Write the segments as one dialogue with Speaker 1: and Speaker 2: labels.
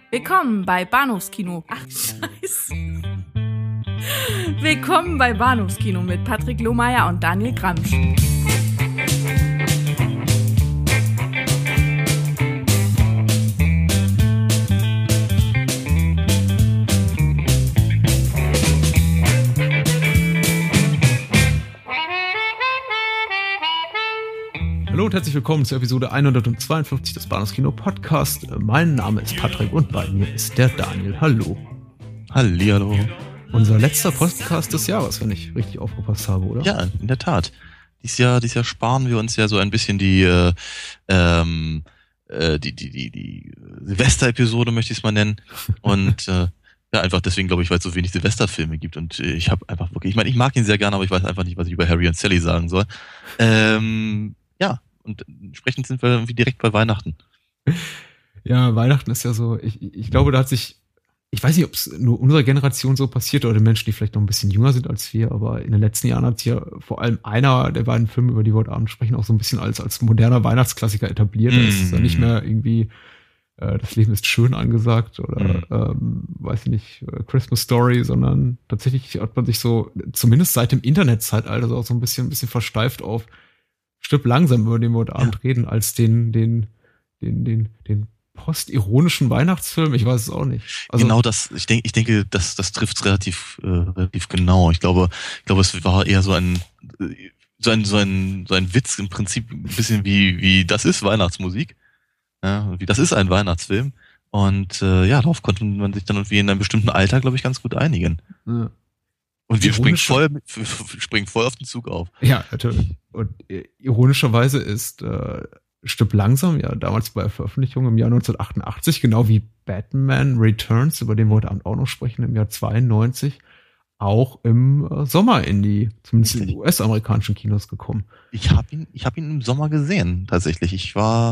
Speaker 1: Willkommen bei Bahnhofskino. Ach, scheiße. Willkommen bei Bahnhofskino mit Patrick Lohmeier und Daniel Gramsch.
Speaker 2: Hallo und herzlich willkommen zur Episode 152 des Bahnhofskino Podcast. Mein Name ist Patrick und bei mir ist der Daniel. Hallo.
Speaker 3: Hallihallo.
Speaker 2: Unser letzter Podcast des Jahres, wenn ich richtig aufgepasst habe, oder?
Speaker 3: Ja, in der Tat. Dieses Jahr sparen wir uns ja so ein bisschen die Silvester-Episode, möchte ich es mal nennen. Und ja, einfach deswegen, glaube ich, weil es so wenig Silvesterfilme gibt. Und ich habe einfach wirklich, ich meine, ich mag ihn sehr gerne, aber ich weiß einfach nicht, was ich über Harry und Sally sagen soll. Ja, und entsprechend sind wir irgendwie direkt bei Weihnachten.
Speaker 2: Ja, Weihnachten ist ja so, ich glaube, da hat sich, ich weiß nicht, ob es nur unserer Generation so passiert oder den Menschen, die vielleicht noch ein bisschen jünger sind als wir, aber in den letzten Jahren hat sich ja vor allem einer der beiden Filme, über die wir heute Abend sprechen, auch so ein bisschen als moderner Weihnachtsklassiker etabliert. Da ist ja nicht mehr irgendwie das Leben ist schön angesagt oder weiß ich nicht, Christmas Story, sondern tatsächlich hat man sich so, zumindest seit dem Internetzeitalter, so auch so ein bisschen versteift auf Stirb langsam, über den wir heute Abend reden, als den postironischen Weihnachtsfilm. Ich weiß es auch nicht.
Speaker 3: Also, genau das, ich denke, das trifft relativ genau. Ich glaube, es war eher so ein Witz im Prinzip, ein bisschen wie das ist Weihnachtsmusik. Ja, wie das ist ein Weihnachtsfilm. Und ja, darauf konnte man sich dann irgendwie in einem bestimmten Alter, glaube ich, ganz gut einigen. Ja. Und wir springen voll auf den Zug auf.
Speaker 2: Ja, natürlich. Und ironischerweise ist Stirb langsam, ja, damals bei Veröffentlichung im Jahr 1988, genau wie Batman Returns, über den wir heute Abend auch noch sprechen, im Jahr 92, auch im Sommer in die, zumindest in die US-amerikanischen Kinos gekommen.
Speaker 3: Ich hab ihn im Sommer gesehen, tatsächlich. Ich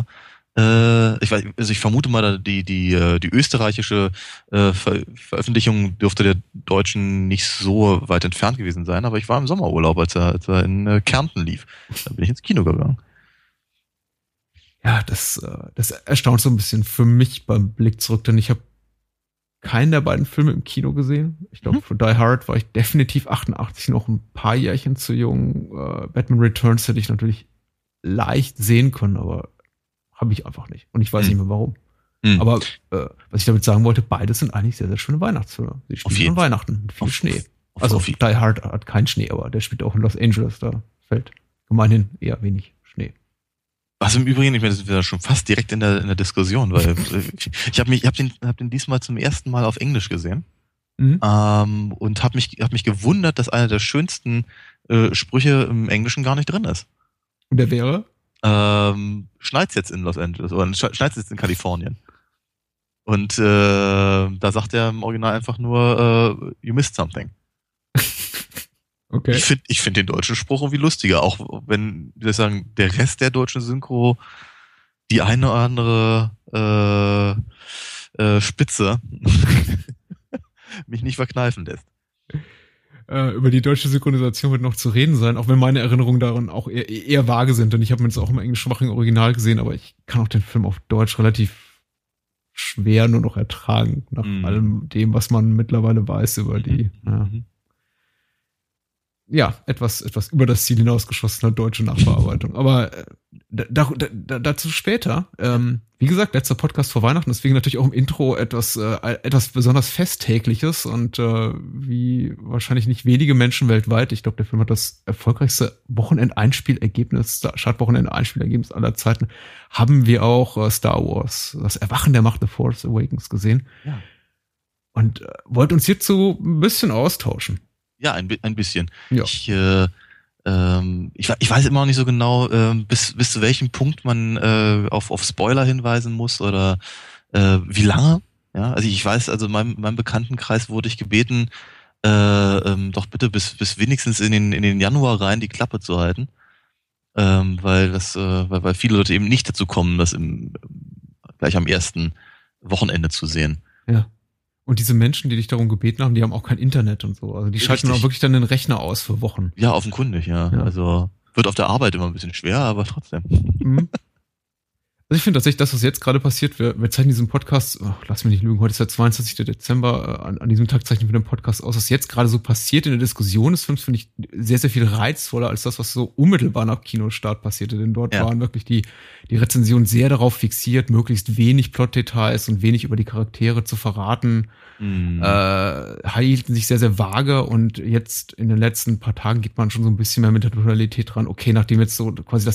Speaker 3: vermute mal, die österreichische Veröffentlichung dürfte der deutschen nicht so weit entfernt gewesen sein, aber ich war im Sommerurlaub, als er in Kärnten lief. Da bin ich ins Kino gegangen.
Speaker 2: Ja, das erstaunt so ein bisschen für mich beim Blick zurück, denn ich habe keinen der beiden Filme im Kino gesehen. Ich glaube, für Die Hard war ich definitiv 88 noch ein paar Jährchen zu jung. Batman Returns hätte ich natürlich leicht sehen können, aber habe ich einfach nicht. Und ich weiß nicht mehr warum. Aber was ich damit sagen wollte, beide sind eigentlich sehr, sehr schöne Weihnachtsfilme. Sie spielen an Weihnachten mit viel Schnee. Also Die Hard hat keinen Schnee, aber der spielt auch in Los Angeles. Da fällt gemeinhin eher wenig Schnee.
Speaker 3: Was im Übrigen, ich meine, das sind wir schon fast direkt in der Diskussion, weil ich hab den diesmal zum ersten Mal auf Englisch gesehen. Und hab mich gewundert, dass einer der schönsten Sprüche im Englischen gar nicht drin ist.
Speaker 2: Und der wäre?
Speaker 3: Schneit's jetzt in Los Angeles oder schneit's jetzt in Kalifornien. Und da sagt er im Original einfach nur you missed something.
Speaker 2: Okay.
Speaker 3: Ich find den deutschen Spruch irgendwie lustiger, auch wenn, wie soll ich sagen, der Rest der deutschen Synchro die eine oder andere Spitze mich nicht verkneifen lässt.
Speaker 2: Über die deutsche Synchronisation wird noch zu reden sein, auch wenn meine Erinnerungen daran auch eher vage sind, denn ich habe mir jetzt auch im englischsprachigen Original gesehen, aber ich kann auch den Film auf Deutsch relativ schwer nur noch ertragen, nach allem dem, was man mittlerweile weiß über die etwas über das Ziel hinausgeschossene deutsche Nachbearbeitung. Aber dazu später. Wie gesagt, letzter Podcast vor Weihnachten, deswegen natürlich auch im Intro etwas besonders Festtägliches und wie wahrscheinlich nicht wenige Menschen weltweit. Ich glaube, der Film hat das erfolgreichste Startwochenende-Einspielergebnis aller Zeiten. Haben wir auch Star Wars, das Erwachen der Macht, The Force Awakens gesehen. Ja. Und wollt uns hierzu ein bisschen austauschen.
Speaker 3: Ja, ein bisschen.
Speaker 2: Ja.
Speaker 3: Ich weiß immer noch nicht so genau, bis zu welchem Punkt man auf Spoiler hinweisen muss oder wie lange. Ja, also ich weiß, also meinem Bekanntenkreis wurde ich gebeten, doch bitte bis wenigstens in den Januar rein die Klappe zu halten, weil viele Leute eben nicht dazu kommen, das gleich am ersten Wochenende zu sehen.
Speaker 2: Ja. Und diese Menschen, die dich darum gebeten haben, die haben auch kein Internet und so. Also die schalten auch wirklich dann den Rechner aus für Wochen.
Speaker 3: Ja, offenkundig, ja. Also wird auf der Arbeit immer ein bisschen schwer, aber trotzdem.
Speaker 2: Also Also ich finde tatsächlich, das, was jetzt gerade passiert, wir zeichnen diesen Podcast, lass mich nicht lügen, heute ist der 22. Dezember, an diesem Tag zeichnen wir den Podcast aus. Was jetzt gerade so passiert in der Diskussion des Films, finde ich sehr, sehr viel reizvoller als das, was so unmittelbar nach Kinostart passierte. Denn dort waren wirklich die Rezensionen sehr darauf fixiert, möglichst wenig Plotdetails und wenig über die Charaktere zu verraten. Hielten sich sehr, sehr vage, und jetzt in den letzten paar Tagen geht man schon so ein bisschen mehr mit der Tonalität dran. Okay, nachdem jetzt so quasi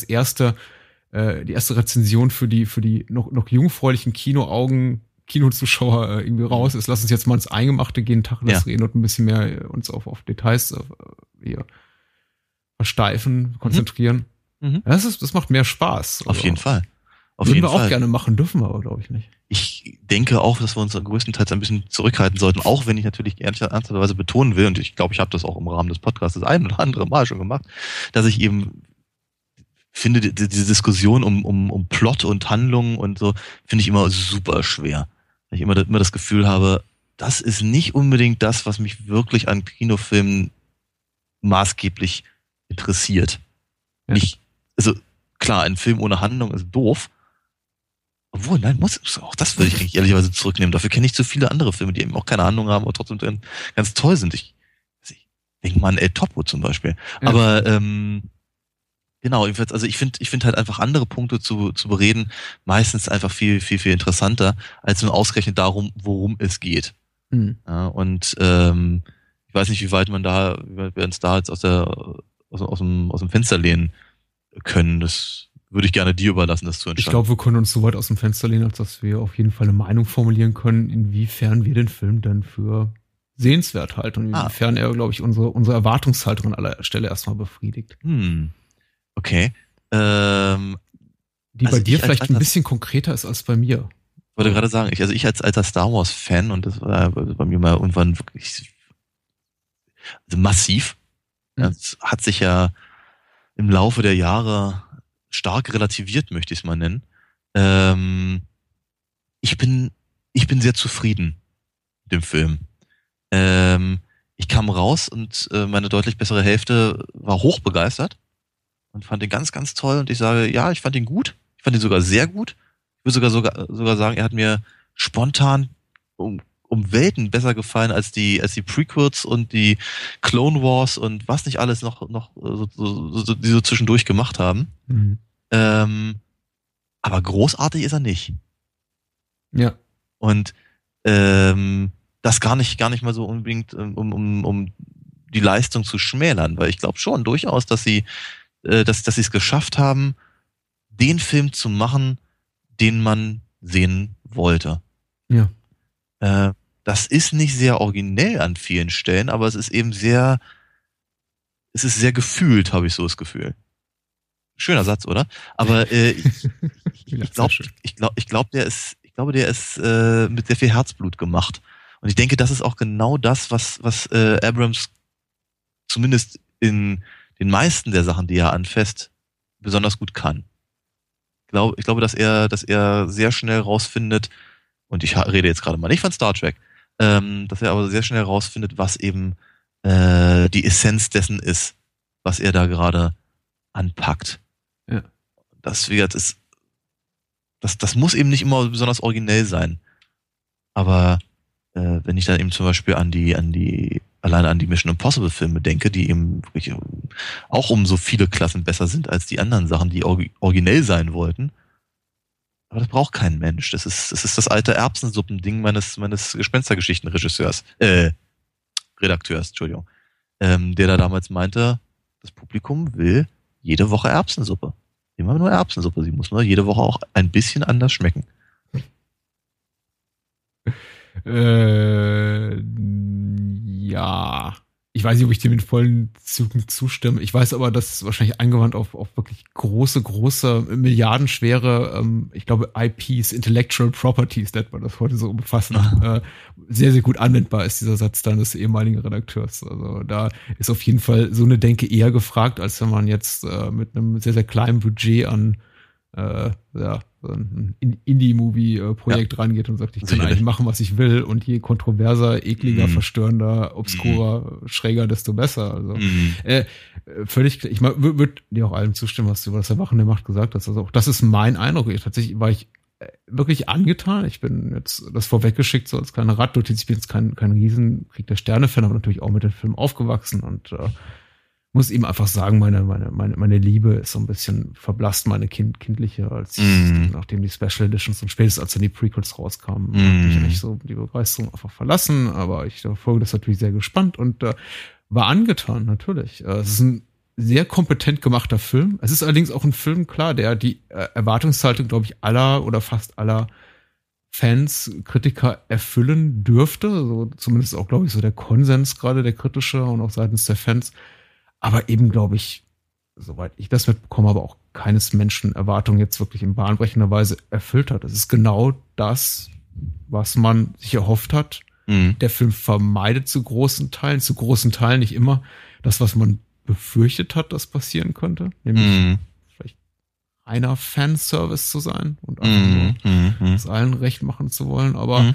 Speaker 2: die erste Rezension für die noch jungfräulichen Kinozuschauer irgendwie raus ist. Lass uns jetzt mal ins Eingemachte gehen, Tacheles reden und ein bisschen mehr uns auf Details hier versteifen, konzentrieren. Ja, das macht mehr Spaß.
Speaker 3: Auf jeden Fall.
Speaker 2: Würden wir auch gerne machen, dürfen wir aber, glaube ich, nicht.
Speaker 3: Ich denke auch, dass wir uns größtenteils ein bisschen zurückhalten sollten, auch wenn ich natürlich ernsthafterweise betonen will, und ich glaube, ich habe das auch im Rahmen des Podcasts das ein oder andere Mal schon gemacht, dass ich eben finde, diese Diskussion um Plot und Handlung und so, finde ich immer super schwer. Weil ich immer das Gefühl habe, das ist nicht unbedingt das, was mich wirklich an Kinofilmen maßgeblich interessiert. Ja. Also klar, ein Film ohne Handlung ist doof. Obwohl, nein, auch das würde ich eigentlich ehrlicherweise zurücknehmen. Dafür kenne ich zu viele andere Filme, die eben auch keine Handlung haben, aber trotzdem ganz toll sind. Ich denke mal an El Topo zum Beispiel. Ja. Aber genau, jedenfalls, also ich finde halt einfach andere Punkte zu bereden meistens einfach viel, viel, viel interessanter, als nur ausgerechnet darum, worum es geht. Ja, und ich weiß nicht, wie weit wir uns da jetzt aus dem Fenster lehnen können. Das würde ich gerne dir überlassen, das zu entscheiden. Ich
Speaker 2: glaube, wir können uns so weit aus dem Fenster lehnen, als dass wir auf jeden Fall eine Meinung formulieren können, inwiefern wir den Film dann für sehenswert halten und inwiefern er, glaube ich, unsere Erwartungshaltung an aller Stelle erstmal befriedigt.
Speaker 3: Okay.
Speaker 2: Die bei dir vielleicht ein bisschen konkreter ist als bei mir.
Speaker 3: Ich wollte gerade sagen, ich als alter Star Wars Fan, und das war bei mir mal irgendwann wirklich massiv, das hat sich ja im Laufe der Jahre stark relativiert, möchte ich es mal nennen. Ich bin sehr zufrieden mit dem Film. Ich kam raus und meine deutlich bessere Hälfte war hochbegeistert und fand ihn ganz, ganz toll, und ich sage, ja, ich fand ihn gut. Ich fand ihn sogar sehr gut. Ich würde sogar sagen, er hat mir spontan um Welten besser gefallen als die Prequels und die Clone Wars und was nicht alles noch die so zwischendurch gemacht haben. Aber großartig ist er nicht.
Speaker 2: Ja.
Speaker 3: Und das gar nicht mal so unbedingt, um die Leistung zu schmälern, weil ich glaube schon durchaus, dass sie es geschafft haben, den Film zu machen, den man sehen wollte.
Speaker 2: Ja.
Speaker 3: Das ist nicht sehr originell an vielen Stellen, aber es ist eben sehr gefühlt, habe ich so das Gefühl. Schöner Satz, oder? Aber ich glaube, der ist mit sehr viel Herzblut gemacht. Und ich denke, das ist auch genau das, was Abrams zumindest in den meisten der Sachen, die er anfasst, besonders gut kann. Ich glaube, dass er sehr schnell rausfindet, und ich rede jetzt gerade mal nicht von Star Trek, dass er aber sehr schnell rausfindet, was eben die Essenz dessen ist, was er da gerade anpackt.
Speaker 2: Ja.
Speaker 3: Das muss eben nicht immer besonders originell sein. Aber wenn ich dann eben zum Beispiel alleine an die Mission Impossible Filme denke, die eben wirklich auch um so viele Klassen besser sind als die anderen Sachen, die originell sein wollten. Aber das braucht kein Mensch. Das ist das alte Erbsensuppen-Ding meines Gespenstergeschichten-Redakteurs, Entschuldigung, der da damals meinte, das Publikum will jede Woche Erbsensuppe. Immer nur Erbsensuppe. Sie muss nur jede Woche auch ein bisschen anders schmecken.
Speaker 2: Ja. Ich weiß nicht, ob ich dem in vollen Zügen zustimme. Ich weiß aber, dass es wahrscheinlich angewandt auf wirklich große, milliardenschwere, ich glaube, IPs, Intellectual Properties, nennt man das heute so umfassend, sehr, sehr gut anwendbar ist dieser Satz dann des ehemaligen Redakteurs. Also da ist auf jeden Fall so eine Denke eher gefragt, als wenn man jetzt mit einem sehr, sehr kleinen Budget an so ein Indie-Movie-Projekt rangeht und sagt, ich kann eigentlich machen, was ich will, und je kontroverser, ekliger, verstörender, obskurer, schräger, desto besser. Also völlig klar. Ich würde dir auch allem zustimmen, was du über das Erwachen der Macht gesagt hast. Also auch das ist mein Eindruck. Tatsächlich war ich wirklich angetan. Ich bin jetzt das vorweggeschickt, so als kleiner Radnotiz. Ich bin jetzt kein riesen Krieg der Sterne-Fan, aber natürlich auch mit dem Film aufgewachsen und muss ihm einfach sagen, meine Liebe ist so ein bisschen verblasst, meine kindliche, als nachdem die Special Editions und spätestens als dann die Prequels rauskamen, habe ich nicht so die Begeisterung einfach verlassen, aber ich verfolge das natürlich sehr gespannt und war angetan, natürlich. Es ist ein sehr kompetent gemachter Film. Es ist allerdings auch ein Film, klar, der die Erwartungshaltung, glaube ich, aller oder fast aller Fans, Kritiker erfüllen dürfte. So zumindest auch, glaube ich, so der Konsens gerade, der kritische und auch seitens der Fans. Aber eben, glaube ich, soweit ich das mitbekomme, aber auch keines Menschen Erwartungen jetzt wirklich in bahnbrechender Weise erfüllt hat. Es ist genau das, was man sich erhofft hat. Der Film vermeidet zu großen Teilen nicht immer das, was man befürchtet hat, das passieren könnte. Nämlich vielleicht reiner Fanservice zu sein und einfach nur es allen recht machen zu wollen. Aber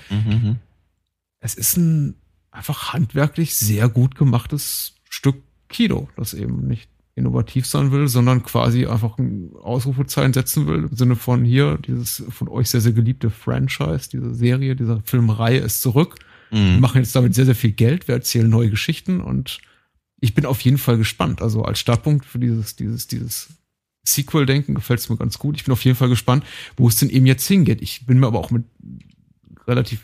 Speaker 2: es ist ein einfach handwerklich sehr gut gemachtes Stück Kino, das eben nicht innovativ sein will, sondern quasi einfach ein Ausrufezeichen setzen will, im Sinne von hier, dieses von euch sehr, sehr geliebte Franchise, diese Serie, diese Filmreihe ist zurück. Wir machen jetzt damit sehr, sehr viel Geld, wir erzählen neue Geschichten und ich bin auf jeden Fall gespannt. Also als Startpunkt für dieses Sequel-Denken gefällt es mir ganz gut. Ich bin auf jeden Fall gespannt, wo es denn eben jetzt hingeht. Ich bin mir aber auch relativ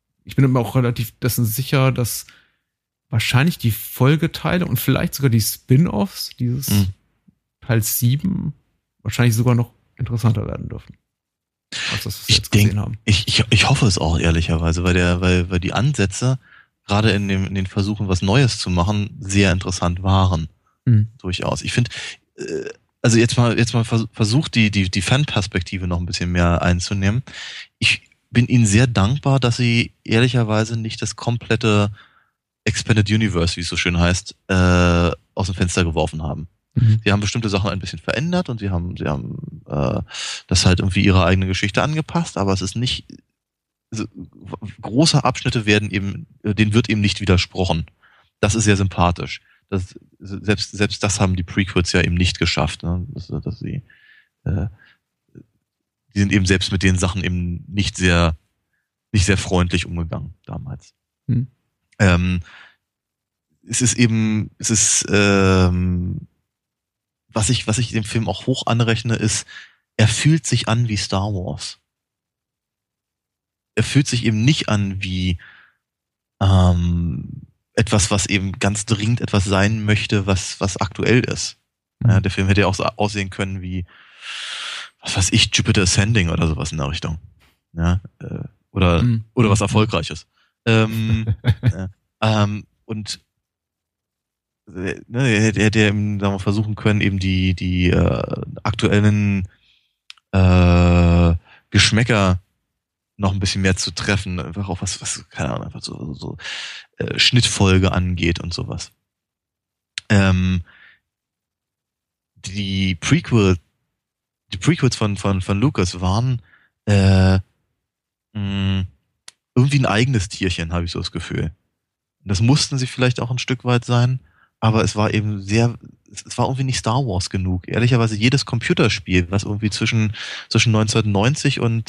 Speaker 2: dessen sicher, dass wahrscheinlich die Folgeteile und vielleicht sogar die Spin-Offs dieses Teil 7 wahrscheinlich sogar noch interessanter werden dürfen. Als das, was wir jetzt gesehen haben.
Speaker 3: Ich hoffe es auch, ehrlicherweise, weil die Ansätze, gerade in den Versuchen, was Neues zu machen, sehr interessant waren. Durchaus. Ich finde, also jetzt mal versucht, die Fanperspektive noch ein bisschen mehr einzunehmen. Ich bin Ihnen sehr dankbar, dass Sie ehrlicherweise nicht das komplette Expanded Universe, wie es so schön heißt, aus dem Fenster geworfen haben. Sie haben bestimmte Sachen ein bisschen verändert und sie haben das halt irgendwie ihre eigene Geschichte angepasst, aber es ist nicht, also, große Abschnitte denen wird eben nicht widersprochen. Das ist sehr sympathisch. Selbst das haben die Prequels ja eben nicht geschafft, ne? Dass sie, die sind eben selbst mit den Sachen eben nicht sehr freundlich umgegangen damals. Was ich dem Film auch hoch anrechne, ist, er fühlt sich an wie Star Wars. Er fühlt sich eben nicht an wie etwas, was eben ganz dringend etwas sein möchte, was aktuell ist. Ja, der Film hätte ja auch so aussehen können wie, was weiß ich, Jupiter Ascending oder sowas in der Richtung. Ja, oder was Erfolgreiches. Und er hätte eben, sagen wir, versuchen können, eben die aktuellen Geschmäcker noch ein bisschen mehr zu treffen, einfach auch was keine Ahnung, einfach so Schnittfolge angeht und sowas. Die Prequels von Lucas waren irgendwie ein eigenes Tierchen, habe ich so das Gefühl. Das mussten sie vielleicht auch ein Stück weit sein, aber es war eben es war irgendwie nicht Star Wars genug. Ehrlicherweise jedes Computerspiel, was irgendwie zwischen 1990 und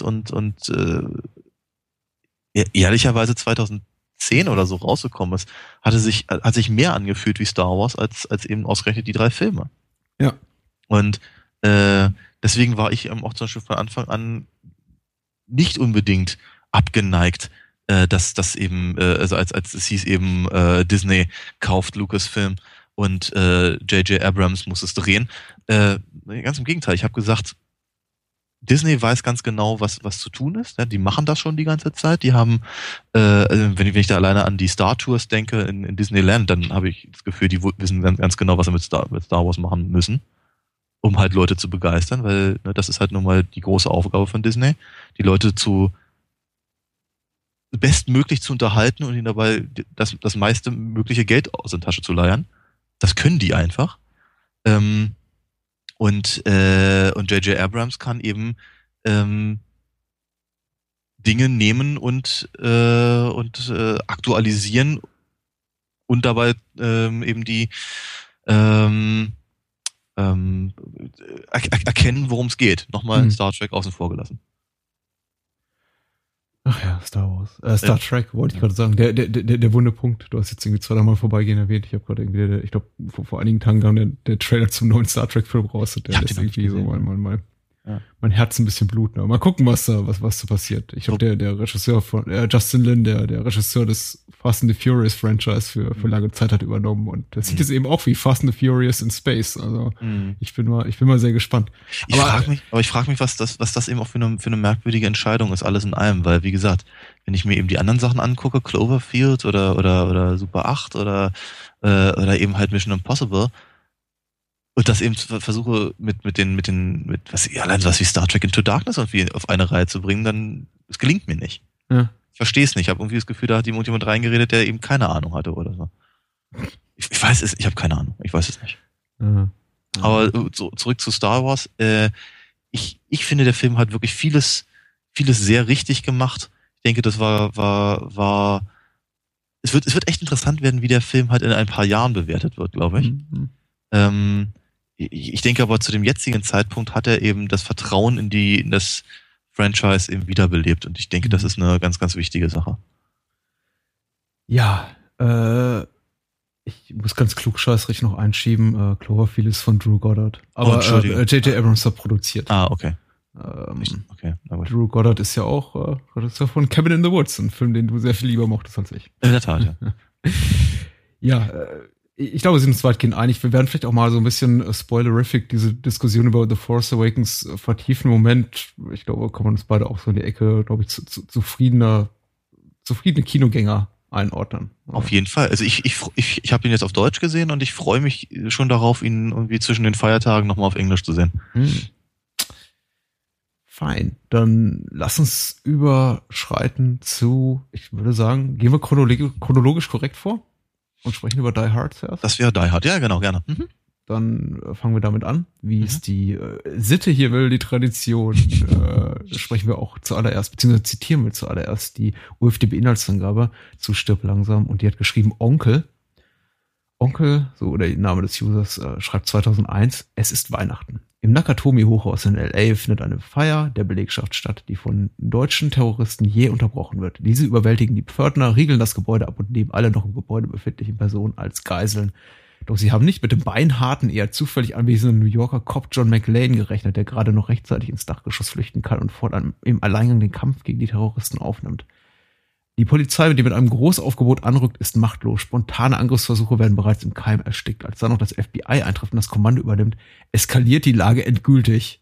Speaker 3: ehrlicherweise 2010 oder so rausgekommen ist, hat sich mehr angefühlt wie Star Wars als eben ausgerechnet die 3 Filme.
Speaker 2: Ja.
Speaker 3: Und deswegen war ich auch zum Beispiel von Anfang an nicht unbedingt abgeneigt, dass eben, also als es hieß eben, Disney kauft Lucasfilm und J.J. Abrams muss es drehen. Ganz im Gegenteil, ich habe gesagt, Disney weiß ganz genau, was zu tun ist. Ja, die machen das schon die ganze Zeit. Die haben, wenn ich da alleine an die Star Tours denke in Disneyland, dann habe ich das Gefühl, die wissen ganz genau, was sie mit Star Wars machen müssen, um halt Leute zu begeistern, weil das ist halt nun mal die große Aufgabe von Disney, die Leute bestmöglich zu unterhalten und ihnen dabei das meiste mögliche Geld aus der Tasche zu leiern. Das können die einfach. Und J.J. Abrams kann eben Dinge nehmen und aktualisieren und dabei eben die erkennen, worum es geht. Nochmal Star Trek außen vor gelassen.
Speaker 2: Ach ja, Star Wars. Star Trek, wollte ich gerade sagen. Der wunde Punkt. Du hast jetzt irgendwie 2-3 Mal vorbeigehen erwähnt. Ich habe gerade irgendwie, ich glaube, vor einigen Tagen kam der Trailer zum neuen Star Trek-Film raus. Und der lässt irgendwie so mein Herz ein bisschen bluten. Aber mal gucken, was da passiert. Ich glaube, der Regisseur von Justin Lin, der Regisseur des Fast and the Furious Franchise für lange Zeit hat übernommen. Und das sieht jetzt eben auch wie Fast and the Furious in Space. Also ich bin mal sehr gespannt.
Speaker 3: Ich frage mich, was das eben auch für eine merkwürdige Entscheidung ist, alles in allem. Weil, wie gesagt, wenn ich mir eben die anderen Sachen angucke, Cloverfield oder Super 8 oder eben halt Mission Impossible, und das eben versuche mit was wie Star Trek Into Darkness irgendwie auf eine Reihe zu bringen, dann, es gelingt mir nicht.
Speaker 2: Ja.
Speaker 3: Ich verstehe es nicht. Ich habe irgendwie das Gefühl, da hat jemand reingeredet, der eben keine Ahnung hatte oder so. Ich weiß es, ich habe keine Ahnung. Ich weiß es nicht.
Speaker 2: Ja.
Speaker 3: Aber so, zurück zu Star Wars. Ich finde, der Film hat wirklich vieles sehr richtig gemacht. Ich denke, das war es wird echt interessant werden, wie der Film halt in ein paar Jahren bewertet wird, glaube ich. Ich denke aber, zu dem jetzigen Zeitpunkt hat er eben das Vertrauen in das Franchise eben wiederbelebt. Und ich denke, das ist eine ganz, ganz wichtige Sache.
Speaker 2: Ja, ich muss ganz klugscheißrig noch einschieben. Cloverfield ist von Drew Goddard. Aber J.J. Abrams hat produziert.
Speaker 3: Ah, okay.
Speaker 2: Okay, Drew Goddard ist ja auch Regisseur von Cabin in the Woods, ein Film, den du sehr viel lieber mochtest als ich.
Speaker 3: In der Tat, ja.
Speaker 2: Ja, ich glaube, wir sind uns weitgehend einig. Wir werden vielleicht auch mal so ein bisschen spoilerific diese Diskussion über The Force Awakens vertiefen. Im Moment, ich glaube, kann man uns beide auch so in die Ecke, glaube ich, zufriedene Kinogänger einordnen.
Speaker 3: Auf jeden Fall. Also ich habe ihn jetzt auf Deutsch gesehen und ich freue mich schon darauf, ihn irgendwie zwischen den Feiertagen nochmal auf Englisch zu sehen.
Speaker 2: Fein. Dann lass uns überschreiten zu, ich würde sagen, gehen wir chronologisch korrekt vor und sprechen über Die Hard zuerst.
Speaker 3: Das wäre Die Hard, ja genau, gerne.
Speaker 2: Dann fangen wir damit an, wie es die Sitte hier will, die Tradition. Sprechen wir auch zuallererst, beziehungsweise zitieren wir zuallererst die UFDB-Inhaltsangabe zu Stirb langsam, und die hat geschrieben, Onkel, so der Name des Users, schreibt 2001, es ist Weihnachten. Im Nakatomi-Hochhaus in L.A. findet eine Feier der Belegschaft statt, die von deutschen Terroristen jäh unterbrochen wird. Diese überwältigen die Pförtner, riegeln das Gebäude ab und nehmen alle noch im Gebäude befindlichen Personen als Geiseln. Doch sie haben nicht mit dem beinharten, eher zufällig anwesenden New Yorker Cop John McClane gerechnet, der gerade noch rechtzeitig ins Dachgeschoss flüchten kann und fortan im Alleingang den Kampf gegen die Terroristen aufnimmt. Die Polizei, die mit einem Großaufgebot anrückt, ist machtlos. Spontane Angriffsversuche werden bereits im Keim erstickt. Als dann noch das FBI eintrifft und das Kommando übernimmt, eskaliert die Lage endgültig.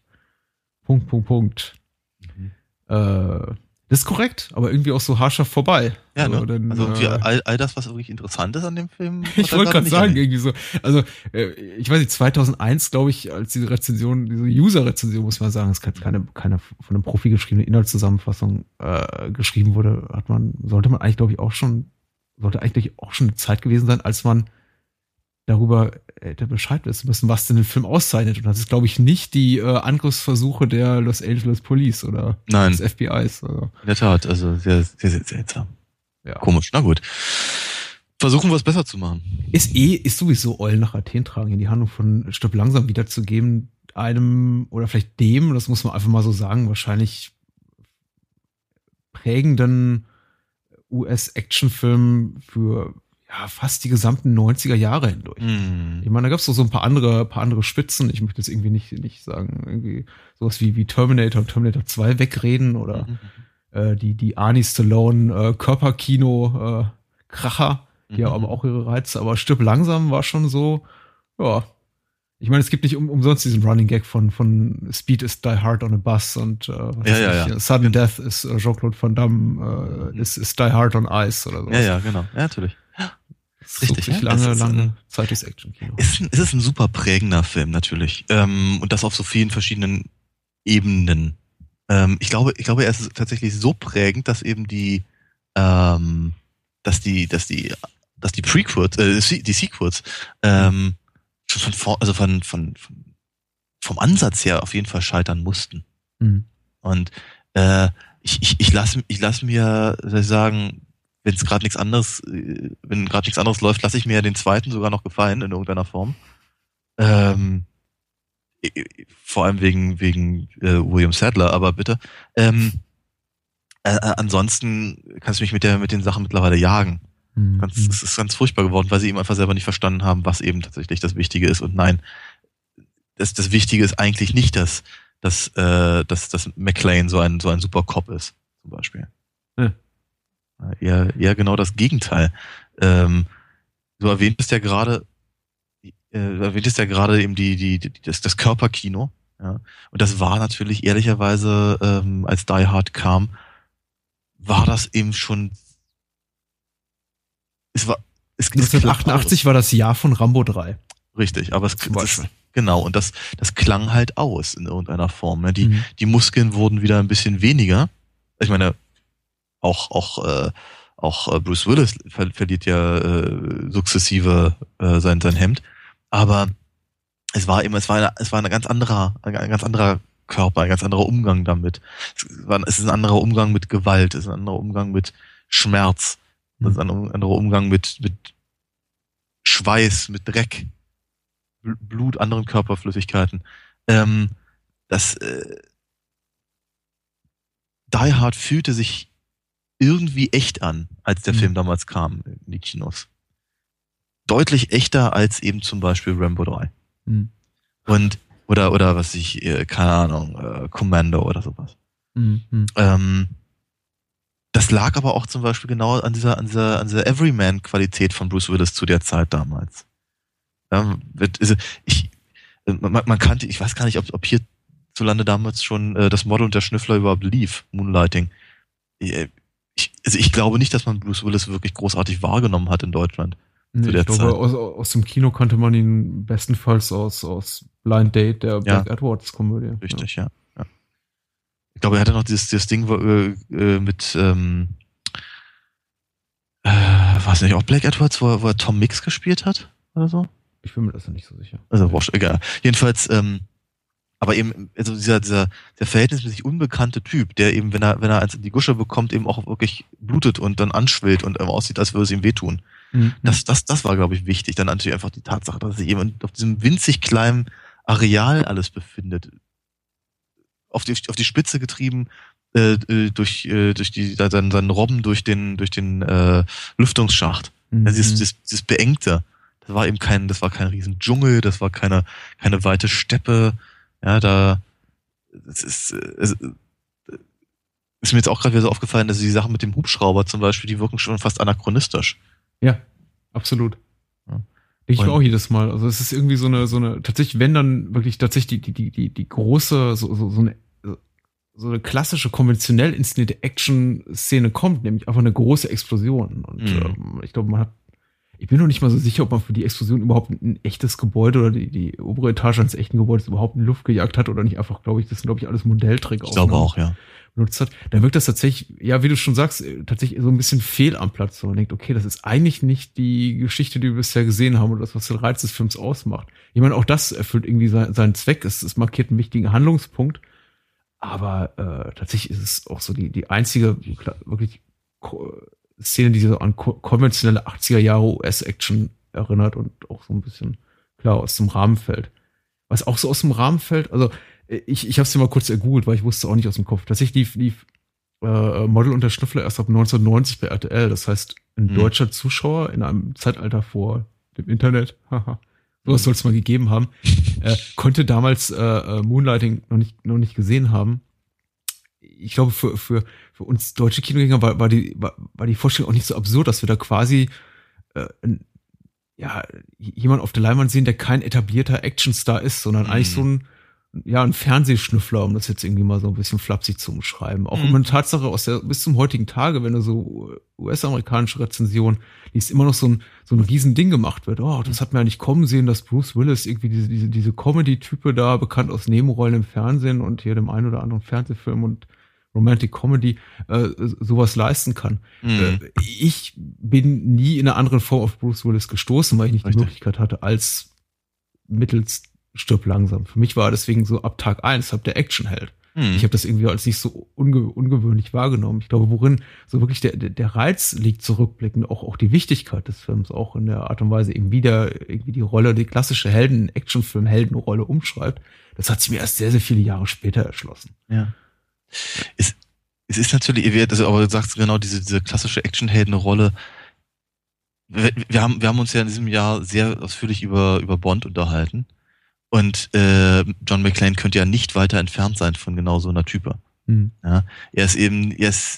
Speaker 2: Das ist korrekt, aber irgendwie auch so haarscharf vorbei.
Speaker 3: Ja,
Speaker 2: also,
Speaker 3: ne?
Speaker 2: dann,
Speaker 3: also all das, was wirklich interessant ist an dem Film.
Speaker 2: Ich wollte gerade sagen, irgendwie so. Also, ich weiß nicht, 2001, glaube ich, als diese Rezension, diese User-Rezension, muss man sagen, es ist keine von einem Profi geschriebene Inhaltszusammenfassung geschrieben wurde, sollte eigentlich auch schon eine Zeit gewesen sein, als man darüber hätte Bescheid wissen müssen, was denn den Film auszeichnet. Und das ist, glaube ich, nicht die Angriffsversuche der Los Angeles Police oder des FBIs. Also.
Speaker 3: In der Tat, also sehr, sehr, sehr seltsam.
Speaker 2: Ja.
Speaker 3: Komisch, na gut. Versuchen wir es besser zu machen.
Speaker 2: Ist sowieso Eulen nach Athen tragen, in die Handlung von Stirb langsam wiederzugeben, einem oder vielleicht dem, das muss man einfach mal so sagen, wahrscheinlich prägenden US-Actionfilm für fast die gesamten 90er Jahre hindurch. Ich meine, da gab es so ein paar andere Spitzen. Ich möchte jetzt irgendwie nicht sagen, irgendwie sowas wie Terminator und Terminator 2 wegreden oder die Arnie Stallone Körperkino Kracher, die haben aber auch ihre Reize. Aber Stirb langsam war schon so, ja. Ich meine, es gibt nicht umsonst diesen Running Gag von Speed is Die Hard on a Bus und Sudden Death ist Jean-Claude Van Damme ist Die Hard on Ice oder so.
Speaker 3: Ja, genau. Ja, natürlich.
Speaker 2: Richtig, so lange Zeit des Action-Kino.
Speaker 3: Es ist ein super prägender Film, natürlich. Und das auf so vielen verschiedenen Ebenen. Ich glaube, er ist tatsächlich so prägend, dass eben die Prequels, die Sequels, schon vom Ansatz her auf jeden Fall scheitern mussten. Und ich lass mir sagen, wenn gerade nichts anderes läuft, lasse ich mir den zweiten sogar noch gefallen in irgendeiner Form. Vor allem wegen William Sadler, aber bitte. Ansonsten kannst du mich mit den Sachen mittlerweile jagen. Es ist ganz furchtbar geworden, weil sie eben einfach selber nicht verstanden haben, was eben tatsächlich das Wichtige ist. Und nein, das Wichtige ist eigentlich nicht, dass McClane so ein super Cop ist, zum Beispiel. Ja. Eher genau das Gegenteil. Du erwähntest ja gerade eben das Körperkino. Ja. Und das war natürlich ehrlicherweise, als Die Hard kam, war das eben schon. Es
Speaker 2: 1988 war das Jahr von Rambo 3.
Speaker 3: Richtig, aber genau, und das klang halt aus in irgendeiner Form. Ne? Die Muskeln wurden wieder ein bisschen weniger. Ich meine, auch Bruce Willis verliert ja sukzessive sein Hemd, aber es war ein ganz anderer Körper, ein ganz anderer Umgang damit. Es ist ein anderer Umgang mit Gewalt, es ist ein anderer Umgang mit Schmerz, es ist ein anderer Umgang mit Schweiß, mit Dreck, Blut, anderen Körperflüssigkeiten. Die Hard fühlte sich irgendwie echt an, als der Film damals kam in die Kinos. Deutlich echter als eben zum Beispiel Rambo 3. Und oder was keine Ahnung, Commando oder sowas. Das lag aber auch zum Beispiel genau an dieser Everyman-Qualität von Bruce Willis zu der Zeit damals. Ja, man kannte, ich weiß gar nicht, ob hierzulande damals schon das Model und der Schnüffler überhaupt lief, Moonlighting. Ich glaube nicht, dass man Bruce Willis wirklich großartig wahrgenommen hat in Deutschland.
Speaker 2: Nee, ich glaube, aus dem Kino kannte man ihn bestenfalls aus Blind Date, der Black Edwards-Komödie.
Speaker 3: Richtig, ja. Ich glaube, er hatte noch dieses Ding mit weiß nicht, auch Black Edwards, wo er Tom Mix gespielt hat oder so?
Speaker 2: Ich bin mir das nicht so sicher.
Speaker 3: Also, egal. Jedenfalls, aber eben, also der verhältnismäßig unbekannte Typ, der eben, wenn er eins in die Gusche bekommt, eben auch wirklich blutet und dann anschwillt und aussieht, als würde es ihm wehtun. Das war, glaube ich, wichtig. Dann natürlich einfach die Tatsache, dass sich jemand auf diesem winzig kleinen Areal alles befindet. Auf die Spitze getrieben, durch seinen Robben durch den Lüftungsschacht. Also dieses Beengte. Das war kein riesen Dschungel, das war keine weite Steppe. Ja, ist mir jetzt auch gerade wieder so aufgefallen, dass die Sachen mit dem Hubschrauber zum Beispiel, die wirken schon fast anachronistisch.
Speaker 2: Ja, absolut. Ja. Denke ich mir auch jedes Mal. Also es ist irgendwie so eine, tatsächlich, wenn dann wirklich tatsächlich die große, so eine klassische, konventionell inszenierte Action-Szene kommt, nämlich einfach eine große Explosion. Und ich glaube, ich bin noch nicht mal so sicher, ob man für die Explosion überhaupt ein echtes Gebäude oder die obere Etage eines echten Gebäudes überhaupt in Luft gejagt hat oder nicht einfach, das sind alles Modelltrick.
Speaker 3: Ich glaube auch, ja.
Speaker 2: Benutzt hat. Da wirkt das tatsächlich, ja, wie du schon sagst, tatsächlich so ein bisschen fehl am Platz. So man denkt, okay, das ist eigentlich nicht die Geschichte, die wir bisher gesehen haben oder das, was den Reiz des Films ausmacht. Ich meine, auch das erfüllt irgendwie seinen Zweck. Es markiert einen wichtigen Handlungspunkt. Aber tatsächlich ist es auch so die einzige wirklich Szene, die so an konventionelle 80er Jahre US-Action erinnert und auch so ein bisschen klar aus dem Rahmen fällt. Was auch so aus dem Rahmen fällt, also ich habe es dir mal kurz ergoogelt, weil ich wusste auch nicht aus dem Kopf. Tatsächlich lief Model und der Schnüffler erst ab 1990 bei RTL. Das heißt, ein deutscher Zuschauer in einem Zeitalter vor dem Internet, sowas soll es mal gegeben haben, konnte damals Moonlighting noch nicht gesehen haben. Ich glaube, für uns deutsche Kinogänger war die Vorstellung auch nicht so absurd, dass wir da quasi jemand auf der Leinwand sehen, der kein etablierter Actionstar ist, sondern eigentlich so ein Fernsehschnüffler, um das jetzt irgendwie mal so ein bisschen flapsig zu umschreiben. Auch immer eine Tatsache bis zum heutigen Tage, wenn du so US-amerikanische Rezensionen liest, immer noch so ein Riesending gemacht wird. Oh, das hat man ja nicht kommen sehen, dass Bruce Willis irgendwie diese Comedy-Type da, bekannt aus Nebenrollen im Fernsehen und hier dem einen oder anderen Fernsehfilm und Romantic Comedy, sowas leisten kann. Ich bin nie in einer anderen Form auf Bruce Willis gestoßen, weil ich nicht die Möglichkeit hatte, als mittels Stirb langsam. Für mich war er deswegen so ab Tag 1 der Actionheld. Ich habe das irgendwie als nicht so ungewöhnlich wahrgenommen. Ich glaube, worin so wirklich der Reiz liegt, zurückblickend, auch die Wichtigkeit des Films, auch in der Art und Weise eben wieder irgendwie die Rolle, die klassische Actionfilm-Heldenrolle umschreibt. Das hat sich mir erst sehr, sehr viele Jahre später erschlossen.
Speaker 3: Ja. Es ist natürlich, aber du sagst genau, diese klassische Actionheldenrolle. Wir haben uns ja in diesem Jahr sehr ausführlich über Bond unterhalten. Und John McClane könnte ja nicht weiter entfernt sein von genau so einer Type. Ja, der ist ein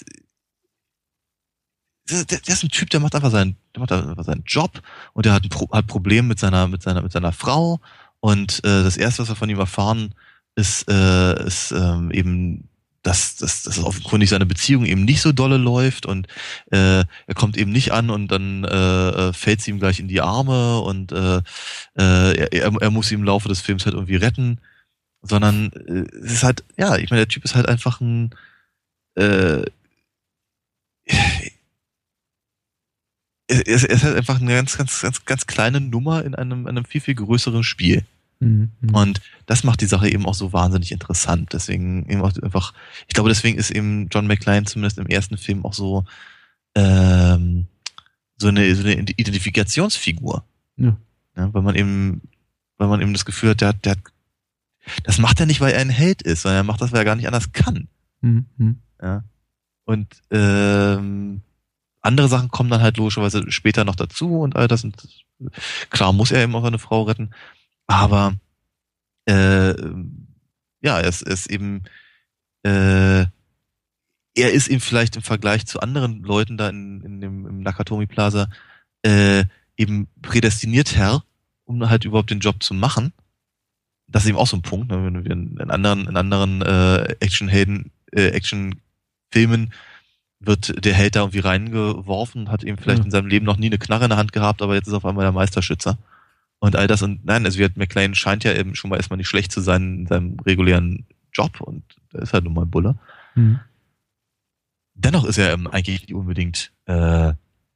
Speaker 3: Typ, der macht einfach seinen Job und der hat hat Probleme mit seiner Frau. Und das erste, was wir von ihm erfahren, ist eben, dass offenkundig seine Beziehung eben nicht so dolle läuft und er kommt eben nicht an und dann fällt sie ihm gleich in die Arme und er muss sie im Laufe des Films halt irgendwie retten, sondern es ist halt, ja, ich meine, der Typ ist halt einfach er ist halt einfach eine ganz kleine Nummer in einem viel, viel größeren Spiel. Und das macht die Sache eben auch so wahnsinnig interessant. Deswegen eben auch einfach, ich glaube, deswegen ist eben John McClane zumindest im ersten Film auch so eine Identifikationsfigur. Ja, weil man eben das Gefühl hat, das macht er nicht, weil er ein Held ist, sondern er macht das, weil er gar nicht anders kann. Ja. Und andere Sachen kommen dann halt logischerweise später noch dazu und all das. Und klar muss er eben auch seine Frau retten. Aber er ist eben vielleicht im Vergleich zu anderen Leuten da im Nakatomi Plaza eben prädestiniert Herr, um halt überhaupt den Job zu machen. Das ist eben auch so ein Punkt, ne? Wenn wir in anderen Actionfilmen wird der Held da irgendwie reingeworfen, hat eben vielleicht in seinem Leben noch nie eine Knarre in der Hand gehabt, aber jetzt ist auf einmal der Meisterschützer. Und all das und nein, also McClane scheint ja eben schon mal erstmal nicht schlecht zu sein in seinem regulären Job und der ist halt nun mal ein Bulle. Dennoch ist er eigentlich nicht unbedingt die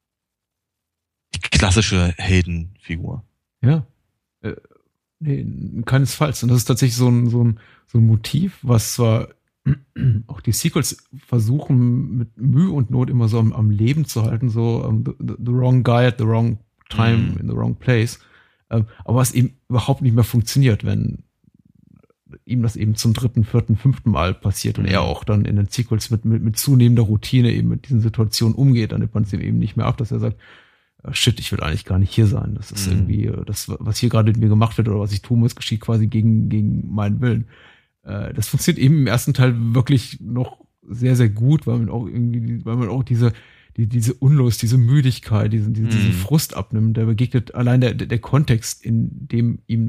Speaker 3: klassische Heldenfigur.
Speaker 2: Ja. Nee, keinesfalls. Und das ist tatsächlich so ein Motiv, was zwar auch die Sequels versuchen mit Mühe und Not immer so am Leben zu halten, so the wrong guy at the wrong time in the wrong place. Aber was eben überhaupt nicht mehr funktioniert, wenn ihm das eben zum 3., 4., 5. Mal passiert und er auch dann in den Sequels mit zunehmender Routine eben mit diesen Situationen umgeht, dann nimmt man es ihm eben nicht mehr ab, dass er sagt, shit, ich will eigentlich gar nicht hier sein. Das ist irgendwie das, was hier gerade mit mir gemacht wird oder was ich tun muss, geschieht quasi gegen meinen Willen. Das funktioniert eben im ersten Teil wirklich noch sehr, sehr gut, weil man auch diese Unlust, diese Müdigkeit, diesen Frust abnimmt. Der begegnet allein der Kontext, in dem ihm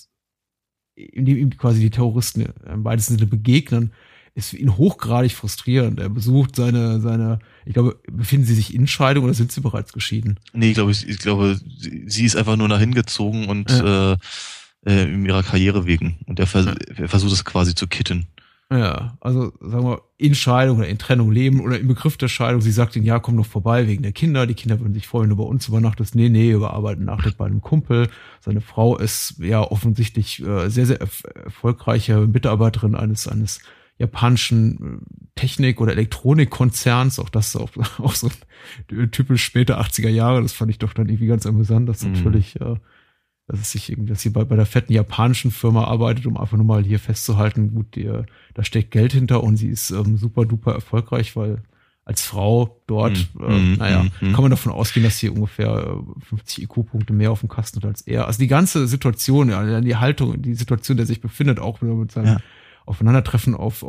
Speaker 2: quasi die Terroristen im weitesten Sinne begegnen, ist für ihn hochgradig frustrierend. Er besucht seine, ich glaube, befinden sie sich in Scheidung oder sind sie bereits geschieden?
Speaker 3: Nee, ich glaube, sie ist einfach nur dahin gezogen und in ihrer Karriere wegen. Und er versucht es quasi zu kitten.
Speaker 2: Ja, also sagen wir, in Scheidung oder in Trennung leben oder im Begriff der Scheidung. Sie sagt ihm, ja, komm doch vorbei wegen der Kinder. Die Kinder würden sich freuen, wenn du bei uns übernachtest. Nee, überarbeiten Nacht bei einem Kumpel. Seine Frau ist ja offensichtlich sehr, sehr erfolgreiche Mitarbeiterin eines japanischen Technik- oder Elektronikkonzerns. Auch das auch so typisch späte 80er Jahre. Das fand ich doch dann irgendwie ganz amüsant, dass natürlich dass sie bei der fetten japanischen Firma arbeitet, um einfach nur mal hier festzuhalten, gut, da steckt Geld hinter und sie ist super duper erfolgreich, weil als Frau dort, kann man davon ausgehen, dass sie ungefähr 50 IQ-Punkte mehr auf dem Kasten hat als er. Also die ganze Situation, ja, die Haltung, die Situation, in der sich befindet, auch wieder mit seinem Aufeinandertreffen auf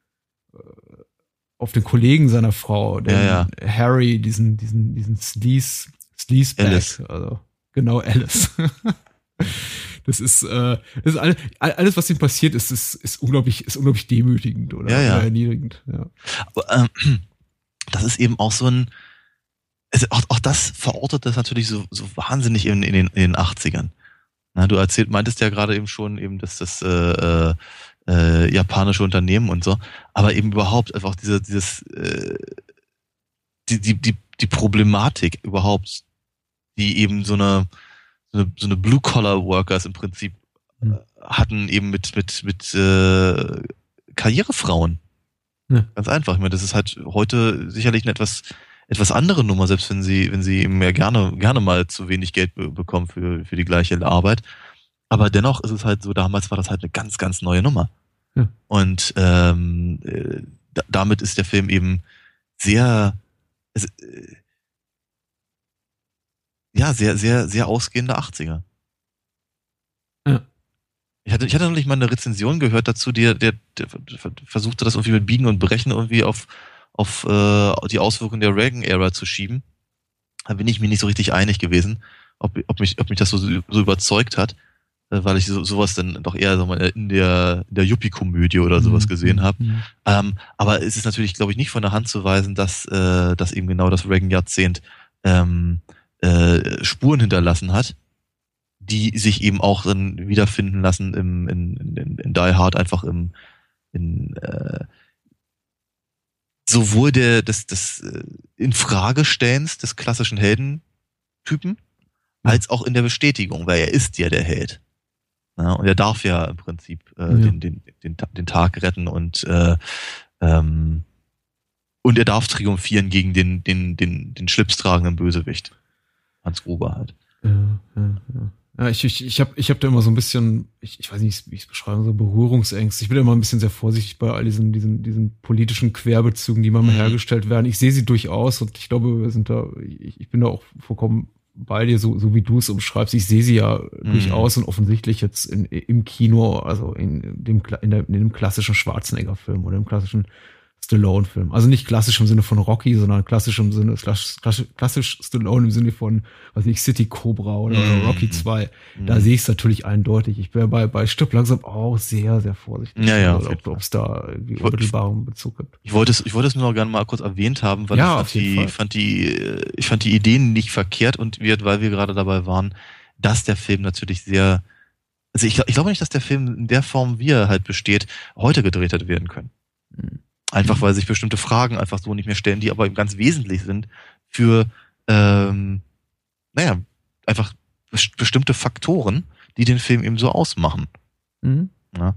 Speaker 2: den Kollegen seiner Frau, den Harry, diesen Sleazebag,
Speaker 3: Alice.
Speaker 2: Also genau, Alice. Das ist alles, was ihm passiert ist unglaublich demütigend oder erniedrigend. Ja.
Speaker 3: Aber, das ist eben auch so ein, also auch das verortet das natürlich so wahnsinnig in den 80ern. Na, du meintest ja gerade eben schon eben, dass das japanische Unternehmen und so, aber eben überhaupt einfach die Problematik überhaupt, die eben so eine Blue-Collar-Workers im Prinzip hatten, eben mit Karrierefrauen.
Speaker 2: Ja.
Speaker 3: Ganz einfach. Ich meine, das ist halt heute sicherlich eine etwas andere Nummer, selbst wenn sie eben ja gerne mal zu wenig Geld bekommen für die gleiche Arbeit. Aber dennoch ist es halt so, damals war das halt eine ganz, ganz neue Nummer.
Speaker 2: Ja.
Speaker 3: Und damit ist der Film eben sehr, sehr, sehr, sehr ausgehende 80er.
Speaker 2: Ja.
Speaker 3: Ich hatte nämlich mal eine Rezension gehört dazu, der versuchte das irgendwie mit Biegen und Brechen irgendwie auf die Auswirkungen der Reagan-Ära zu schieben. Da bin ich mir nicht so richtig einig gewesen, ob mich das so überzeugt hat, weil ich sowas dann doch eher so mal in der Yuppie-Komödie oder sowas gesehen habe. Aber es ist natürlich, glaube ich, nicht von der Hand zu weisen, dass eben genau das Reagan-Jahrzehnt Spuren hinterlassen hat, die sich eben auch dann wiederfinden lassen in Die Hard, einfach sowohl des Infragestellens des klassischen Heldentypen, als auch in der Bestätigung, weil er ist ja der Held. Ja, und er darf ja im Prinzip den Tag retten und er darf triumphieren gegen den schlipstragenden Bösewicht. Hans Gruber halt.
Speaker 2: Ja, ich hab da immer so ein bisschen, ich weiß nicht, wie ich es beschreiben soll, Berührungsängste. Ich bin immer ein bisschen sehr vorsichtig bei all diesen politischen Querbezügen, die manchmal hergestellt werden. Ich sehe sie durchaus und ich glaube, ich bin da auch vollkommen bei dir, so wie du es umschreibst. Ich sehe sie ja durchaus und offensichtlich jetzt im Kino, also in dem klassischen Schwarzenegger-Film oder im klassischen Stallone-Film. Also nicht klassisch im Sinne von Rocky, sondern klassisch im Sinne, klassisch Stallone im Sinne von, weiß nicht, City Cobra oder Rocky 2. Da sehe ich es natürlich eindeutig. Ich wäre bei Stirb langsam auch sehr, sehr vorsichtig.
Speaker 3: Ja,
Speaker 2: ob es da irgendwie unmittelbaren Bezug gibt.
Speaker 3: Ich wollte es nur noch gerne mal kurz erwähnt haben, weil ich fand die Ideen nicht verkehrt und weil wir gerade dabei waren, dass der Film natürlich sehr, also ich glaube nicht, dass der Film in der Form, wie er halt besteht, heute gedreht hätte werden können. Einfach weil sich bestimmte Fragen einfach so nicht mehr stellen, die aber eben ganz wesentlich sind für, einfach bestimmte Faktoren, die den Film eben so ausmachen. Ja,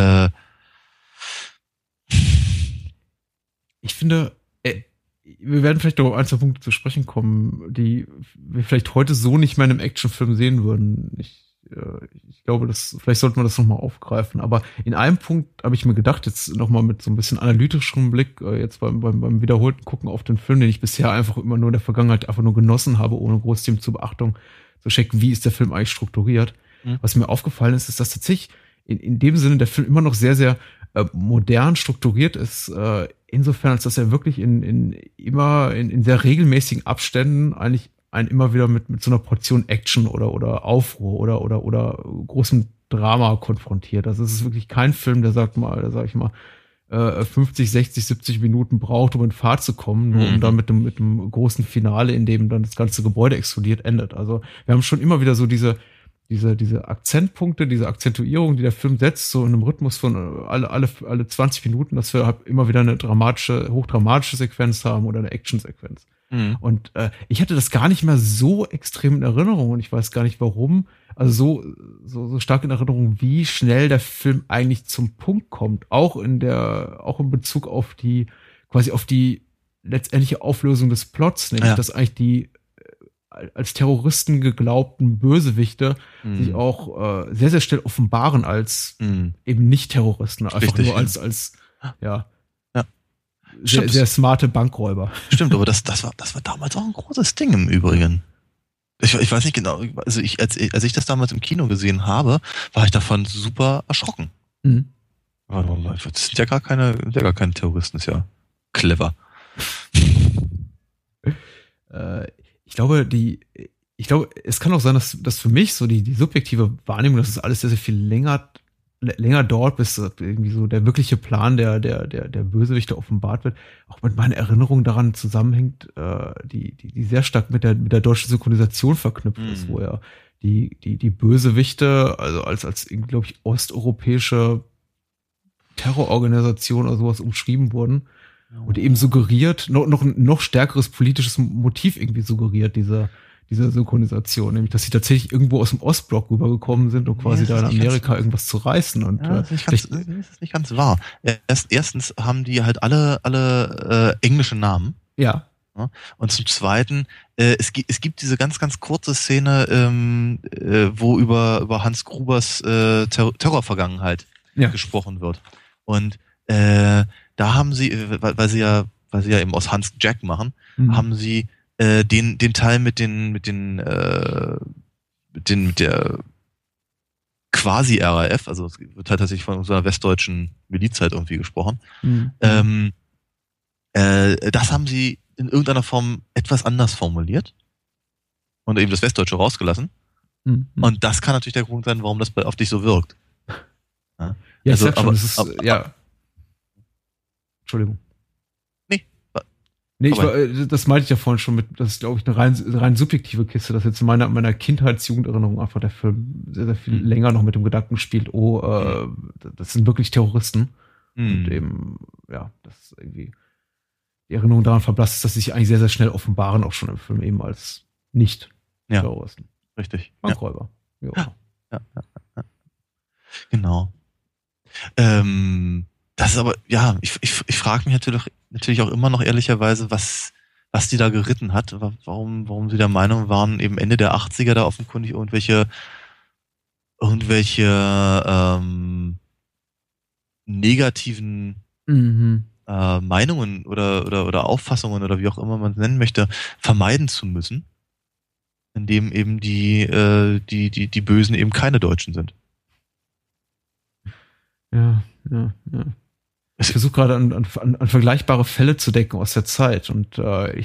Speaker 2: ich finde, wir werden vielleicht noch auf ein, zwei Punkte zu sprechen kommen, die wir vielleicht heute so nicht mehr in einem Actionfilm sehen würden. Ich glaube, vielleicht sollten wir das nochmal aufgreifen. Aber in einem Punkt habe ich mir gedacht, jetzt nochmal mit so ein bisschen analytischem Blick, jetzt beim wiederholten Gucken auf den Film, den ich bisher einfach immer nur in der Vergangenheit einfach nur genossen habe, ohne groß dem zu Beachtung zu checken, wie ist der Film eigentlich strukturiert. Was mir aufgefallen ist, dass tatsächlich in dem Sinne der Film immer noch sehr, sehr modern strukturiert ist, insofern, als dass er wirklich in sehr regelmäßigen Abständen eigentlich einen immer wieder mit so einer Portion Action oder Aufruhr oder großem Drama konfrontiert. Also es ist wirklich kein Film, der sag ich mal, 50, 60, 70 Minuten braucht, um in Fahrt zu kommen, nur um dann mit einem großen Finale, in dem dann das ganze Gebäude explodiert, endet. Also wir haben schon immer wieder so diese Akzentpunkte, diese Akzentuierung, die der Film setzt, so in einem Rhythmus von alle 20 Minuten, dass wir halt immer wieder eine hochdramatische Sequenz haben oder eine Actionsequenz. Und ich hatte das gar nicht mehr so extrem in Erinnerung und ich weiß gar nicht warum, also so stark in Erinnerung, wie schnell der Film eigentlich zum Punkt kommt, auch in Bezug auf die letztendliche Auflösung des Plots, nämlich dass eigentlich die als Terroristen geglaubten Bösewichte sich auch sehr, sehr schnell offenbaren als eben nicht Terroristen, einfach richtig, nur als sehr, sehr smarte Bankräuber.
Speaker 3: Stimmt, aber das war damals auch ein großes Ding im Übrigen. Ich weiß nicht genau, also als ich das damals im Kino gesehen habe, war ich davon super erschrocken. Das sind ja gar keine Terroristen, ist ja clever.
Speaker 2: Ich glaube, es kann auch sein, dass für mich so die subjektive Wahrnehmung, dass es alles sehr, sehr viel länger dauert, bis irgendwie so der wirkliche Plan der Bösewichte offenbart wird, auch mit meiner Erinnerung daran zusammenhängt, die sehr stark mit der deutschen Synchronisation verknüpft ist, wo ja die Bösewichte, also als glaube ich, osteuropäische Terrororganisation oder sowas umschrieben wurden und eben suggeriert, noch stärkeres politisches Motiv irgendwie suggeriert, dieser dieser Synchronisation, nämlich dass sie tatsächlich irgendwo aus dem Ostblock rübergekommen sind, um quasi da in Amerika irgendwas zu reißen. Und
Speaker 3: das ist nicht ganz wahr. Erstens haben die halt alle englische Namen.
Speaker 2: Ja.
Speaker 3: Und zum Zweiten, es gibt diese ganz, ganz kurze Szene, wo über Hans Grubers Terrorvergangenheit gesprochen wird. Und da haben sie, weil sie ja eben aus Hans Jack machen, haben sie den Teil mit der quasi RAF, also es wird halt tatsächlich von so einer westdeutschen Miliz halt irgendwie gesprochen. Das haben sie in irgendeiner Form etwas anders formuliert und eben das Westdeutsche rausgelassen. Und das kann natürlich der Grund sein, warum das auf dich so wirkt.
Speaker 2: Ja, also, ich sag schon, das ist, Entschuldigung. Nee, das meinte ich ja vorhin schon mit, das ist, glaube ich, eine rein subjektive Kiste, dass jetzt in meiner Kindheits-Jugenderinnerung einfach der Film sehr, sehr viel länger noch mit dem Gedanken spielt, das sind wirklich Terroristen. Und eben, das irgendwie die Erinnerung daran verblasst ist, dass sie sich eigentlich sehr, sehr schnell offenbaren, auch schon im Film eben als Nicht-Terroristen.
Speaker 3: Richtig.
Speaker 2: Bankräuber.
Speaker 3: Ja. Genau. Das ist aber, ich frage mich natürlich auch immer noch ehrlicherweise, was die da geritten hat, warum sie der Meinung waren, eben Ende der 80er da offenkundig irgendwelche negativen Meinungen oder Auffassungen oder wie auch immer man es nennen möchte, vermeiden zu müssen, indem eben die Bösen eben keine Deutschen sind.
Speaker 2: Ja. Ich versuche gerade an vergleichbare Fälle zu denken aus der Zeit und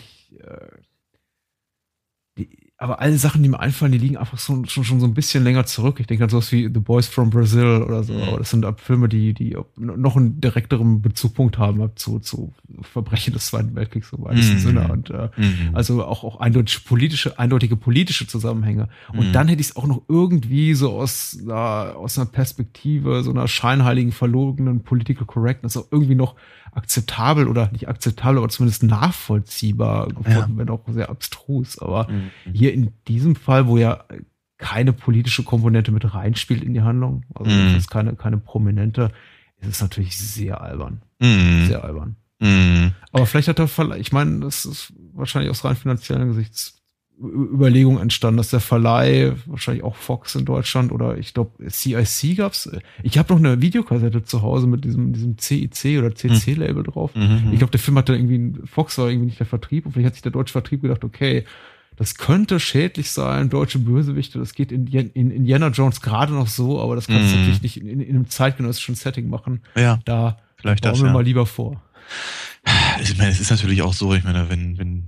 Speaker 2: aber alle Sachen, die mir einfallen, die liegen einfach schon so ein bisschen länger zurück. Ich denke an sowas wie The Boys from Brazil oder so, aber das sind Filme, die noch einen direkteren Bezugpunkt haben zu Verbrechen des Zweiten Weltkriegs im weitesten Sinne und also auch eindeutige politische Zusammenhänge. Und dann hätte ich es auch noch irgendwie so aus einer Perspektive, so einer scheinheiligen, verlogenen Political Correctness auch irgendwie noch akzeptabel oder nicht akzeptabel, aber zumindest nachvollziehbar gefunden, wenn auch sehr abstrus. Aber hier in diesem Fall, wo ja keine politische Komponente mit reinspielt in die Handlung, also das ist keine prominente, ist es natürlich sehr albern. Sehr albern. Aber vielleicht hat ich meine, das ist wahrscheinlich aus rein finanziellen Gesichtsüberlegungen entstanden, dass der Verleih, wahrscheinlich auch Fox in Deutschland oder ich glaube CIC gab's. Ich habe noch eine Videokassette zu Hause mit diesem CIC oder CC-Label drauf. Ich glaube, der Film hatte Fox war irgendwie nicht der Vertrieb und vielleicht hat sich der deutsche Vertrieb gedacht, okay, das könnte schädlich sein, deutsche Bösewichte, das geht in Indiana Jones gerade noch so, aber das kannst du natürlich nicht in einem zeitgenössischen Setting machen.
Speaker 3: Ja,
Speaker 2: da
Speaker 3: vielleicht
Speaker 2: bauen wir mal lieber vor.
Speaker 3: Ich meine, es ist natürlich auch so, ich meine, wenn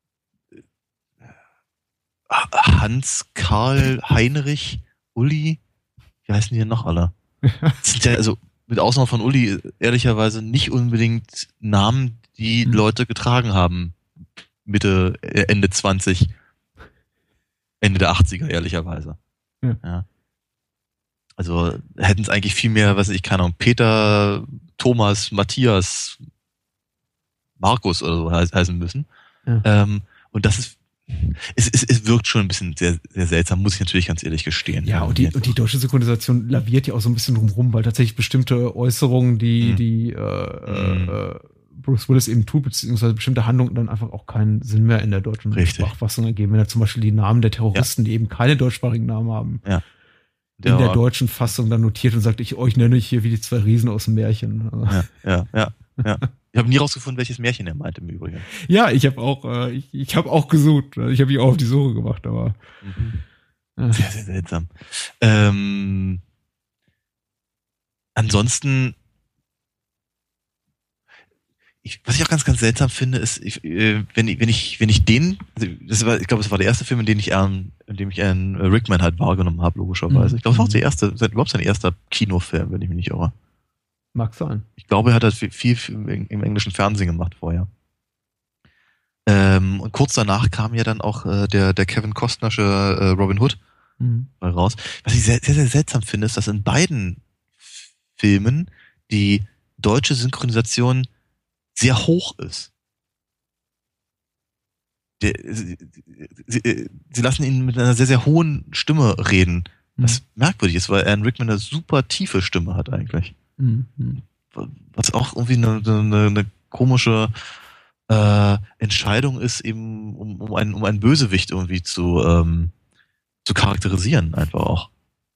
Speaker 3: Hans, Karl, Heinrich, Uli, wie heißen die denn noch alle? Das sind ja, also mit Ausnahme von Uli, ehrlicherweise nicht unbedingt Namen, die Leute getragen haben. Ende 20, Ende der 80er, ehrlicherweise. Ja. Also hätten es eigentlich viel mehr, keine Ahnung, Peter, Thomas, Matthias, Markus oder so heißen müssen. Und das ist, es wirkt schon ein bisschen sehr, sehr seltsam, muss ich natürlich ganz ehrlich gestehen.
Speaker 2: Ja, und die deutsche Synchronisation laviert ja auch so ein bisschen drumherum, weil tatsächlich bestimmte Äußerungen, die Bruce Willis eben tut, beziehungsweise bestimmte Handlungen dann einfach auch keinen Sinn mehr in der deutschen Sprachfassung ergeben. Wenn er zum Beispiel die Namen der Terroristen, die eben keine deutschsprachigen Namen haben, in der deutschen Fassung dann notiert und sagt, ich nenne euch hier wie die zwei Riesen aus dem Märchen. Also.
Speaker 3: Ja. Ich habe nie rausgefunden, welches Märchen er meinte im Übrigen.
Speaker 2: Ja, ich habe auch gesucht. Ich habe mich auch auf die Suche gemacht, aber
Speaker 3: sehr, sehr seltsam. Ansonsten was ich auch ganz, ganz seltsam finde, ist, wenn ich den, ich glaube, es war der erste Film, in dem ich einen Rickman halt wahrgenommen habe, logischerweise. Ich glaube, es war auch überhaupt sein erster Kinofilm, wenn ich mich nicht irre.
Speaker 2: Mag sein.
Speaker 3: Ich glaube, er hat halt viel im englischen Fernsehen gemacht vorher. Und kurz danach kam ja dann auch der Kevin Costnersche Robin Hood raus. Was ich sehr, sehr, sehr seltsam finde, ist, dass in beiden Filmen die deutsche Synchronisation sehr hoch ist. sie lassen ihn mit einer sehr, sehr hohen Stimme reden. Was merkwürdig ist, weil Alan Rickman eine super tiefe Stimme hat eigentlich. Was auch irgendwie eine komische Entscheidung ist, eben um einen Bösewicht irgendwie zu charakterisieren, einfach auch.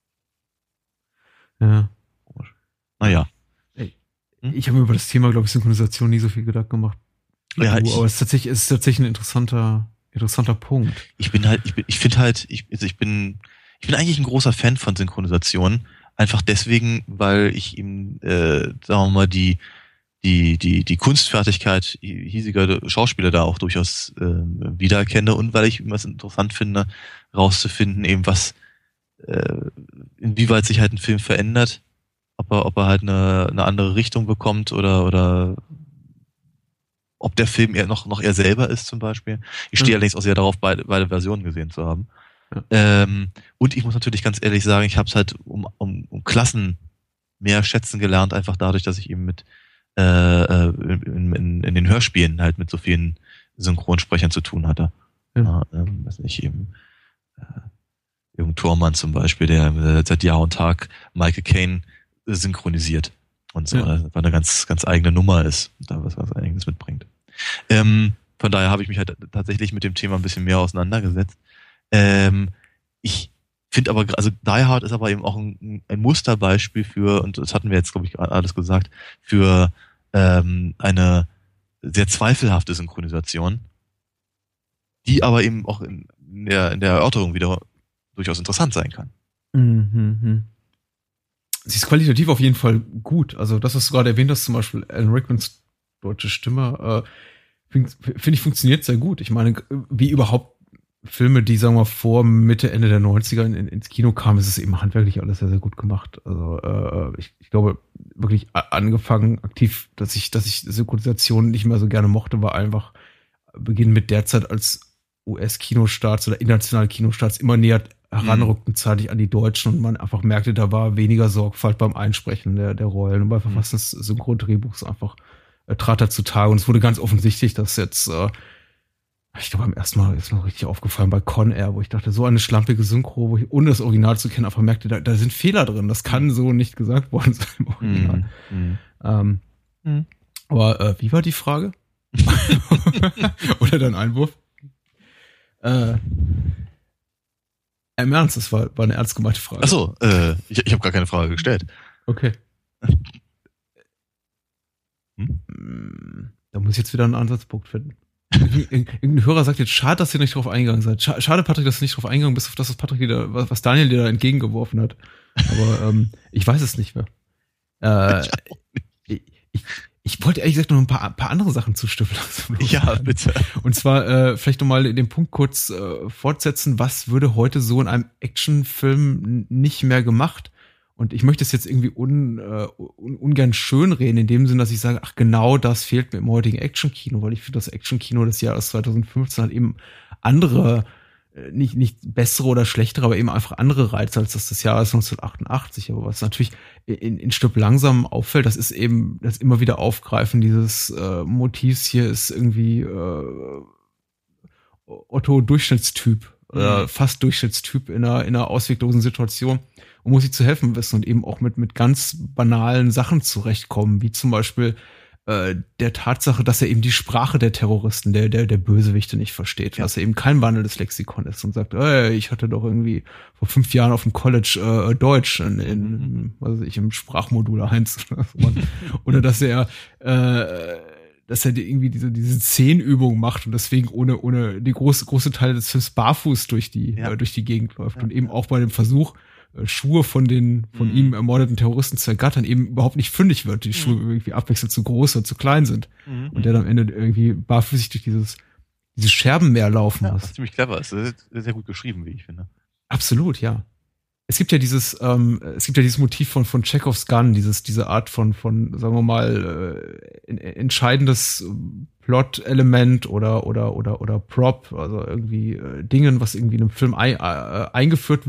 Speaker 2: Ja.
Speaker 3: Komisch. Naja.
Speaker 2: Ich habe mir über das Thema, glaube ich, Synchronisation nie so viel Gedanken gemacht.
Speaker 3: Ja,
Speaker 2: aber es ist tatsächlich ein interessanter Punkt.
Speaker 3: Ich bin eigentlich ein großer Fan von Synchronisation. Einfach deswegen, weil ich ihm, sagen wir mal, die Kunstfertigkeit hiesiger Schauspieler da auch durchaus wiedererkenne und weil ich es interessant finde, rauszufinden, eben was, inwieweit sich halt ein Film verändert, ob er halt eine andere Richtung bekommt oder ob der Film eher noch er selber ist zum Beispiel. Ich stehe allerdings auch sehr darauf, beide Versionen gesehen zu haben. Ja. Und ich muss natürlich ganz ehrlich sagen, ich habe es halt um Klassen mehr schätzen gelernt, einfach dadurch, dass ich eben mit in den Hörspielen halt mit so vielen Synchronsprechern zu tun hatte. Ja. Weiß nicht, eben Jürgen Thormann zum Beispiel, der seit Jahr und Tag Michael Caine synchronisiert und so, weil eine ganz, ganz eigene Nummer ist, da was Eigenes mitbringt. Von daher habe ich mich halt tatsächlich mit dem Thema ein bisschen mehr auseinandergesetzt. Ich finde aber, also Die Hard ist aber eben auch ein Musterbeispiel für, und das hatten wir jetzt, glaube ich, alles gesagt, für eine sehr zweifelhafte Synchronisation, die aber eben auch in der Erörterung wieder durchaus interessant sein kann.
Speaker 2: Sie ist qualitativ auf jeden Fall gut. Also das, was du gerade erwähnt hast, zum Beispiel Alan Rickmans deutsche Stimme, finde ich, funktioniert sehr gut. Ich meine, wie überhaupt Filme, die, sagen wir mal, vor Mitte, Ende der 90er ins Kino kamen, ist es eben handwerklich alles sehr, sehr gut gemacht. Also ich glaube, wirklich angefangen aktiv, dass ich Synchronisation nicht mehr so gerne mochte, war einfach Beginn mit der Zeit, als US-Kinostarts oder internationale Kinostarts immer näher heranrückten zeitlich an die Deutschen und man einfach merkte, da war weniger Sorgfalt beim Einsprechen der Rollen und beim Verfassen des Synchrondrehbuchs einfach trat da zutage. Und es wurde ganz offensichtlich, dass jetzt ich glaube, beim ersten Mal ist mir richtig aufgefallen bei Con Air, wo ich dachte, so eine schlampige Synchro, wo ich, ohne das Original zu kennen, einfach merkte, da sind Fehler drin. Das kann so nicht gesagt worden sein im Original. Aber wie war die Frage? Oder dein Einwurf? Im Ernst, das war eine ernst gemeinte Frage.
Speaker 3: Ach so, ich habe gar keine Frage gestellt.
Speaker 2: Okay. Da muss ich jetzt wieder einen Ansatzpunkt finden. Irgendein Hörer sagt jetzt, schade, dass ihr nicht drauf eingegangen seid. Schade, Patrick, dass du nicht drauf eingegangen bist, auf das, was Daniel dir da entgegengeworfen hat. Aber ich weiß es nicht mehr. Ich wollte ehrlich gesagt noch ein paar andere Sachen zustimmen lassen.
Speaker 3: Ja, bitte.
Speaker 2: Und zwar vielleicht nochmal den Punkt kurz fortsetzen, was würde heute so in einem Actionfilm nicht mehr gemacht? Und ich möchte es jetzt irgendwie ungern schönreden, in dem Sinn, dass ich sage, ach genau, das fehlt mir im heutigen Actionkino, weil ich finde, das Actionkino des Jahres 2015 hat eben andere, nicht bessere oder schlechtere, aber eben einfach andere Reize als das des Jahres 1988. Aber was natürlich in Stück langsam auffällt, das ist eben das immer wieder Aufgreifen dieses Motivs hier ist irgendwie Otto Durchschnittstyp oder fast Durchschnittstyp in einer ausweglosen Situation und muss sich zu helfen wissen und eben auch mit ganz banalen Sachen zurechtkommen, wie zum Beispiel der Tatsache, dass er eben die Sprache der Terroristen, der Bösewichte nicht versteht, dass er eben kein wandelndes Lexikon ist und sagt, ich hatte doch irgendwie vor 5 Jahren auf dem College Deutsch in was weiß ich, im Sprachmodul 1 oder dass er irgendwie diese Zehnübung macht und deswegen ohne die große Teile des Films barfuß durch die Gegend läuft und eben auch bei dem Versuch, Schuhe von ihm ermordeten Terroristen zu ergattern, eben überhaupt nicht fündig wird, die Schuhe irgendwie abwechselnd zu groß oder zu klein sind. Und der dann am Ende irgendwie barfüßig durch dieses Scherbenmeer laufen muss.
Speaker 3: Das ist ziemlich clever, ist sehr gut geschrieben, wie ich finde.
Speaker 2: Absolut, ja. Es gibt ja dieses Motiv von Chekhovs Gun, diese Art von, sagen wir mal, entscheidendes Plot-Element oder Prop, also irgendwie Dingen, was irgendwie in einem Film eingeführt wird,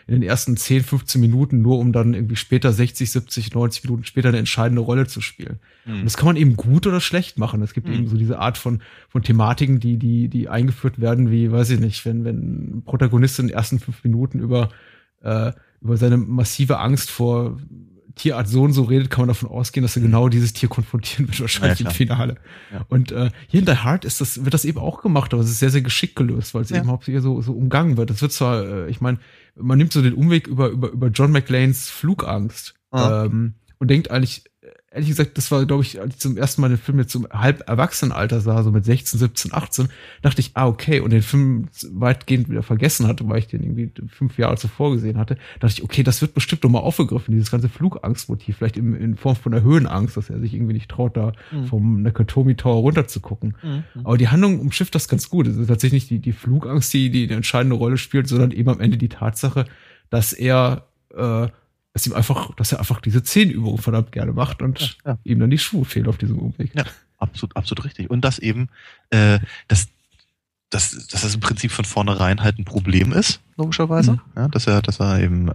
Speaker 2: in den ersten 10, 15 Minuten, nur um dann irgendwie später 60, 70, 90 Minuten später eine entscheidende Rolle zu spielen. Und das kann man eben gut oder schlecht machen. Es gibt eben so diese Art von Thematiken, die eingeführt werden, wie, weiß ich nicht, wenn ein Protagonist in den ersten 5 Minuten über seine massive Angst vor Tierart so und so redet, kann man davon ausgehen, dass er genau dieses Tier konfrontieren wird, wahrscheinlich im Finale. Ja. Und hier in Die Hard wird das eben auch gemacht, aber es ist sehr, sehr geschickt gelöst, weil es eben hauptsächlich so umgangen wird. Das wird zwar, ich meine, man nimmt so den Umweg über John McClanes Flugangst und denkt eigentlich, ehrlich gesagt, das war, glaube ich, als ich zum ersten Mal den Film jetzt zum halb Erwachsenenalter sah, so mit 16, 17, 18, dachte ich, okay, und den Film weitgehend wieder vergessen hatte, weil ich den irgendwie 5 Jahre zuvor gesehen hatte, dachte ich, okay, das wird bestimmt nochmal aufgegriffen, dieses ganze Flugangstmotiv, vielleicht in Form von der Höhenangst, dass er sich irgendwie nicht traut, da vom Nakatomi Tower runter zu gucken. Aber die Handlung umschifft das ganz gut. Es ist tatsächlich nicht die Flugangst, die eine entscheidende Rolle spielt, sondern eben am Ende die Tatsache, dass er einfach diese 10 Übungen verdammt gerne macht und ihm dann die Schuhe fehlen auf diesem Umweg.
Speaker 3: Ja, absolut richtig. Und dass eben, dass das im Prinzip von vornherein halt ein Problem ist, logischerweise. Ja, dass er eben,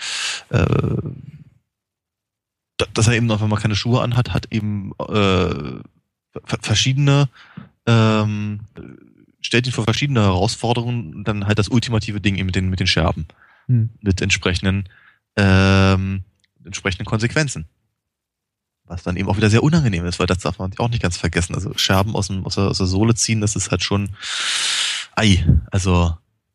Speaker 3: dass er eben noch, wenn man keine Schuhe anhat, hat eben verschiedene, stellt ihn vor verschiedene Herausforderungen und dann halt das ultimative Ding eben mit den Scherben. Mit entsprechenden Konsequenzen. Was dann eben auch wieder sehr unangenehm ist, weil das darf man auch nicht ganz vergessen. Also Scherben aus der Sohle ziehen, das ist halt schon Also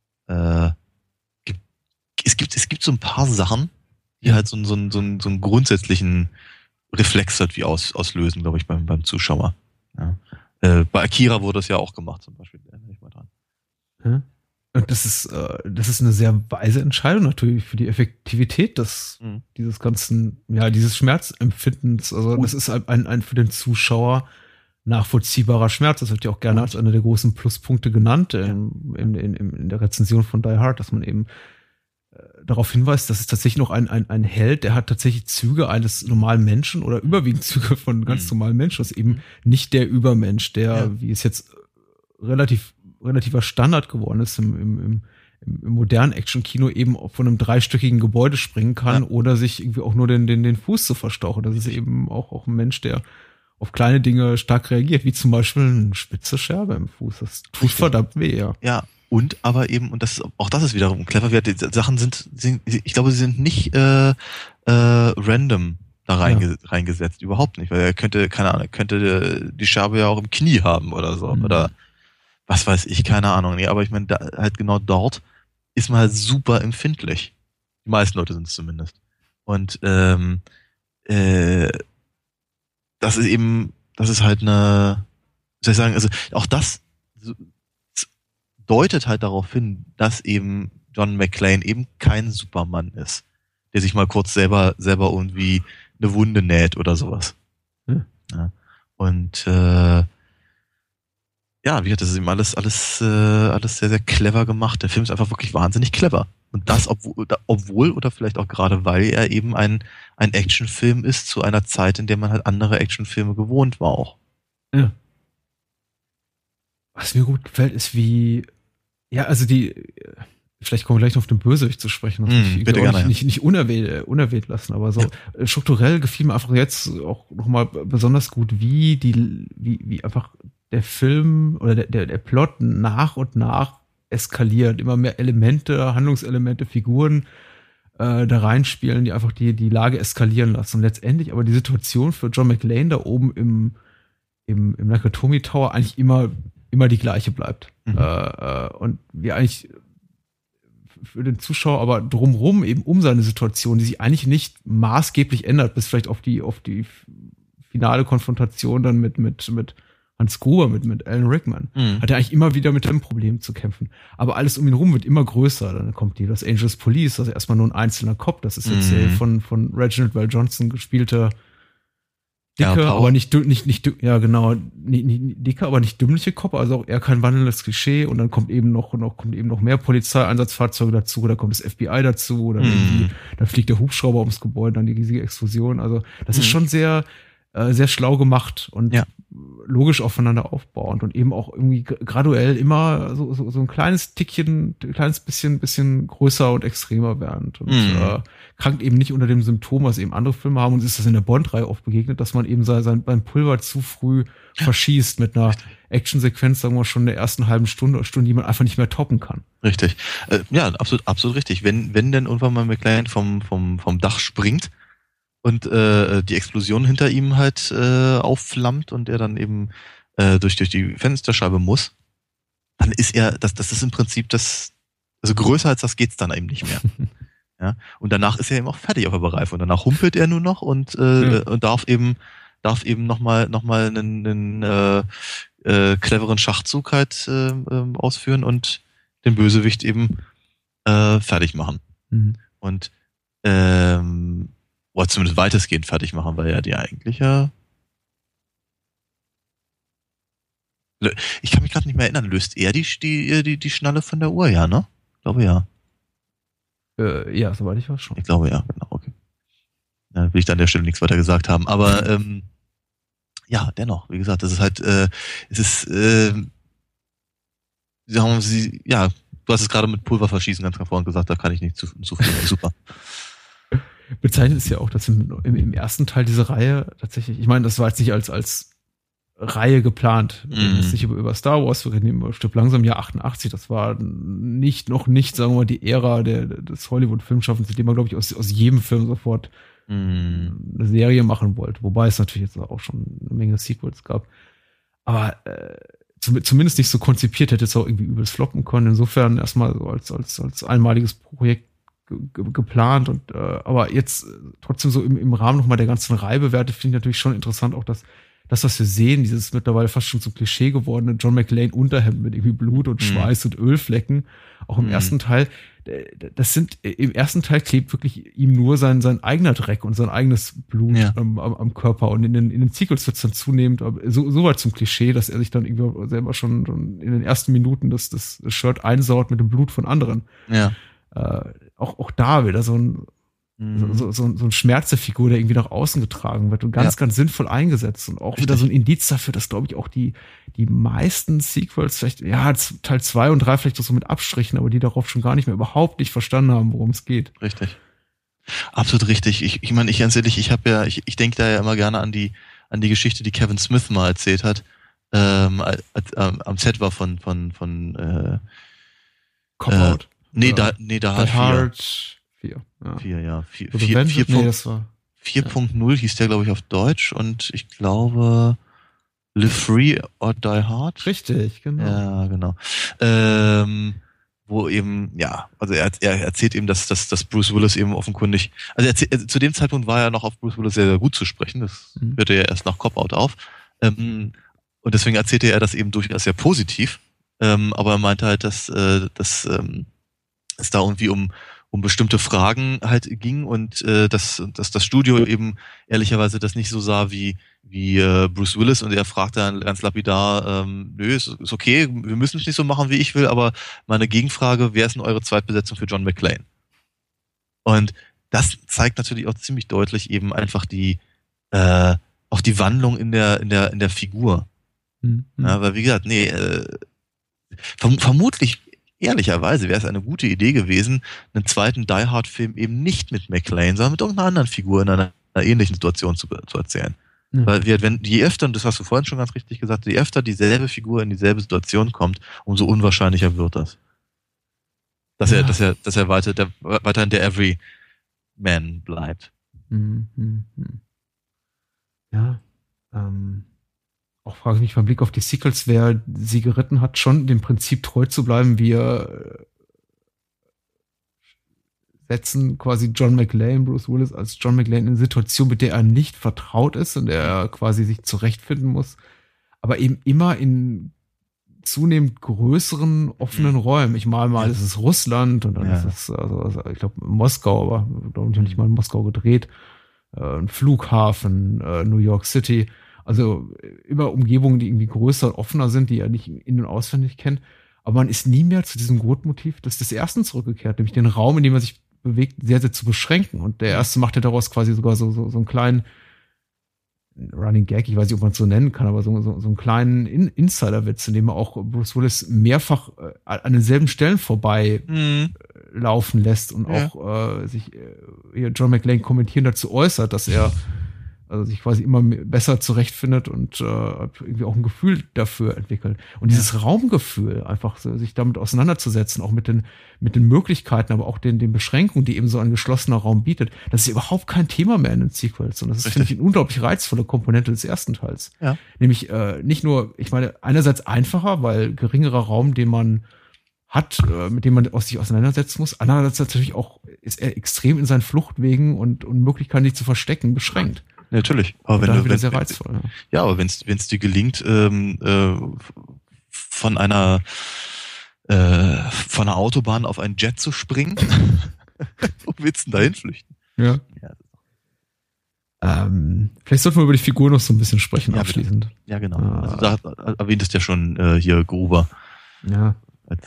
Speaker 3: es gibt so ein paar Sachen, die halt so einen grundsätzlichen Reflex halt wie auslösen, glaube ich, beim Zuschauer. Ja. Bei Akira wurde das ja auch gemacht, zum Beispiel. Da erinnere ich mal dran.
Speaker 2: Und das ist eine sehr weise Entscheidung natürlich für die Effektivität dieses ganzen, dieses Schmerzempfindens. Also das ist ein für den Zuschauer nachvollziehbarer Schmerz. Das wird ja auch gerne als einer der großen Pluspunkte genannt in der Rezension von Die Hard, dass man eben darauf hinweist, dass es tatsächlich noch ein Held, der hat tatsächlich Züge eines normalen Menschen oder überwiegend Züge von ganz normalen Menschen. Das ist eben nicht der Übermensch, der, wie es jetzt relativer Standard geworden ist im modernen Action-Kino, eben von einem 3-stöckigen Gebäude springen kann oder sich irgendwie auch nur den Fuß zu verstauchen. Das ist eben auch ein Mensch, der auf kleine Dinge stark reagiert, wie zum Beispiel eine spitze Scherbe im Fuß. Das tut verdammt weh, ja.
Speaker 3: Ja, und aber eben, und das ist wiederum clever, die Sachen sind, ich glaube, sie sind nicht random da reingesetzt, überhaupt nicht, weil er könnte die Scherbe ja auch im Knie haben oder so, oder was weiß ich, keine Ahnung. Nee, aber ich meine, halt genau dort ist man halt super empfindlich. Die meisten Leute sind es zumindest. Und das ist halt eine, wie soll ich sagen, also auch das deutet halt darauf hin, dass eben John McClane eben kein Superman ist, der sich mal kurz selber irgendwie eine Wunde näht oder sowas. Ja. Und wie gesagt, das ist eben alles sehr, sehr clever gemacht. Der Film ist einfach wirklich wahnsinnig clever. Und das, obwohl oder vielleicht auch gerade, weil er eben ein Actionfilm ist zu einer Zeit, in der man halt andere Actionfilme gewohnt war auch.
Speaker 2: Ja. Was mir gut gefällt, ist vielleicht kommen wir gleich noch auf den Bösewicht zu sprechen.
Speaker 3: Bitte gerne.
Speaker 2: Nicht unerwähnt lassen, aber so strukturell gefiel mir einfach jetzt auch nochmal besonders gut, wie einfach der Film oder der Plot nach und nach eskaliert. Immer mehr Elemente, Handlungselemente, Figuren da reinspielen, die einfach die Lage eskalieren lassen. Und letztendlich aber die Situation für John McClane da oben im Nakatomi Tower eigentlich immer die gleiche bleibt. Und wir eigentlich für den Zuschauer aber drumherum eben um seine Situation, die sich eigentlich nicht maßgeblich ändert, bis vielleicht auf die finale Konfrontation dann mit Hans Gruber, mit Alan Rickman, hat er eigentlich immer wieder mit dem Problem zu kämpfen. Aber alles um ihn rum wird immer größer. Dann kommt die Los Angeles Police, also erstmal nur ein einzelner Cop. Das ist jetzt von Reginald Val Johnson gespielte dicke, aber nicht dicke, aber nicht dümmliche Cop, also auch eher kein wandelndes Klischee. Und dann kommt eben noch mehr Polizeieinsatzfahrzeuge dazu, da kommt das FBI dazu, dann fliegt der Hubschrauber ums Gebäude, dann die riesige Explosion. Also das ist schon sehr sehr schlau gemacht und logisch aufeinander aufbauend und eben auch irgendwie graduell immer so ein kleines bisschen größer und extremer werdend und krankt eben nicht unter dem Symptom, was eben andere Filme haben, und ist das in der Bond-Reihe oft begegnet, dass man eben beim Pulver zu früh verschießt mit einer Actionsequenz, sagen wir schon in der ersten halben Stunde, die man einfach nicht mehr toppen kann.
Speaker 3: Richtig. Ja, absolut richtig. Wenn denn irgendwann mal McClane vom Dach springt und die Explosion hinter ihm halt aufflammt und er dann eben durch die Fensterscheibe muss, dann ist das ist im Prinzip also größer als das geht's dann eben nicht mehr. Ja, und danach ist er eben auch fertig auf der Bereife und danach humpelt er nur noch und darf eben nochmal einen cleveren Schachzug halt ausführen und den Bösewicht eben fertig machen. Und oder zumindest weitestgehend fertig machen, weil ja die eigentliche ich kann mich gerade nicht mehr erinnern, löst er die Schnalle von der Uhr, ja, ne? Ich glaube ja.
Speaker 2: Ja, soweit ich weiß schon.
Speaker 3: Ich glaube ja, genau, okay. Ja, will ich da an der Stelle nichts weiter gesagt haben, aber ja, dennoch, wie gesagt, das ist halt, es ist, sagen wir mal, ja, du hast es gerade mit Pulververschießen ganz vorhin gesagt, da kann ich nicht zufügen, super.
Speaker 2: Bezeichnet ist ja auch, dass im ersten Teil diese Reihe tatsächlich, ich meine, das war jetzt nicht als Reihe geplant. Wir reden jetzt nicht über Star Wars, wir reden über Stück langsam Jahr 88. Das war noch nicht, sagen wir mal, die Ära des Hollywood-Filmschaffens, in dem man, glaube ich, aus jedem Film sofort eine Serie machen wollte. Wobei es natürlich jetzt auch schon eine Menge Sequels gab. Aber zumindest nicht so konzipiert, hätte es auch irgendwie übelst floppen können. Insofern erstmal so als einmaliges Projekt geplant und aber jetzt trotzdem so im Rahmen nochmal der ganzen Reihbewerte finde ich natürlich schon interessant auch, dass das, was wir sehen, dieses mittlerweile fast schon zum Klischee gewordene John McClane Unterhemd mit irgendwie Blut und Schweiß und Ölflecken, auch im ersten Teil, im ersten Teil klebt wirklich ihm nur sein eigener Dreck und sein eigenes Blut am Körper, und in den Sequels wird es dann zunehmend so weit zum Klischee, dass er sich dann irgendwie selber schon in den ersten Minuten das Shirt einsaut mit dem Blut von anderen.
Speaker 3: Ja.
Speaker 2: Auch da wieder so ein Schmerzefigur, der irgendwie nach außen getragen wird und ganz sinnvoll eingesetzt und auch wieder so ein Indiz dafür, dass, glaube ich, auch die meisten Sequels vielleicht, Teil 2 und 3 vielleicht auch so mit Abstrichen, aber die darauf schon gar nicht mehr überhaupt nicht verstanden haben, worum es geht.
Speaker 3: Richtig. Absolut richtig. Ich meine, ich ganz ehrlich, ich denke da ja immer gerne an die Geschichte, die Kevin Smith mal erzählt hat, als am Set war von
Speaker 2: Cop-Out.
Speaker 3: Da
Speaker 2: Hard 4. Ja.
Speaker 3: 4, ja.
Speaker 2: 4.0
Speaker 3: hieß der, glaube ich, auf Deutsch, und ich glaube Live Free or Die Hard.
Speaker 2: Richtig, genau.
Speaker 3: Ja, genau. Wo eben, also er erzählt eben, dass Bruce Willis eben offenkundig, zu dem Zeitpunkt war er noch auf Bruce Willis sehr, sehr gut zu sprechen, das hörte ja erst nach Cop-Out auf, und deswegen erzählte er das eben durchaus sehr positiv, aber er meinte halt, dass es da irgendwie um bestimmte Fragen halt ging und dass das Studio eben ehrlicherweise das nicht so sah wie Bruce Willis, und er fragte dann ganz lapidar, nö, ist okay, wir müssen es nicht so machen, wie ich will, aber meine Gegenfrage, wer ist denn eure Zweitbesetzung für John McClane? Und das zeigt natürlich auch ziemlich deutlich eben einfach auch die Wandlung in der Figur. Ja, weil wie gesagt, vermutlich ehrlicherweise wäre es eine gute Idee gewesen, einen zweiten Die Hard Film eben nicht mit McClane, sondern mit irgendeiner anderen Figur in einer ähnlichen Situation zu erzählen. Weil je öfter, und das hast du vorhin schon ganz richtig gesagt, je öfter dieselbe Figur in dieselbe Situation kommt, umso unwahrscheinlicher wird das. Dass er weiterhin der Everyman bleibt.
Speaker 2: Ja, auch frage ich mich beim Blick auf die Sequels, wer sie geritten hat, schon dem Prinzip treu zu bleiben. Wir setzen quasi John McClane, Bruce Willis als John McClane in eine Situation, mit der er nicht vertraut ist und er quasi sich zurechtfinden muss, aber eben immer in zunehmend größeren, offenen Räumen. Ich mal ist es Russland und dann ist es, also ich glaube Moskau, aber glaube ich nicht mal in Moskau gedreht, ein Flughafen, New York City. Also immer Umgebungen, die irgendwie größer und offener sind, die er nicht in- und auswendig kennt. Aber man ist nie mehr zu diesem Grundmotiv des ersten zurückgekehrt, nämlich den Raum, in dem man sich bewegt, sehr, sehr zu beschränken. Und der erste macht ja daraus quasi sogar so einen kleinen, Running Gag, ich weiß nicht, ob man es so nennen kann, aber so einen kleinen Insider-Witz, in dem er auch Bruce Willis mehrfach an denselben Stellen vorbei laufen lässt und auch sich John McClane kommentierend dazu äußert, dass er sich quasi immer besser zurechtfindet und irgendwie auch ein Gefühl dafür entwickelt. Und dieses Raumgefühl, einfach so, sich damit auseinanderzusetzen, auch mit den Möglichkeiten, aber auch den Beschränkungen, die eben so ein geschlossener Raum bietet, das ist überhaupt kein Thema mehr in den Sequels. Und das ist, finde ich, eine unglaublich reizvolle Komponente des ersten Teils. Ja. Nämlich nicht nur, ich meine, einerseits einfacher, weil geringerer Raum, den man hat, mit dem man sich auseinandersetzen muss. Andererseits natürlich auch ist er extrem in seinen Fluchtwegen und Möglichkeiten, sich zu verstecken, beschränkt.
Speaker 3: Natürlich. Aber wenn
Speaker 2: sehr reizvoll.
Speaker 3: Aber wenn es dir gelingt, von einer Autobahn auf einen Jet zu springen, wo willst du denn dahin flüchten?
Speaker 2: Ja. Vielleicht sollten wir über die Figur noch so ein bisschen sprechen, abschließend.
Speaker 3: Bitte. Ja, genau. Also da erwähntest ja schon hier Gruber.
Speaker 2: Ja.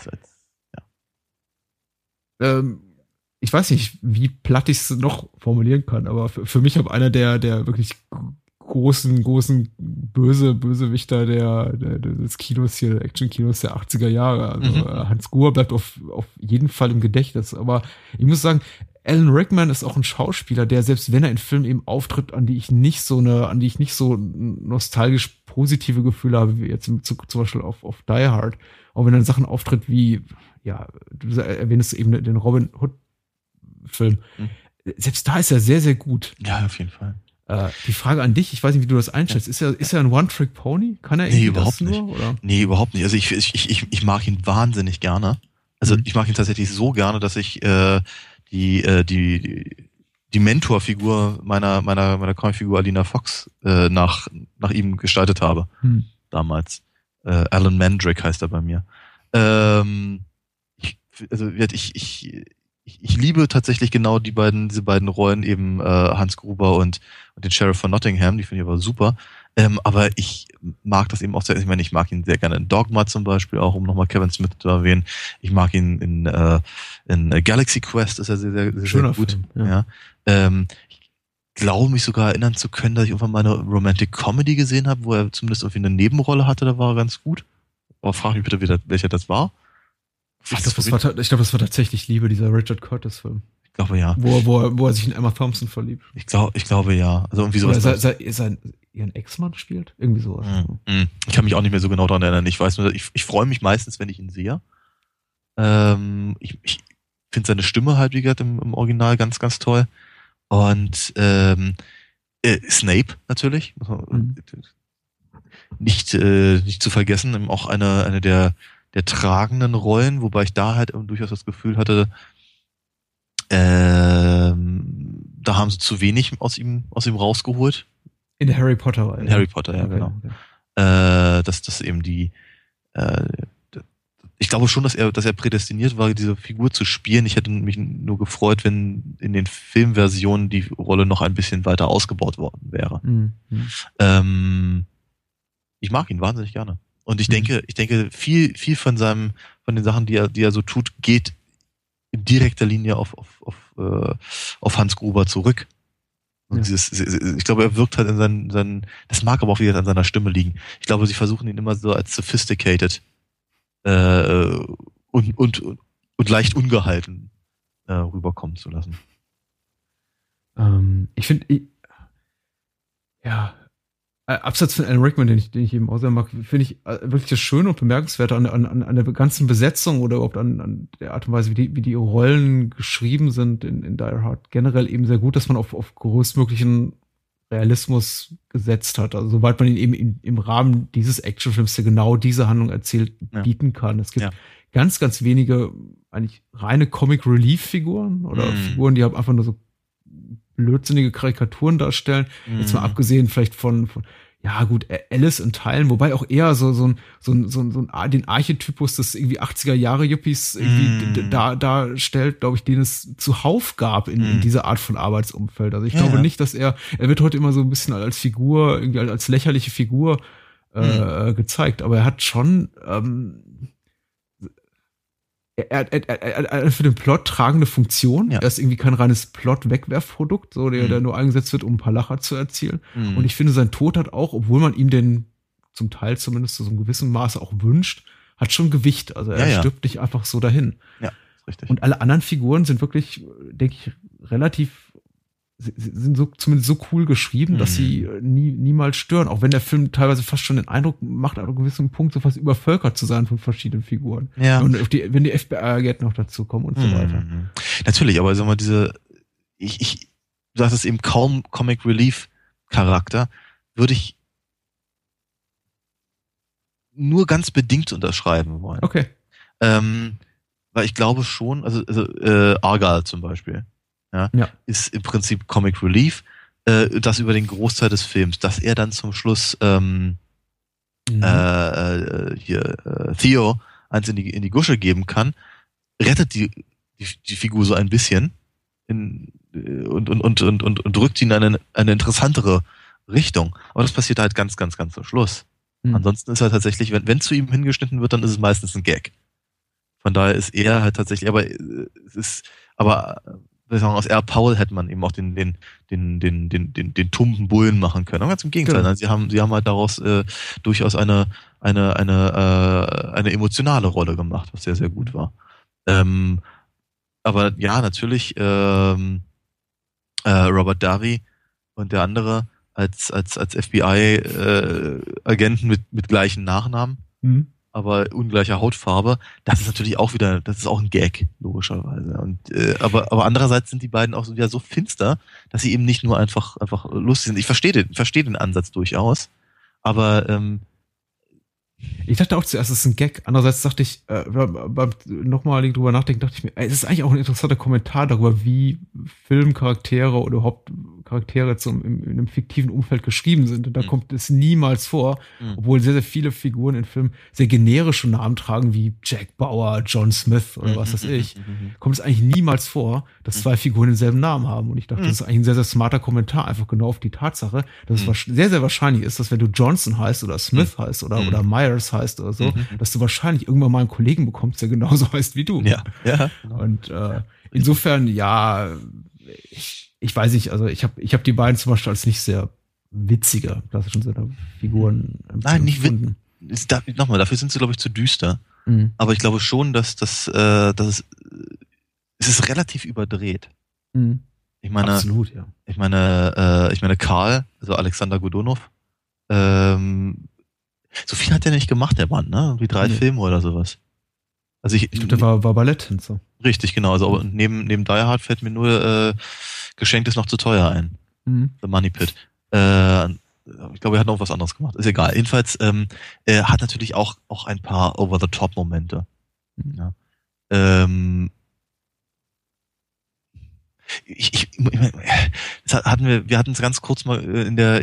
Speaker 2: Ich weiß nicht, wie platt ich es noch formulieren kann, aber für mich habe einer der wirklich großen Bösewichter des Kinos hier, Action-Kinos der 80er Jahre. Also Hans Gruber bleibt auf jeden Fall im Gedächtnis. Aber ich muss sagen, Alan Rickman ist auch ein Schauspieler, der selbst wenn er in Filmen eben auftritt, an die ich nicht so nostalgisch positive Gefühle habe, wie jetzt in Bezug zum Beispiel auf Die Hard. Auch wenn er in Sachen auftritt wie, du erwähnest eben den Robin Hood Film. Selbst da ist er sehr, sehr gut.
Speaker 3: Ja, auf jeden Fall.
Speaker 2: Die Frage an dich, ich weiß nicht, wie du das einschätzt. Ist er ein One-Trick-Pony? Kann er
Speaker 3: überhaupt nicht. Oder? Nee, überhaupt nicht. Also ich mag ihn wahnsinnig gerne. Also ich mag ihn tatsächlich so gerne, dass ich die Mentorfigur meiner Comicfigur Alina Fox nach ihm gestaltet habe. Damals. Alan Mandrake heißt er bei mir. Ich liebe tatsächlich genau diese beiden Rollen, eben Hans Gruber und den Sheriff von Nottingham, die finde ich aber super. Aber ich mag das eben auch sehr, ich meine, ich mag ihn sehr gerne in Dogma zum Beispiel, auch um nochmal Kevin Smith zu erwähnen. Ich mag ihn in Galaxy Quest, ist er sehr, sehr, sehr, sehr gut. Film, ja. Ich glaube mich sogar erinnern zu können, dass ich irgendwann mal eine Romantic Comedy gesehen habe, wo er zumindest irgendwie eine Nebenrolle hatte, da war er ganz gut. Aber frag mich bitte, welcher das war.
Speaker 2: Ich glaube, das war tatsächlich Liebe, dieser Richard Curtis-Film.
Speaker 3: Ich glaube, ja.
Speaker 2: Wo er sich in Emma Thompson verliebt.
Speaker 3: Ich glaube, ja. Also irgendwie sowas.
Speaker 2: Oder ihren Ex-Mann spielt? Irgendwie sowas.
Speaker 3: Ich kann mich auch nicht mehr so genau daran erinnern. Ich weiß nur, ich freue mich meistens, wenn ich ihn sehe. Ich finde seine Stimme halt, wie gesagt, im Original ganz, ganz toll. Und Snape natürlich. Nicht zu vergessen, auch eine der tragenden Rollen, wobei ich da halt durchaus das Gefühl hatte, da haben sie zu wenig aus ihm rausgeholt.
Speaker 2: In Harry Potter.
Speaker 3: In Harry Potter, ja, okay, genau. Okay. Dass eben ich glaube schon, dass er prädestiniert war, diese Figur zu spielen. Ich hätte mich nur gefreut, wenn in den Filmversionen die Rolle noch ein bisschen weiter ausgebaut worden wäre. Ich mag ihn wahnsinnig gerne. Und ich denke, viel von den Sachen, die er so tut, geht in direkter Linie auf Hans Gruber zurück. Und ich glaube, er wirkt halt in seinen, das mag aber auch wieder an seiner Stimme liegen. Ich glaube, sie versuchen ihn immer so als sophisticated und leicht ungehalten rüberkommen zu lassen.
Speaker 2: Ich finde, abseits von Alan Rickman, den ich eben auch sehr mag, finde ich wirklich das Schöne und Bemerkenswerte an der ganzen Besetzung oder überhaupt an der Art und Weise, wie die Rollen geschrieben sind in Die Hard, generell eben sehr gut, dass man auf größtmöglichen Realismus gesetzt hat. Also soweit man ihn eben im Rahmen dieses Actionfilms, der genau diese Handlung erzählt, bieten kann. Es gibt ganz, ganz wenige eigentlich reine Comic-Relief-Figuren oder Figuren, die halt einfach nur so blödsinnige Karikaturen darstellen. Jetzt mal abgesehen vielleicht von Alice in Teilen, wobei auch eher so den Archetypus des irgendwie 80er Jahre Yuppies irgendwie darstellt, glaube ich, den es zuhauf gab in dieser Art von Arbeitsumfeld. Also ich glaube nicht, dass er wird heute immer so ein bisschen als Figur, irgendwie als lächerliche Figur gezeigt, aber er hat schon er für den Plot tragende Funktion.
Speaker 3: Ja.
Speaker 2: Er ist irgendwie kein reines Plot-Wegwerfprodukt, so der nur eingesetzt wird, um ein paar Lacher zu erzielen. Und ich finde, sein Tod hat auch, obwohl man ihm den zum Teil zumindest zu so einem gewissen Maße auch wünscht, hat schon Gewicht. Also er stirbt nicht einfach so dahin.
Speaker 3: Ja, richtig.
Speaker 2: Und alle anderen Figuren sind wirklich, denke ich, relativ, sind so zumindest so cool geschrieben, dass sie niemals stören. Auch wenn der Film teilweise fast schon den Eindruck macht, an einem gewissen Punkt so fast übervölkert zu sein von verschiedenen Figuren.
Speaker 3: Ja.
Speaker 2: Und wenn die FBI-Agenten noch dazu kommen und so weiter.
Speaker 3: Natürlich, aber sagen wir du sagst es eben kaum Comic Relief Charakter, würde ich nur ganz bedingt unterschreiben wollen.
Speaker 2: Okay.
Speaker 3: Weil ich glaube schon, also Argyle zum Beispiel, ja, ist im Prinzip Comic Relief, das über den Großteil des Films, dass er dann zum Schluss Theo eins in die Gusche geben kann, rettet die Figur so ein bisschen und drückt ihn in eine interessantere Richtung. Aber das passiert halt ganz, ganz, ganz zum Schluss. Ansonsten ist er tatsächlich, wenn zu ihm hingeschnitten wird, dann ist es meistens ein Gag. Von daher ist er halt tatsächlich, aus R. Powell hätte man eben auch den tumben Bullen machen können. Aber ganz im Gegenteil, genau. Sie haben halt daraus durchaus eine emotionale Rolle gemacht, was sehr, sehr gut war. Aber ja, natürlich Robert Davi und der andere als FBI-Agenten mit gleichen Nachnamen, aber ungleicher Hautfarbe, das ist natürlich auch wieder, das ist auch ein Gag, logischerweise. Und aber andererseits sind die beiden auch wieder so finster, dass sie eben nicht nur einfach lustig sind. Ich verstehe den Ansatz durchaus, aber
Speaker 2: ich dachte auch zuerst, es ist ein Gag. Andererseits dachte ich, beim nochmaligen drüber nachdenken, dachte ich mir, es ist eigentlich auch ein interessanter Kommentar darüber, wie Filmcharaktere oder überhaupt Charaktere in einem fiktiven Umfeld geschrieben sind. Und da kommt es niemals vor, obwohl sehr, sehr viele Figuren in Filmen sehr generische Namen tragen, wie Jack Bauer, John Smith oder was weiß ich. Kommt es eigentlich niemals vor, dass zwei Figuren denselben Namen haben. Und ich dachte, das ist eigentlich ein sehr, sehr smarter Kommentar, einfach genau auf die Tatsache, dass es sehr, sehr wahrscheinlich ist, dass wenn du Johnson heißt oder Smith heißt oder Myers heißt oder so, dass du wahrscheinlich irgendwann mal einen Kollegen bekommst, der genauso heißt wie du.
Speaker 3: Ja. Genau.
Speaker 2: Und insofern, ja, ich weiß nicht, also ich hab die beiden zum Beispiel als nicht sehr witzige klassischen Figuren
Speaker 3: Nein, nicht nochmal, dafür sind sie, glaube ich, zu düster. Aber ich glaube schon, dass es ist relativ überdreht. Ich meine,
Speaker 2: absolut, ja.
Speaker 3: Ich meine Karl, also Alexander Godunov, so viel hat er nicht gemacht, der Mann, ne? Wie 3 Filme oder sowas. Also ich
Speaker 2: glaube, der war Balletttänzer.
Speaker 3: Richtig, genau. Also neben Die Hard fällt mir nur Geschenkt ist noch zu teuer ein. The Money Pit. Ich glaube, er hat noch was anderes gemacht. Ist egal. Jedenfalls er hat natürlich auch ein paar Over-the-Top-Momente. Ja. Wir hatten es ganz kurz mal in der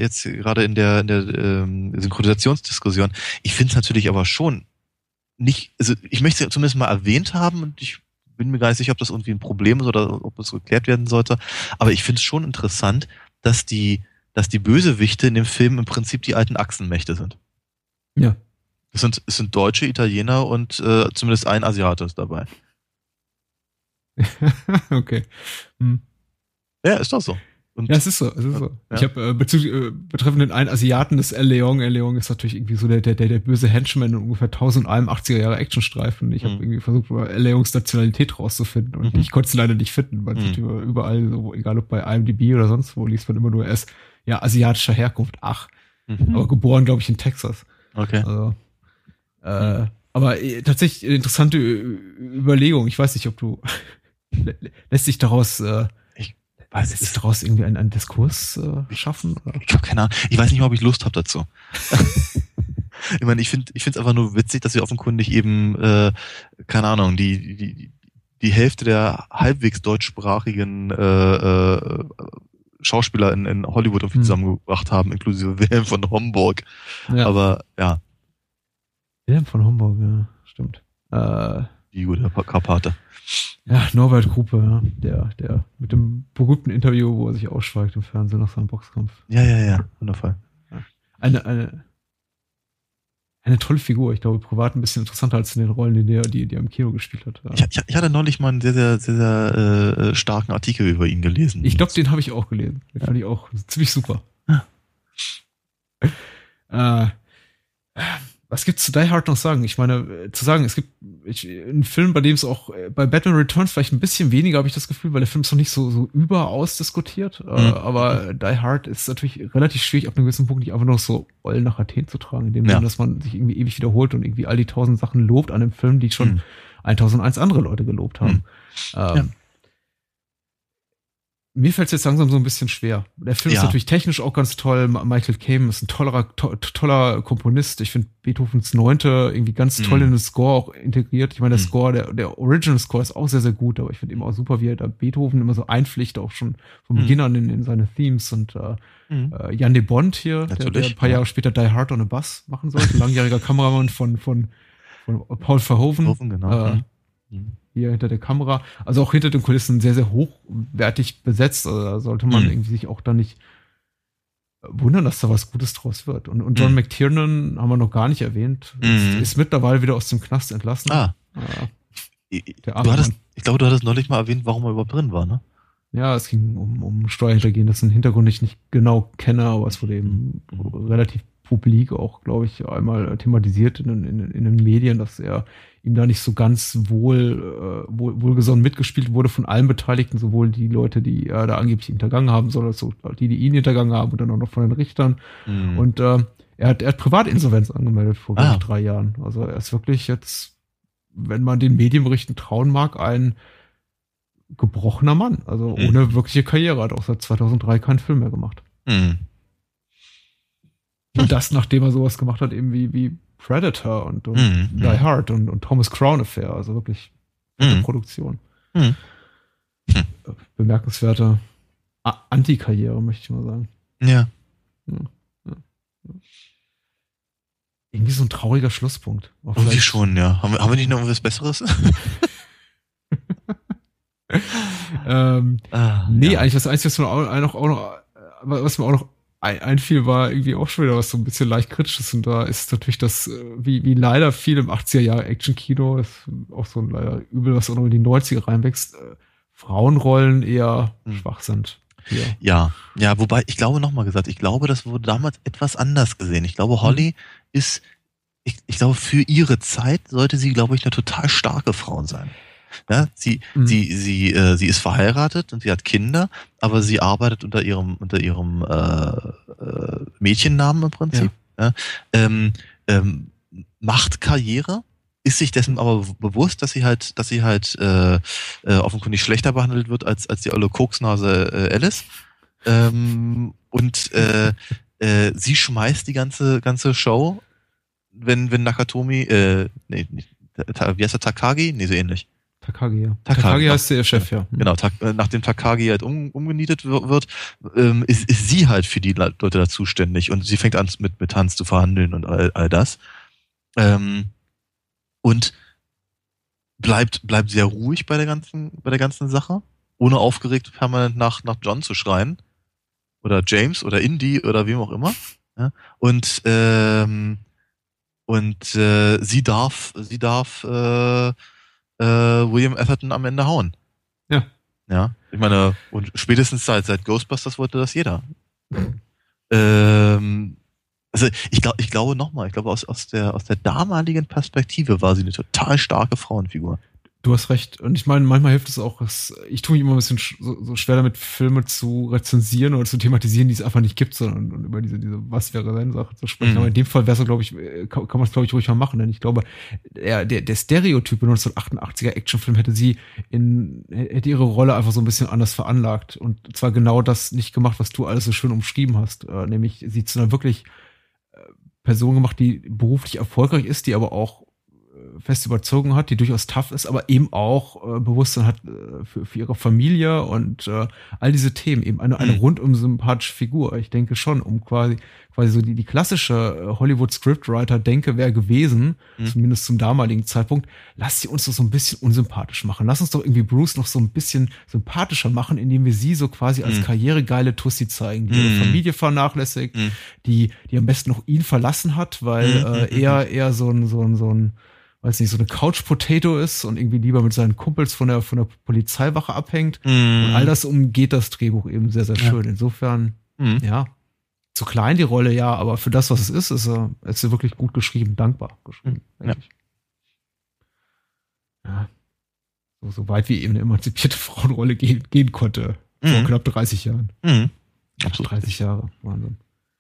Speaker 3: Synchronisationsdiskussion. Ich finde es natürlich aber schon nicht, also ich möchte es zumindest mal erwähnt haben und ich bin mir gar nicht sicher, ob das irgendwie ein Problem ist oder ob es geklärt werden sollte. Aber ich finde es schon interessant, dass die Bösewichte in dem Film im Prinzip die alten Achsenmächte sind.
Speaker 2: Ja.
Speaker 3: Es sind Deutsche, Italiener und zumindest ein Asiate ist dabei.
Speaker 2: Okay.
Speaker 3: Ja, ist doch so. Und
Speaker 2: ja, es ist so. Ja. Ich habe betreffend den einen Asiaten des El Leong. El Leong ist natürlich irgendwie so der böse Henchman in ungefähr 1001 80er Jahre Actionstreifen. Ich habe irgendwie versucht, El Leongs Nationalität rauszufinden und ich konnte es leider nicht finden, weil es überall so, egal ob bei IMDb oder sonst wo, liest man immer nur erst, ja, asiatischer Herkunft, aber geboren, glaube ich, in Texas.
Speaker 3: Okay.
Speaker 2: Also, aber tatsächlich eine interessante Überlegung. Ich weiß nicht, ob du lässt sich daraus irgendwie einen Diskurs schaffen? Oder?
Speaker 3: Ich habe keine Ahnung. Ich weiß nicht mal, ob ich Lust habe dazu. Ich meine, ich finde es einfach nur witzig, dass wir offenkundig eben, keine Ahnung, die Hälfte der halbwegs deutschsprachigen Schauspieler in Hollywood irgendwie zusammengebracht haben, inklusive Wilhelm von Homburg. Ja. Aber ja.
Speaker 2: Wilhelm von Homburg, ja, stimmt.
Speaker 3: Die gute Karpate.
Speaker 2: Ja, Norbert Gruppe, ja, der mit dem berühmten Interview, wo er sich ausschweigt im Fernsehen nach seinem Boxkampf.
Speaker 3: Ja, wundervoll.
Speaker 2: Eine eine tolle Figur. Ich glaube, privat ein bisschen interessanter als in den Rollen, die er im Kino gespielt hat. Ja.
Speaker 3: Ich hatte neulich mal einen sehr, sehr, sehr, sehr starken Artikel über ihn gelesen.
Speaker 2: Ich glaube, den habe ich auch gelesen. Den fand ich auch ziemlich super. Was gibt's zu Die Hard noch sagen? Ich meine, es gibt einen Film, bei dem es auch bei Batman Returns vielleicht ein bisschen weniger, habe ich das Gefühl, weil der Film ist noch nicht so überaus diskutiert. Aber Die Hard ist natürlich relativ schwierig, ab einem gewissen Punkt nicht einfach noch so Eulen nach Athen zu tragen, in dem Sinne, dass man sich irgendwie ewig wiederholt und irgendwie all die 1000 Sachen lobt an einem Film, die schon 1001 andere Leute gelobt haben. Mir fällt es jetzt langsam so ein bisschen schwer. Der Film ist natürlich technisch auch ganz toll. Michael Caine ist ein toller Komponist. Ich finde Beethovens Neunte irgendwie ganz toll in den Score auch integriert. Ich meine, der Score, der Original Score ist auch sehr, sehr gut, aber ich finde eben auch super, wie er da Beethoven immer so einpflicht, auch schon von Beginn an in seine Themes. Und Jan de Bont hier, der ein paar Jahre später Die Hard on a Bus machen sollte, langjähriger Kameramann von Paul Verhoeven.
Speaker 3: Genau.
Speaker 2: Hier hinter der Kamera, also auch hinter den Kulissen sehr, sehr hochwertig besetzt. Also da sollte man irgendwie sich auch da nicht wundern, dass da was Gutes draus wird. Und John McTiernan haben wir noch gar nicht erwähnt. Ist mittlerweile wieder aus dem Knast entlassen.
Speaker 3: Ich glaube, du hattest neulich mal erwähnt, warum er überhaupt drin war, ne?
Speaker 2: Ja, es ging um Steuerhintergehen. Das ist ein Hintergrund, den ich nicht genau kenne, aber es wurde eben relativ publik auch, glaube ich, einmal thematisiert in den Medien, dass er ihm da nicht so ganz wohlgesonnen mitgespielt wurde von allen Beteiligten, sowohl die Leute, die er da angeblich hintergangen haben, sondern so die ihn hintergangen haben und dann auch noch von den Richtern. Und er hat Privatinsolvenz angemeldet vor 3 Jahren. Also er ist wirklich jetzt, wenn man den Medienberichten trauen mag, ein gebrochener Mann. Also ohne wirkliche Karriere. Hat auch seit 2003 keinen Film mehr gemacht. Und das, nachdem er sowas gemacht hat, eben wie Predator und Die Hard und Thomas Crown Affair. Also wirklich Produktion. Bemerkenswerte Anti-Karriere, möchte ich mal sagen.
Speaker 3: Ja.
Speaker 2: Irgendwie so ein trauriger Schlusspunkt.
Speaker 3: Irgendwie schon, ja. Haben wir nicht noch was Besseres?
Speaker 2: Eigentlich das Einzige, was mir auch noch einfiel, war irgendwie auch schon wieder was so ein bisschen leicht Kritisches. Und da ist natürlich das, wie leider viel im 80er Jahre Action-Kino, ist auch so ein leider Übel, was auch noch in die 90er reinwächst, Frauenrollen eher schwach sind.
Speaker 3: Ja, wobei, ich glaube, nochmal gesagt, ich glaube, das wurde damals etwas anders gesehen. Ich glaube, Holly ist, ich glaube, für ihre Zeit sollte sie, glaube ich, eine total starke Frau sein. Ja, sie ist verheiratet und sie hat Kinder, aber sie arbeitet unter ihrem Mädchennamen im Prinzip. Ja. Macht Karriere, ist sich dessen aber bewusst, dass sie halt offenkundig schlechter behandelt wird als die olle Koksnase Alice. Sie schmeißt die ganze Show, wenn Nakatomi, wie heißt der, Takagi? Nee, so ähnlich.
Speaker 2: Takagi, ja. Takagi heißt der Chef, ja.
Speaker 3: Genau, nachdem Takagi halt umgenietet wird, ist sie halt für die Leute da zuständig und sie fängt an mit Hans zu verhandeln und all das. Und bleibt sehr ruhig bei der ganzen Sache, ohne aufgeregt permanent nach John zu schreien. Oder James oder Indy oder wem auch immer. Ja? Und sie darf William Atherton am Ende hauen.
Speaker 2: Ja.
Speaker 3: Ja. Ich meine, und spätestens seit Ghostbusters wollte das jeder. Also ich glaube aus der damaligen Perspektive war sie eine total starke Frauenfigur.
Speaker 2: Du hast recht. Und ich meine, manchmal hilft es auch, ich tue mich immer ein bisschen so schwer damit, Filme zu rezensieren oder zu thematisieren, die es einfach nicht gibt, sondern und über diese was wäre denn Sache zu sprechen. Aber in dem Fall wäre es, glaube ich, kann man es, glaube ich, ruhig mal machen, denn ich glaube, der Stereotype 1988er Actionfilm hätte ihre Rolle einfach so ein bisschen anders veranlagt und zwar genau das nicht gemacht, was du alles so schön umschrieben hast, nämlich sie zu einer wirklich Person gemacht, die beruflich erfolgreich ist, die aber auch fest überzogen hat, die durchaus tough ist, aber eben auch Bewusstsein hat für ihre Familie und all diese Themen. Eben eine rundum sympathische Figur. Ich denke schon, um quasi so die klassische Hollywood-Scriptwriter-Denke wäre gewesen, zumindest zum damaligen Zeitpunkt, lass sie uns doch so ein bisschen unsympathisch machen. Lass uns doch irgendwie Bruce noch so ein bisschen sympathischer machen, indem wir sie so quasi als karrieregeile Tussi zeigen, die ihre Familie vernachlässigt, die am besten noch ihn verlassen hat, weil er eher so ein weiß nicht, so eine Couch-Potato ist und irgendwie lieber mit seinen Kumpels von der Polizeiwache abhängt. Und all das umgeht das Drehbuch eben sehr, sehr schön. Insofern, ja, zu klein die Rolle, ja, aber für das, was es ist sie wirklich gut geschrieben, dankbar geschrieben. Ja. So weit wie eben eine emanzipierte Frauenrolle gehen konnte. Vor knapp 30 Jahren.
Speaker 3: Absolut.
Speaker 2: 30 Jahre, Wahnsinn.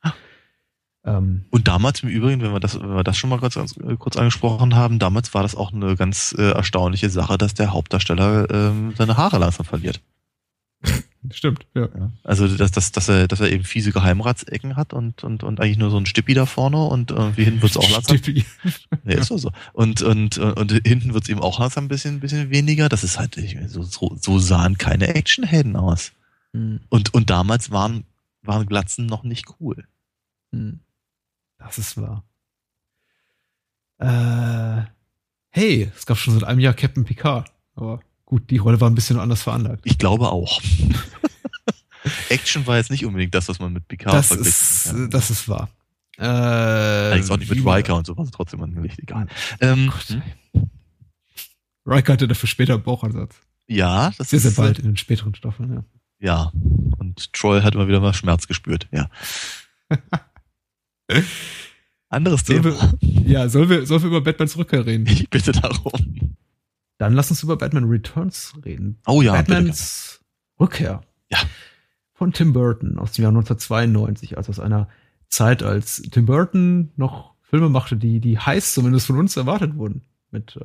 Speaker 3: Und damals im Übrigen, wenn wir das schon mal kurz angesprochen haben, damals war das auch eine ganz erstaunliche Sache, dass der Hauptdarsteller seine Haare langsam verliert.
Speaker 2: Stimmt, ja.
Speaker 3: Also dass er eben fiese Geheimratsecken hat und eigentlich nur so ein Stippi da vorne und wie hinten wird's auch langsam. Stippi. Ja, ist so. Und hinten wird's eben auch langsam ein bisschen weniger. Das ist halt so sahen keine Actionhelden aus. Und damals waren Glatzen noch nicht cool.
Speaker 2: Das ist wahr. Hey, es gab schon seit einem Jahr Captain Picard. Aber gut, die Rolle war ein bisschen anders veranlagt.
Speaker 3: Ich glaube auch. Action war jetzt nicht unbedingt das, was man mit Picard verglichen.
Speaker 2: Das ist wahr.
Speaker 3: Allerdings auch nicht mit Riker und so, was trotzdem ein Licht egal.
Speaker 2: Riker hatte dafür später einen Bauchansatz.
Speaker 3: Ja,
Speaker 2: das ist sehr bald in den späteren Staffeln, ja.
Speaker 3: Ja, und Troy hat immer wieder mal Schmerz gespürt, ja. Anderes Thema.
Speaker 2: Sollen wir über Batmans Rückkehr reden?
Speaker 3: Ich bitte darum.
Speaker 2: Dann lass uns über Batman Returns reden.
Speaker 3: Oh ja.
Speaker 2: Batmans Rückkehr.
Speaker 3: Ja.
Speaker 2: Von Tim Burton aus dem Jahr 1992, also aus einer Zeit, als Tim Burton noch Filme machte, die heiß zumindest von uns erwartet wurden. Mit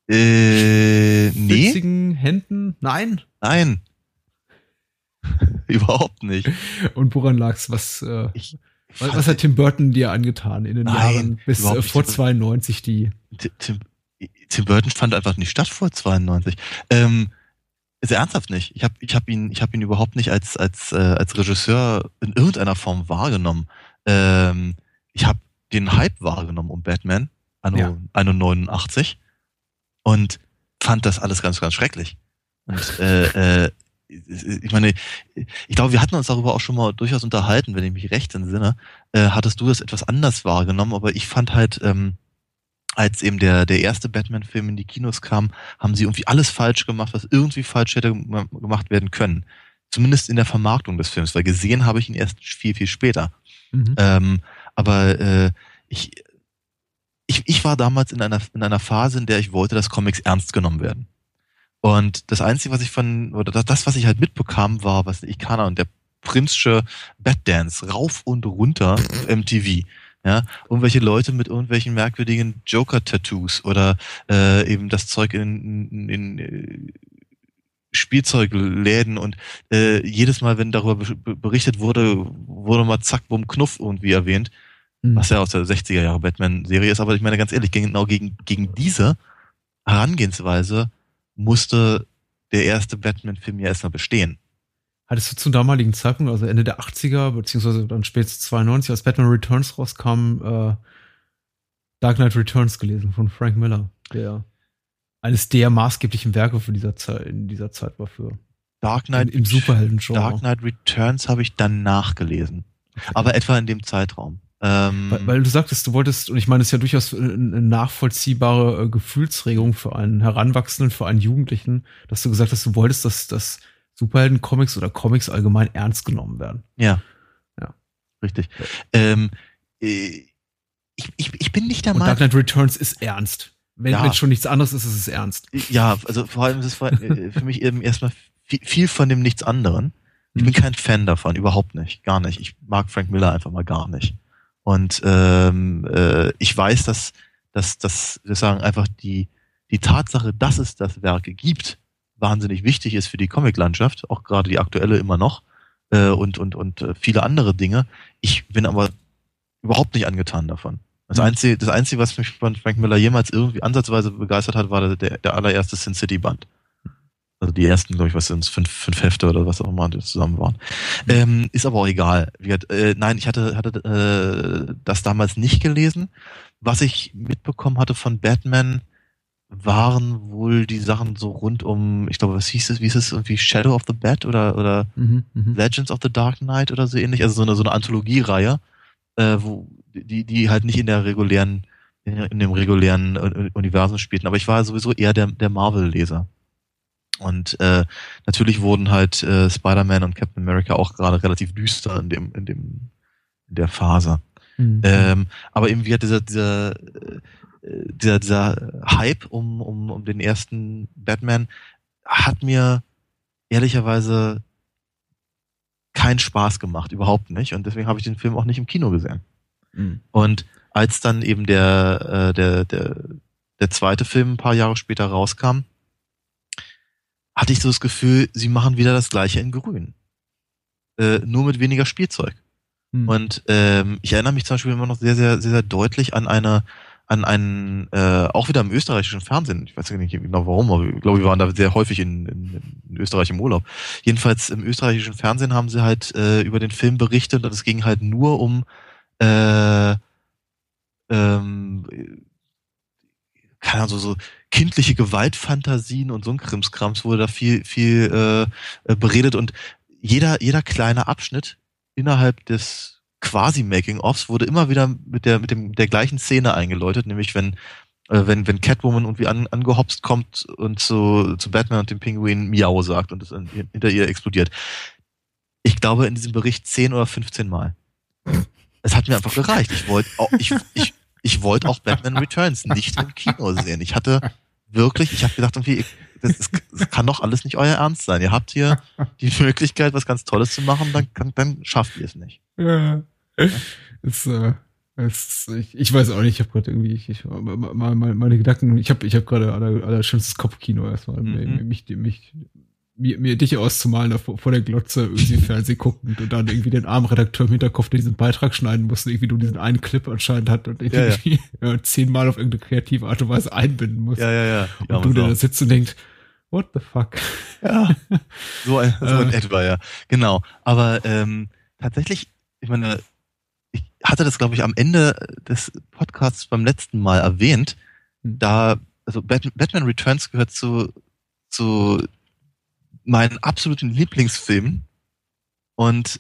Speaker 2: flitzigen Händen. Nein.
Speaker 3: Überhaupt nicht.
Speaker 2: Und woran lag's? Was hat Tim Burton dir angetan in den Jahren bis vor 92 die?
Speaker 3: Tim Burton fand einfach nicht statt vor 92. Ist ernsthaft nicht. Ich hab ihn überhaupt nicht als Regisseur in irgendeiner Form wahrgenommen. Ich habe den Hype wahrgenommen um Batman anno 89 und fand das alles ganz, ganz schrecklich. Und ich meine, ich glaube, wir hatten uns darüber auch schon mal durchaus unterhalten, wenn ich mich recht entsinne. Hattest du das etwas anders wahrgenommen, aber ich fand halt, als eben der erste Batman-Film in die Kinos kam, haben sie irgendwie alles falsch gemacht, was irgendwie falsch hätte gemacht werden können. Zumindest in der Vermarktung des Films, weil gesehen habe ich ihn erst viel, viel später. Aber ich war damals in einer Phase, in der ich wollte, dass Comics ernst genommen werden. Und das Einzige, was ich halt mitbekam, war, und der Prinzsche Batdance rauf und runter auf MTV. Ja, irgendwelche Leute mit irgendwelchen merkwürdigen Joker-Tattoos oder eben das Zeug in Spielzeugläden und jedes Mal, wenn darüber berichtet wurde mal zack, bumm, Knuff irgendwie erwähnt, was ja aus der 60er Jahre Batman-Serie ist, aber ich meine ganz ehrlich, genau gegen diese Herangehensweise musste der erste Batman-Film ja erstmal bestehen.
Speaker 2: Hattest du zum damaligen Zeitpunkt, also Ende der 80er, beziehungsweise dann spätestens 92, als Batman Returns rauskam, Dark Knight Returns gelesen von Frank Miller, der eines der maßgeblichen Werke in dieser Zeit war für
Speaker 3: Dark Knight
Speaker 2: im Superhelden-Genre.
Speaker 3: Dark Knight Returns habe ich dann nachgelesen. Okay. Aber etwa in dem Zeitraum.
Speaker 2: Weil du sagtest, du wolltest, und ich meine, es ist ja durchaus eine nachvollziehbare Gefühlsregung für einen Heranwachsenden, für einen Jugendlichen, dass du gesagt hast, du wolltest, dass Superhelden-Comics oder Comics allgemein ernst genommen werden.
Speaker 3: Ja. Richtig. Ich bin nicht der Meinung.
Speaker 2: Und Dark Knight Returns ist ernst. Wenn schon nichts anderes ist, ist es ernst.
Speaker 3: Ja, also vor allem ist es für mich eben erstmal viel von dem nichts anderen. Ich bin kein Fan davon, überhaupt nicht, gar nicht. Ich mag Frank Miller einfach mal gar nicht. Und ich weiß, dass wir sagen einfach die Tatsache, dass es das Werke gibt, wahnsinnig wichtig ist für die Comiclandschaft, auch gerade die aktuelle immer noch und viele andere Dinge. Ich bin aber überhaupt nicht angetan davon. Das Einzige, was mich von Frank Miller jemals irgendwie ansatzweise begeistert hat, war der allererste Sin City Band. Also die ersten, glaube ich, was sind es, fünf Hefte oder was auch immer die zusammen waren. Ist aber auch egal. Nein, ich hatte das damals nicht gelesen. Was ich mitbekommen hatte von Batman, waren wohl die Sachen so rund um, ich glaube, wie hieß es, irgendwie Shadow of the Bat oder Legends of the Dark Knight oder so ähnlich. Also so eine Anthologiereihe, wo die halt nicht in dem regulären Universum spielten. Aber ich war sowieso eher der Marvel-Leser. Und natürlich wurden halt Spider-Man und Captain America auch gerade relativ düster in der Phase. Aber eben wie hat dieser Hype um den ersten Batman hat mir ehrlicherweise keinen Spaß gemacht, überhaupt nicht. Und deswegen habe ich den Film auch nicht im Kino gesehen. Und als dann eben der zweite Film ein paar Jahre später rauskam, hatte ich so das Gefühl, sie machen wieder das Gleiche in Grün. Nur mit weniger Spielzeug. Und ich erinnere mich zum Beispiel immer noch sehr, sehr, sehr, sehr deutlich an einen, auch wieder im österreichischen Fernsehen, ich weiß nicht genau warum, aber ich glaube, wir waren da sehr häufig in Österreich im Urlaub. Jedenfalls im österreichischen Fernsehen haben sie halt über den Film berichtet und es ging halt nur um keine Ahnung, so kindliche Gewaltfantasien und so ein Krimskrams wurde da viel beredet und jeder kleine Abschnitt innerhalb des quasi Making-ofs wurde immer wieder mit der gleichen Szene eingeläutet, nämlich wenn Catwoman irgendwie angehopst kommt und zu Batman und dem Pinguin Miau sagt und es hinter ihr explodiert. Ich glaube in diesem Bericht 10 oder 15 Mal. Es hat mir einfach gereicht. Ich wollte auch Batman Returns nicht im Kino sehen. Ich habe gedacht, irgendwie, das kann doch alles nicht euer Ernst sein. Ihr habt hier die Möglichkeit, was ganz Tolles zu machen, dann schafft ihr es nicht.
Speaker 2: Ja. Ich weiß auch nicht, ich habe gerade irgendwie meine Gedanken, ich habe gerade allerschönstes Kopfkino erstmal, mir dich auszumalen vor der Glotze irgendwie Fernsehen guckend und dann irgendwie den armen Redakteur im Hinterkopf, der diesen Beitrag schneiden muss, irgendwie nur diesen einen Clip anscheinend hat und irgendwie 10-mal auf irgendeine kreative Art und Weise einbinden muss.
Speaker 3: Ja.
Speaker 2: Und du da sitzt und denkst, what the fuck?
Speaker 3: Ja, so in etwa, ja. Genau. Aber tatsächlich, ich meine, ich hatte das, glaube ich, am Ende des Podcasts beim letzten Mal erwähnt, also Batman Returns gehört zu meinen absoluten Lieblingsfilmen und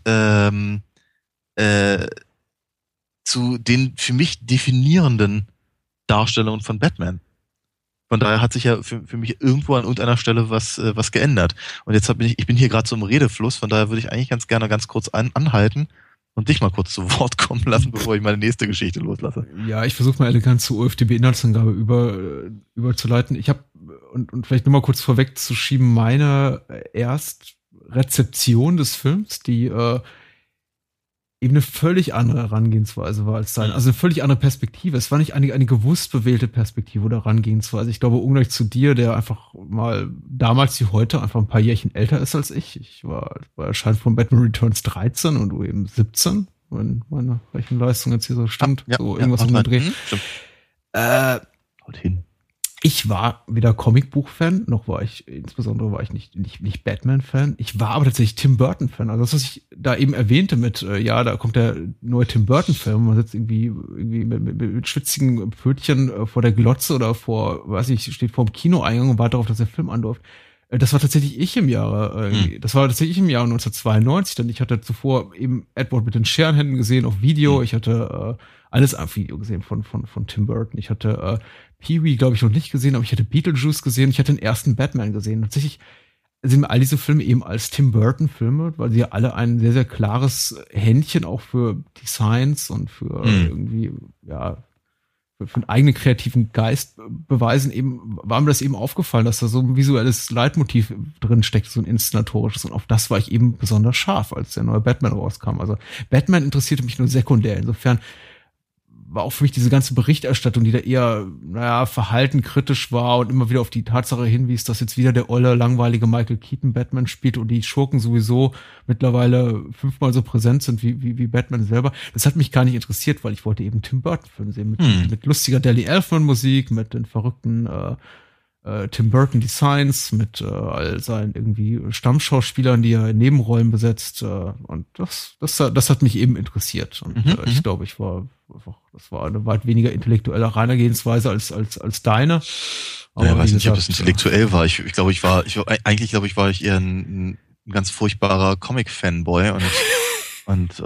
Speaker 3: zu den für mich definierenden Darstellungen von Batman. Von daher hat sich ja für mich irgendwo an irgendeiner Stelle was geändert. Und jetzt ich bin hier gerade so im Redefluss, von daher würde ich eigentlich ganz gerne ganz kurz anhalten und dich mal kurz zu Wort kommen lassen, bevor ich meine nächste Geschichte loslasse.
Speaker 2: Ja, ich versuche mal elegant zur OFDB-Inhaltsangabe überzuleiten. Ich habe, und vielleicht nur mal kurz vorwegzuschieben, meine Erstrezeption des Films, die eben eine völlig andere Herangehensweise war als sein. Also eine völlig andere Perspektive. Es war nicht eine gewusst bewählte Perspektive oder Herangehensweise. Ich glaube, ungleich zu dir, der einfach mal damals wie heute einfach ein paar Jährchen älter ist als ich. Ich war erscheint von Batman Returns 13 und du eben 17, wenn meine Rechenleistung jetzt hier so stimmt. Irgendwas um den Dreh.
Speaker 3: Haut hin.
Speaker 2: Ich war weder Comicbuch-Fan, noch insbesondere war ich nicht Batman-Fan. Ich war aber tatsächlich Tim Burton-Fan. Also das, was ich da eben erwähnte mit, da kommt der neue Tim Burton-Film, man sitzt irgendwie mit schwitzigen Pfötchen vor der Glotze oder steht vor dem Kinoeingang und wartet darauf, dass der Film anläuft. Das war tatsächlich ich im Jahre 1992, denn ich hatte zuvor eben Edward mit den Scherenhänden gesehen auf Video. Ich hatte alles auf Video gesehen von Tim Burton. Ich hatte Pee-wee, glaube ich, noch nicht gesehen, aber ich hatte Beetlejuice gesehen, ich hatte den ersten Batman gesehen. Tatsächlich sind mir all diese Filme eben als Tim Burton-Filme, weil sie ja alle ein sehr, sehr klares Händchen auch für Designs und für irgendwie, für einen eigenen kreativen Geist beweisen. Eben war mir das eben aufgefallen, dass da so ein visuelles Leitmotiv drin steckt, so ein inszenatorisches. Und auf das war ich eben besonders scharf, als der neue Batman rauskam. Also Batman interessierte mich nur sekundär. Insofern war auch für mich diese ganze Berichterstattung, die da eher, verhalten kritisch war und immer wieder auf die Tatsache hinwies, dass jetzt wieder der olle, langweilige Michael Keaton Batman spielt und die Schurken sowieso mittlerweile 5-mal so präsent sind wie Batman selber. Das hat mich gar nicht interessiert, weil ich wollte eben Tim Burton-Filme sehen mit lustiger Danny Elfman-Musik, mit den verrückten Tim Burton Designs, mit all seinen irgendwie Stammschauspielern, die er in Nebenrollen besetzt. Und das hat mich eben interessiert. Und ich glaube, das war eine weit weniger intellektuelle Herangehensweise als deine.
Speaker 3: Aber ja, ich weiß nicht, ob es intellektuell war. Ich glaube, ich war eher ein ganz furchtbarer Comic-Fanboy und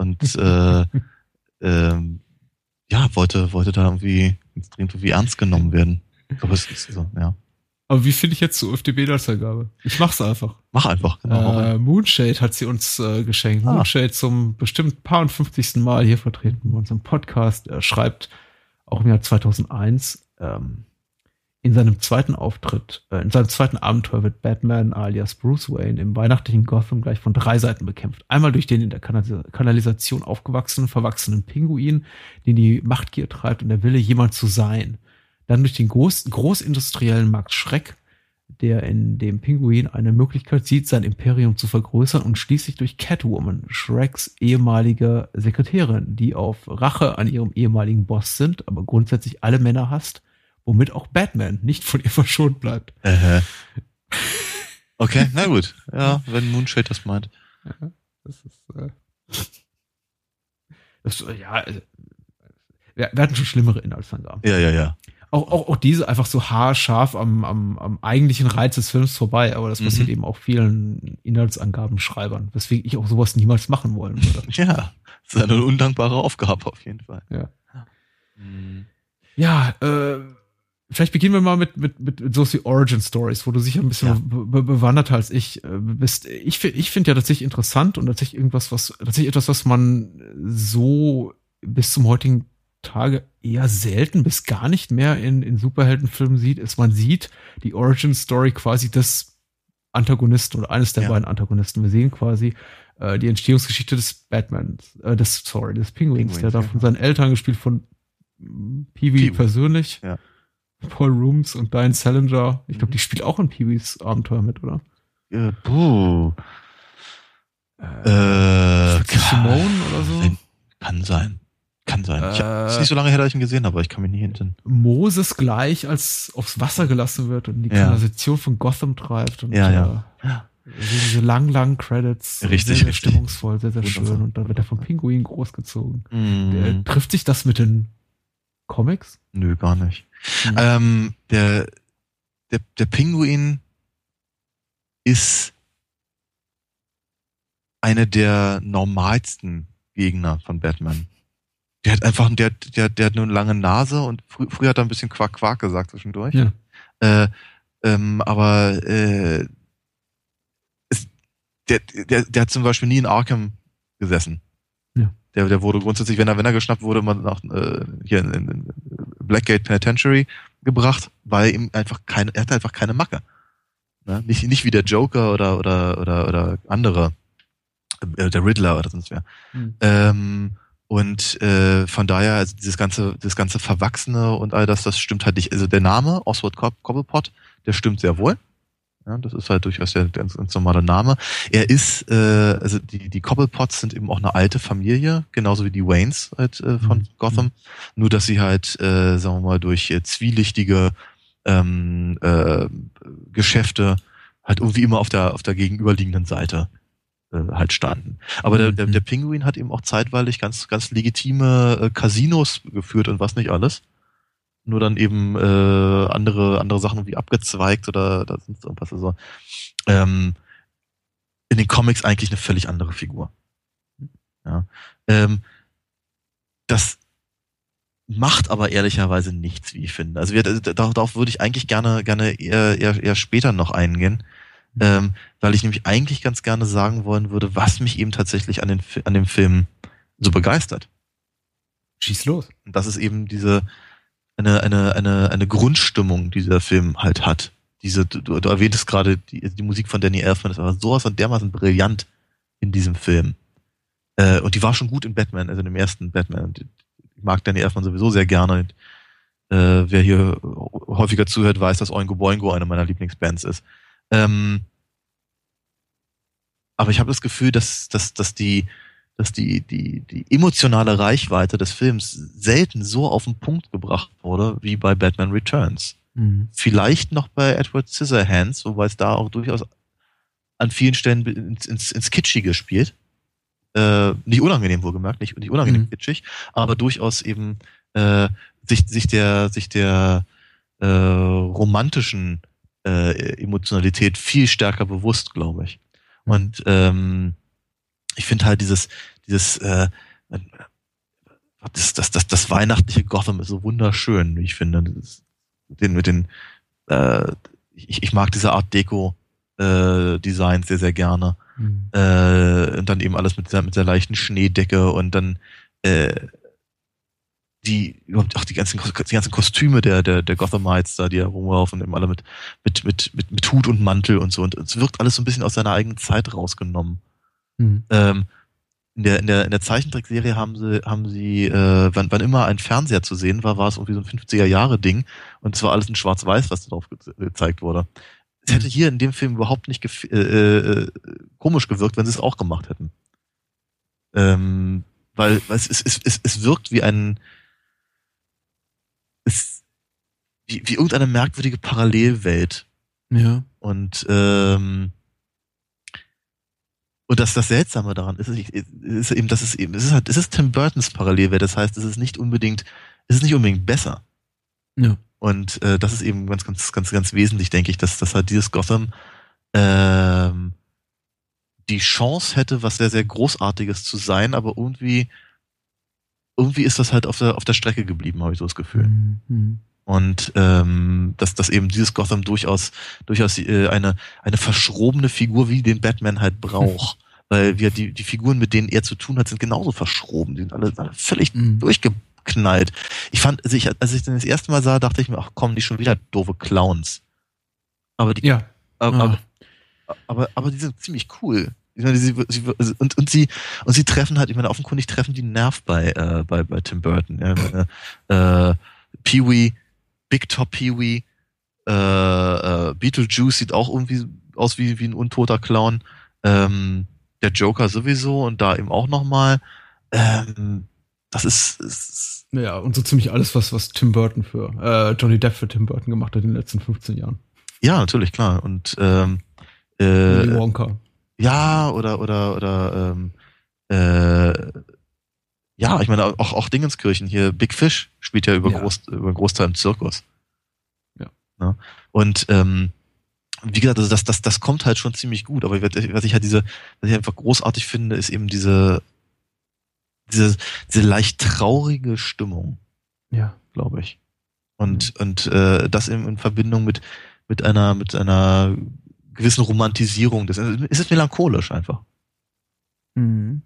Speaker 3: wollte da irgendwie ernst genommen werden. Ich glaube, es ist so, ja.
Speaker 2: Aber wie finde ich jetzt so FDP-Inhaltsangabe? Ich mach's einfach.
Speaker 3: Mach einfach, genau.
Speaker 2: Moonshade hat sie uns geschenkt. Moonshade zum bestimmt paar und 50. Mal hier vertreten bei unserem Podcast. Er schreibt auch im Jahr 2001 in seinem zweiten Abenteuer wird Batman alias Bruce Wayne im weihnachtlichen Gotham gleich von 3 Seiten bekämpft. Einmal durch den in der Kanalisation aufgewachsenen, verwachsenen Pinguin, den die Machtgier treibt und der Wille, jemand zu sein. Dann durch den großindustriellen Max Schreck, der in dem Pinguin eine Möglichkeit sieht, sein Imperium zu vergrößern, und schließlich durch Catwoman, Schrecks ehemalige Sekretärin, die auf Rache an ihrem ehemaligen Boss sind, aber grundsätzlich alle Männer hasst, womit auch Batman nicht von ihr verschont bleibt.
Speaker 3: Okay, na gut. Ja, wenn Moonshade das meint.
Speaker 2: Ja, wir hatten schon schlimmere Inhaltsangaben.
Speaker 3: Ja.
Speaker 2: Auch diese einfach so haarscharf am eigentlichen Reiz des Films vorbei, aber das passiert eben auch vielen Inhaltsangabenschreibern, weswegen ich auch sowas niemals machen wollen würde.
Speaker 3: Ja, das ist eine undankbare Aufgabe auf jeden Fall.
Speaker 2: Ja, vielleicht beginnen wir mal mit so wie Origin Stories, wo du sicher ein bisschen bewanderter als ich bist. Ich finde ja tatsächlich interessant und tatsächlich etwas, was man so bis zum heutigen Tage eher selten bis gar nicht mehr in Superheldenfilmen sieht, ist, man sieht die Origin Story quasi des Antagonisten oder eines der beiden Antagonisten. Wir sehen quasi die Entstehungsgeschichte des Batmans, des Pinguins, der da von seinen Eltern, gespielt von Peewee persönlich, Paul Rooms und Diane Salinger. Ich glaube, die spielt auch in Peewees Abenteuer mit, oder? Simone oder so?
Speaker 3: Kann sein. Ich es ist nicht so lange her, dass ich ihn gesehen habe, aber ich kann mich nie hinten.
Speaker 2: Moses gleich, als aufs Wasser gelassen wird und die Kanalisation von Gotham treibt. Und diese langen Credits.
Speaker 3: Richtig,
Speaker 2: sehr stimmungsvoll, sehr, sehr schön. Und dann wird er vom Pinguin großgezogen. Trifft sich das mit den Comics?
Speaker 3: Nö, gar nicht. Der Pinguin ist eine der normalsten Gegner von Batman. Der hat einfach, der hat nur eine lange Nase und früher hat er ein bisschen Quack gesagt zwischendurch.
Speaker 2: Ja.
Speaker 3: Aber der hat zum Beispiel nie in Arkham gesessen.
Speaker 2: Ja.
Speaker 3: Der wurde grundsätzlich, wenn er geschnappt wurde, mal nach hier in Blackgate Penitentiary gebracht, weil ihm er hatte einfach keine Macke. Ne? Nicht wie der Joker oder andere, der Riddler oder sonst wer. Und von daher, also das ganze Verwachsene und all das stimmt halt nicht. Also der Name, Oswald Cobblepot, der stimmt sehr wohl. Ja, das ist halt durchaus der ganz normale Name. Er ist, also die Cobblepots sind eben auch eine alte Familie, genauso wie die Waynes halt von Gotham. Nur, dass sie halt, sagen wir mal, durch zwielichtige Geschäfte halt irgendwie immer auf der gegenüberliegenden Seite halt standen. Aber der Pinguin hat eben auch zeitweilig ganz legitime Casinos geführt und was nicht alles. Nur dann eben andere Sachen wie abgezweigt oder da sind irgendwas. Also in den Comics eigentlich eine völlig andere Figur. Ja. Das macht aber ehrlicherweise nichts, wie ich finde. Also darauf würde ich eigentlich gerne eher später noch eingehen. Weil ich nämlich eigentlich ganz gerne sagen wollen würde, was mich eben tatsächlich an dem Film so begeistert.
Speaker 2: Schieß los.
Speaker 3: Und das ist eben eine Grundstimmung, die dieser Film halt hat. Du erwähntest gerade die Musik von Danny Elfman, das war sowas von dermaßen brillant in diesem Film. Und die war schon gut in Batman, also in dem ersten Batman. Und mag Danny Elfman sowieso sehr gerne. Wer hier häufiger zuhört, weiß, dass Oingo Boingo eine meiner Lieblingsbands ist. Aber ich habe das Gefühl, dass die emotionale Reichweite des Films selten so auf den Punkt gebracht wurde, wie bei Batman Returns.
Speaker 2: Mhm.
Speaker 3: Vielleicht noch bei Edward Scissorhands, wobei es da auch durchaus an vielen Stellen ins Kitschige spielt. Nicht unangenehm wohlgemerkt, nicht unangenehm kitschig, aber durchaus eben sich der romantischen Emotionalität viel stärker bewusst, glaube ich. Und ich finde halt das weihnachtliche Gotham ist so wunderschön, wie ich finde. Ich mag diese Art Deko Designs sehr, sehr gerne. Und dann eben alles mit der leichten Schneedecke und dann die ganzen Kostüme der Gothamites da, die da rumlaufen, eben alle mit Hut und Mantel und so. Und es wirkt alles so ein bisschen aus seiner eigenen Zeit rausgenommen. In der Zeichentrickserie haben sie wann immer ein Fernseher zu sehen war es irgendwie so ein 50er-Jahre-Ding und es war alles in Schwarz-Weiß, was da drauf gezeigt wurde. Es hätte hier in dem Film überhaupt nicht komisch gewirkt, wenn sie es auch gemacht hätten. Weil es wirkt wie wie irgendeine merkwürdige Parallelwelt.
Speaker 2: Ja.
Speaker 3: Und das Seltsame daran ist eben, es ist Tim Burtons Parallelwelt, das heißt, es ist nicht unbedingt besser.
Speaker 2: Ja.
Speaker 3: Und das ist eben ganz, ganz, ganz, ganz wesentlich, denke ich, dass halt dieses Gotham die Chance hätte, was sehr, sehr Großartiges zu sein, aber irgendwie ist das halt auf der Strecke geblieben, habe ich so das Gefühl. Und dass eben dieses Gotham durchaus eine verschrobene Figur wie den Batman halt braucht. Weil die Figuren, mit denen er zu tun hat, sind genauso verschroben. Die sind alle völlig durchgeknallt. Ich fand, als ich den das erste Mal sah, dachte ich mir, ach komm, die schon wieder doofe Clowns. Aber die aber die sind ziemlich cool. Und sie treffen halt, ich meine, offenkundig treffen die Nerv bei Tim Burton. Ja, Pee-wee, Big Top Pee-wee, Beetlejuice sieht auch irgendwie aus wie ein untoter Clown. Der Joker sowieso und da eben auch nochmal. Das ist
Speaker 2: ja, und so ziemlich alles, was Tim Burton Johnny Depp für Tim Burton gemacht hat in den letzten 15 Jahren.
Speaker 3: Ja, natürlich, klar. Und
Speaker 2: Willy Wonka.
Speaker 3: Ja, oder ja, ich meine, auch Dingenskirchen hier, Big Fish spielt ja über einen Großteil im Zirkus. Ja. Und wie gesagt, also das kommt halt schon ziemlich gut, aber was ich einfach großartig finde, ist eben diese leicht traurige Stimmung. Ja, glaube ich. Und das eben in Verbindung mit einer gewissen Romantisierung es ist melancholisch einfach.
Speaker 2: Mhm.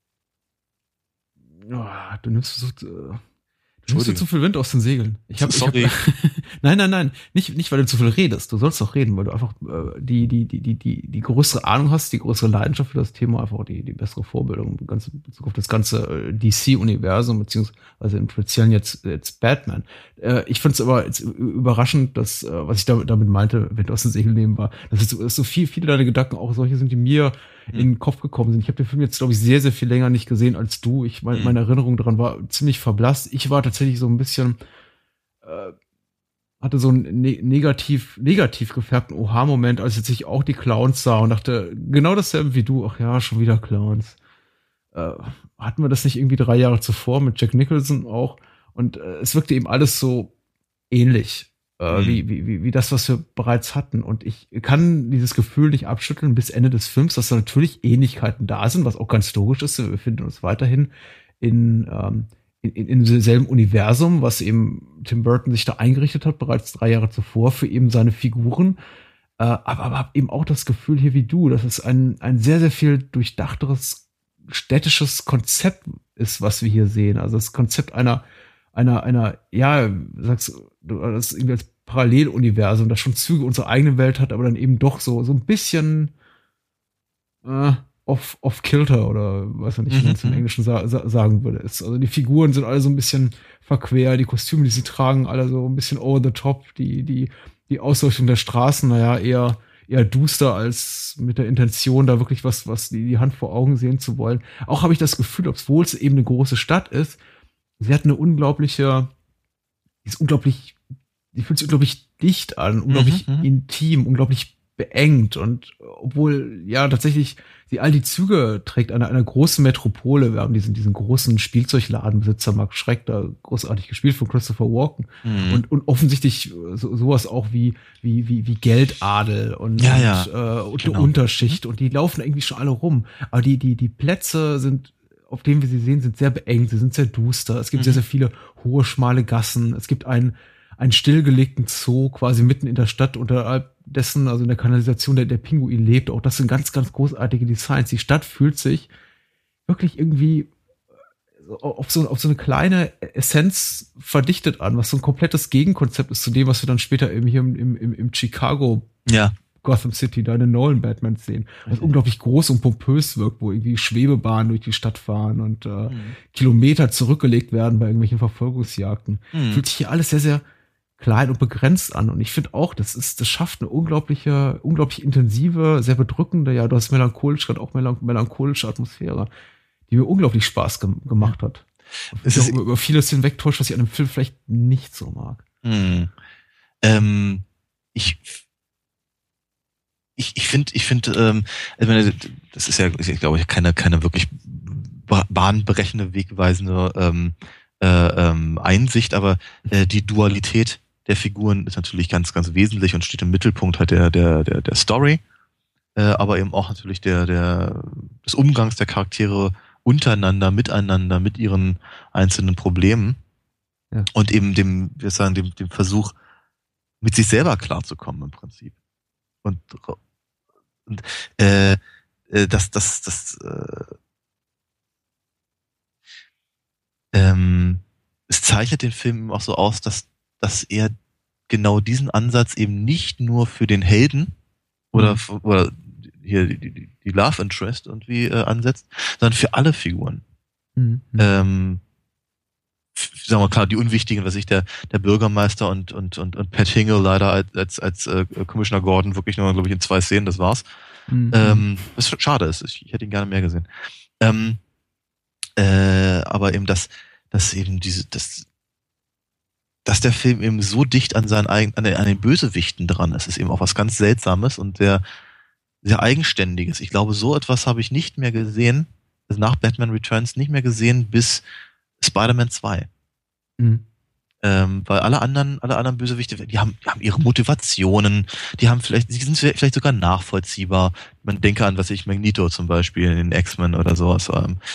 Speaker 2: Oh, du nimmst zu viel Wind aus den Segeln.
Speaker 3: Sorry.
Speaker 2: Nein. Nicht, weil du zu viel redest. Du sollst doch reden, weil du einfach die größere Ahnung hast, die größere Leidenschaft für das Thema, einfach die bessere Vorbildung in Bezug auf das ganze DC-Universum, beziehungsweise im Speziellen jetzt Batman. Ich finde es aber jetzt überraschend, dass, was ich damit meinte, Wind aus den Segeln nehmen war, dass es so viele deine Gedanken auch solche sind, die mir in den Kopf gekommen sind. Ich habe den Film jetzt, glaube ich, sehr, sehr viel länger nicht gesehen als du. Meine Erinnerung daran war ziemlich verblasst. Ich war tatsächlich so ein bisschen, hatte so einen negativ gefärbten Oha-Moment, als jetzt ich auch die Clowns sah und dachte, genau dasselbe wie du, ach ja, schon wieder Clowns. Hatten wir das nicht irgendwie 3 Jahre zuvor mit Jack Nicholson auch? Und es wirkte eben alles so ähnlich. Wie das, was wir bereits hatten. Und ich kann dieses Gefühl nicht abschütteln bis Ende des Films, dass da natürlich Ähnlichkeiten da sind, was auch ganz logisch ist. Wir befinden uns weiterhin in demselben Universum, was eben Tim Burton sich da eingerichtet hat, bereits 3 Jahre zuvor für eben seine Figuren. Aber habe eben auch das Gefühl hier wie du, dass es ein sehr, sehr viel durchdachteres städtisches Konzept ist, was wir hier sehen. Also das Konzept einer, ja, sagst du, das ist irgendwie als Paralleluniversum, das schon Züge unserer eigenen Welt hat, aber dann eben doch so ein bisschen off-kilter oder weiß man nicht, wie man es im Englischen sagen würde. Also die Figuren sind alle so ein bisschen verquer, die Kostüme, die sie tragen, alle so ein bisschen over the top, die Ausleuchtung der Straßen, eher duster als mit der Intention, da wirklich was die Hand vor Augen sehen zu wollen. Auch habe ich das Gefühl, obwohl es eben eine große Stadt ist, sie hat eine die fühlt sich unglaublich dicht an, unglaublich intim, unglaublich beengt und obwohl tatsächlich sie all die Züge trägt einer großen Metropole. Wir haben diesen großen Spielzeugladenbesitzer Mark Schreck, da großartig gespielt von Christopher Walken und offensichtlich sowas auch wie Geldadel und eine Unterschicht und die laufen irgendwie schon alle rum. Aber die Plätze sind, auf denen wir sie sehen, sind sehr beengt, sie sind sehr duster. Es gibt sehr, sehr viele hohe, schmale Gassen. Es gibt einen stillgelegten Zoo quasi mitten in der Stadt, unterhalb dessen, also in der Kanalisation, der Pinguin lebt. Auch das sind ganz, ganz großartige Designs. Die Stadt fühlt sich wirklich irgendwie auf so eine kleine Essenz verdichtet an, was so ein komplettes Gegenkonzept ist zu dem, was wir dann später eben hier im Chicago Gotham City, da in den Nolan Batman sehen. Was unglaublich groß und pompös wirkt, wo irgendwie Schwebebahnen durch die Stadt fahren und Kilometer zurückgelegt werden bei irgendwelchen Verfolgungsjagden. Fühlt sich hier alles sehr, sehr klein und begrenzt an. Und ich finde auch, das schafft eine unglaublich intensive, sehr bedrückende, du hast melancholisch, gerade auch melancholische Atmosphäre, die mir unglaublich Spaß gemacht hat. Es ist auch über vieles hinwegtäuscht, was ich an dem Film vielleicht nicht so mag.
Speaker 3: Ich finde, das ist ja, glaube ich, keine wirklich bahnbrechende, wegweisende Einsicht, aber die Dualität der Figuren ist natürlich ganz, ganz wesentlich und steht im Mittelpunkt halt der Story, aber eben auch natürlich des Umgangs der Charaktere untereinander, miteinander, mit ihren einzelnen Problemen und eben dem Versuch, mit sich selber klarzukommen im Prinzip. Und es zeichnet den Film auch so aus, dass er genau diesen Ansatz eben nicht nur für den Helden oder hier die Love Interest irgendwie ansetzt, sondern für alle Figuren. Sagen wir klar, die Unwichtigen, was ich der Bürgermeister und Pat Hingle leider als Commissioner Gordon wirklich nur, glaube ich, in 2 Szenen, das war's. Was schade ist, ich hätte ihn gerne mehr gesehen. Aber eben, dass der Film eben so dicht an an den Bösewichten dran ist eben auch was ganz Seltsames und sehr, sehr Eigenständiges. Ich glaube, so etwas habe ich nicht mehr gesehen, also nach Batman Returns nicht mehr gesehen bis Spider-Man 2. Weil alle anderen Bösewichte, die haben ihre Motivationen, die sind vielleicht sogar nachvollziehbar. Man denke an, Magneto zum Beispiel in den X-Men oder sowas.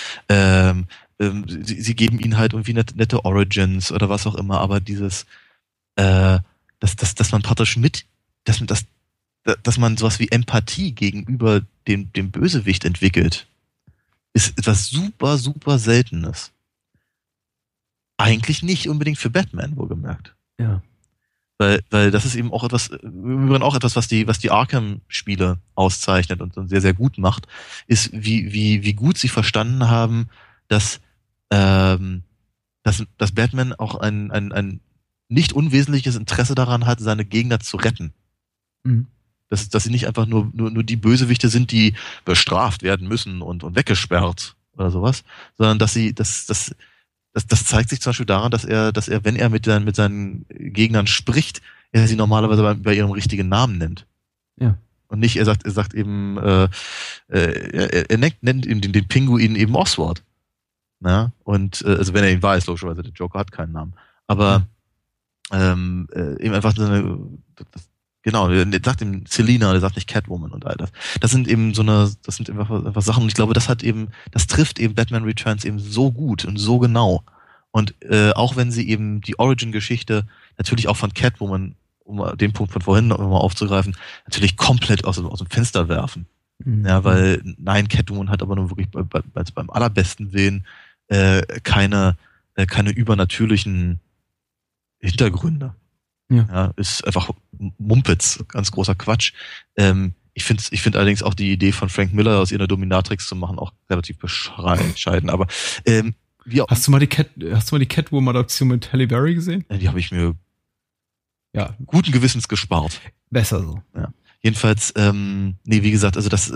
Speaker 3: Sie geben ihnen halt irgendwie nette Origins oder was auch immer, aber dieses, dass man praktisch dass man sowas wie Empathie gegenüber dem Bösewicht entwickelt, ist etwas super, super Seltenes. Eigentlich nicht unbedingt für Batman, wohlgemerkt.
Speaker 2: Ja.
Speaker 3: Weil das ist eben auch etwas, was die Arkham-Spiele auszeichnet und sehr, sehr gut macht, ist, wie gut sie verstanden haben, dass Batman auch ein nicht unwesentliches Interesse daran hat, seine Gegner zu retten. Dass sie nicht einfach nur die Bösewichte sind, die bestraft werden müssen und weggesperrt oder sowas, sondern das zeigt sich zum Beispiel daran, dass er, wenn er mit seinen Gegnern spricht, er sie normalerweise bei ihrem richtigen Namen nennt.
Speaker 2: Ja.
Speaker 3: Und nicht, er sagt eben, er nennt eben den Pinguin eben Oswald. Na? Und, also wenn er ihn weiß, logischerweise, der Joker hat keinen Namen. Aber, eben einfach genau, der sagt ihm Selina, der sagt nicht Catwoman und all das. Das sind einfach Sachen, und ich glaube, das trifft eben Batman Returns eben so gut und so genau. Und auch wenn sie eben die Origin-Geschichte natürlich auch von Catwoman, um den Punkt von vorhin noch mal aufzugreifen, natürlich komplett aus dem Fenster werfen. Ja, weil, nein, Catwoman hat aber nur wirklich beim allerbesten Willen keine übernatürlichen Hintergründe. Ja, ist einfach Mumpitz, ganz großer Quatsch. Ich finde allerdings auch die Idee von Frank Miller aus ihr eine Dominatrix zu machen auch relativ bescheiden. Aber
Speaker 2: hast du mal die Catwoman-Adaption mit Halle Berry gesehen?
Speaker 3: Die habe ich mir guten Gewissens gespart.
Speaker 2: Besser so.
Speaker 3: Ja. Jedenfalls, wie gesagt, also das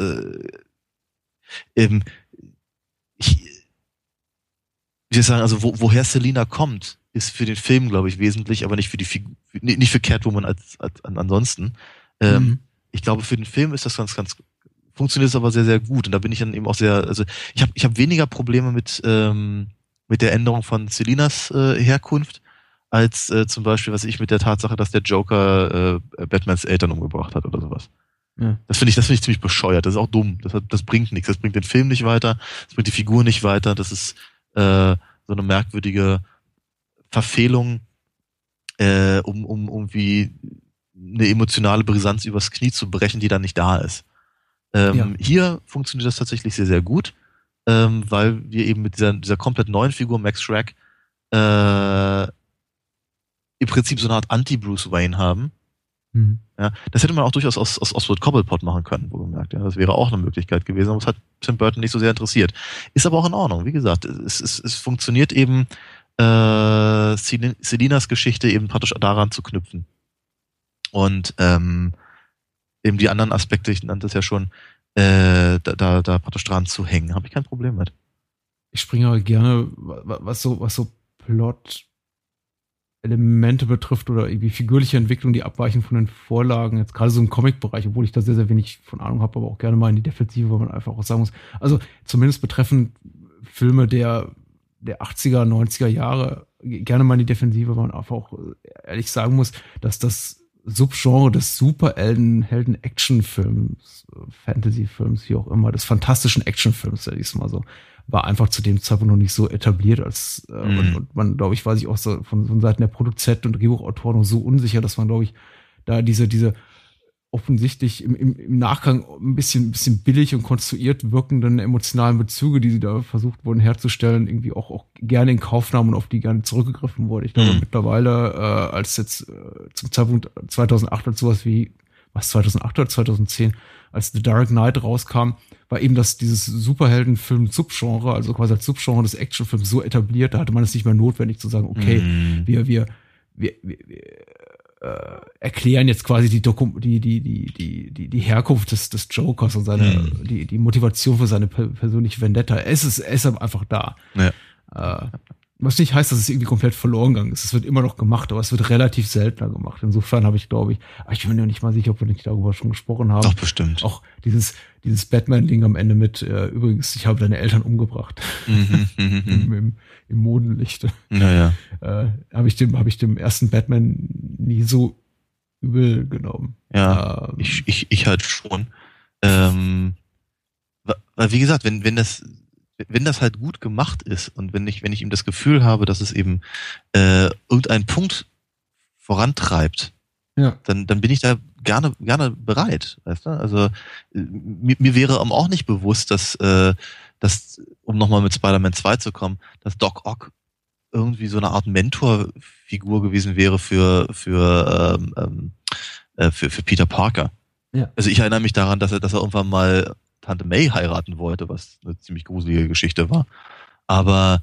Speaker 3: wie soll ich sagen, also woher Selina kommt, ist für den Film, glaube ich, wesentlich, aber nicht für die nicht für Catwoman als ansonsten. Ich glaube, für den Film ist das ganz funktioniert es aber sehr, sehr gut. Und da bin ich dann eben auch sehr, also ich hab weniger Probleme mit der Änderung von Selinas Herkunft, als zum Beispiel, mit der Tatsache, dass der Joker Batmans Eltern umgebracht hat oder sowas. Ja. Das finde ich ziemlich bescheuert. Das ist auch dumm. Das bringt nichts. Das bringt den Film nicht weiter. Das bringt die Figur nicht weiter. Das ist so eine merkwürdige Verfehlung, um irgendwie eine emotionale Brisanz übers Knie zu brechen, die dann nicht da ist. Hier funktioniert das tatsächlich sehr, sehr gut, weil wir eben mit dieser komplett neuen Figur Max Schreck im Prinzip so eine Art Anti-Bruce Wayne haben. Mhm. Ja, das hätte man auch durchaus aus Oswald Cobblepot machen können, wohlgemerkt. Ja, das wäre auch eine Möglichkeit gewesen, aber es hat Tim Burton nicht so sehr interessiert. Ist aber auch in Ordnung. Wie gesagt, es funktioniert eben, Selinas Geschichte eben praktisch daran zu knüpfen. Und eben die anderen Aspekte, ich nannte es ja schon, da praktisch dran zu hängen, habe ich kein Problem mit.
Speaker 2: Ich springe aber gerne, was so Plot-Elemente betrifft oder irgendwie figürliche Entwicklung, die abweichen von den Vorlagen, jetzt gerade so im Comic-Bereich, obwohl ich da sehr, sehr wenig von Ahnung habe, aber auch gerne mal in die Defensive, wo man einfach auch sagen muss, also zumindest betreffend Filme der 80er, 90er Jahre, gerne mal in die Defensive, weil man einfach auch ehrlich sagen muss, dass das Subgenre des Superhelden-Action-Films, Fantasy-Films, wie auch immer, des fantastischen Action-Films, sag ich mal so, war einfach zu dem Zeitpunkt noch nicht so etabliert, als und man, glaube ich, war sich auch so von Seiten der Produzenten und Drehbuchautoren noch so unsicher, dass man, glaube ich, da diese offensichtlich im Nachgang ein bisschen billig und konstruiert wirkenden emotionalen Bezüge, die sie da versucht wurden herzustellen, irgendwie auch gerne in Kauf nahmen und auf die gerne zurückgegriffen wurde. Ich glaube, mittlerweile, als jetzt zum Zeitpunkt 2008 als sowas wie, 2008 oder 2010, als The Dark Knight rauskam, war eben dieses Superheldenfilm-Subgenre, also quasi als Subgenre des Actionfilms so etabliert, da hatte man es nicht mehr notwendig zu sagen, okay, wir erklären jetzt quasi die Herkunft des Jokers und die Motivation für seine persönliche Vendetta. Es ist einfach da. Ja. Was nicht heißt, dass es irgendwie komplett verloren gegangen ist. Es wird immer noch gemacht, aber es wird relativ seltener gemacht. Insofern habe ich, glaube ich bin mir nicht mal sicher, ob wir nicht darüber schon gesprochen haben.
Speaker 3: Doch, bestimmt.
Speaker 2: Auch dieses Batman-Ding am Ende mit, übrigens, ich habe deine Eltern umgebracht. Im Mondenlicht.
Speaker 3: Naja.
Speaker 2: Habe ich dem ersten Batman nie so übel genommen.
Speaker 3: Ja, ich halt schon. Weil, wie gesagt, wenn das halt gut gemacht ist und wenn ich ihm das Gefühl habe, dass es eben irgendeinen Punkt vorantreibt, ja, dann bin ich da gerne bereit, weißt du? Also mir wäre auch nicht bewusst, dass um nochmal mit Spider-Man 2 zu kommen, dass Doc Ock irgendwie so eine Art Mentorfigur gewesen wäre für Peter Parker. Ja. Also ich erinnere mich daran, dass er irgendwann mal Tante May heiraten wollte, was eine ziemlich gruselige Geschichte war. Aber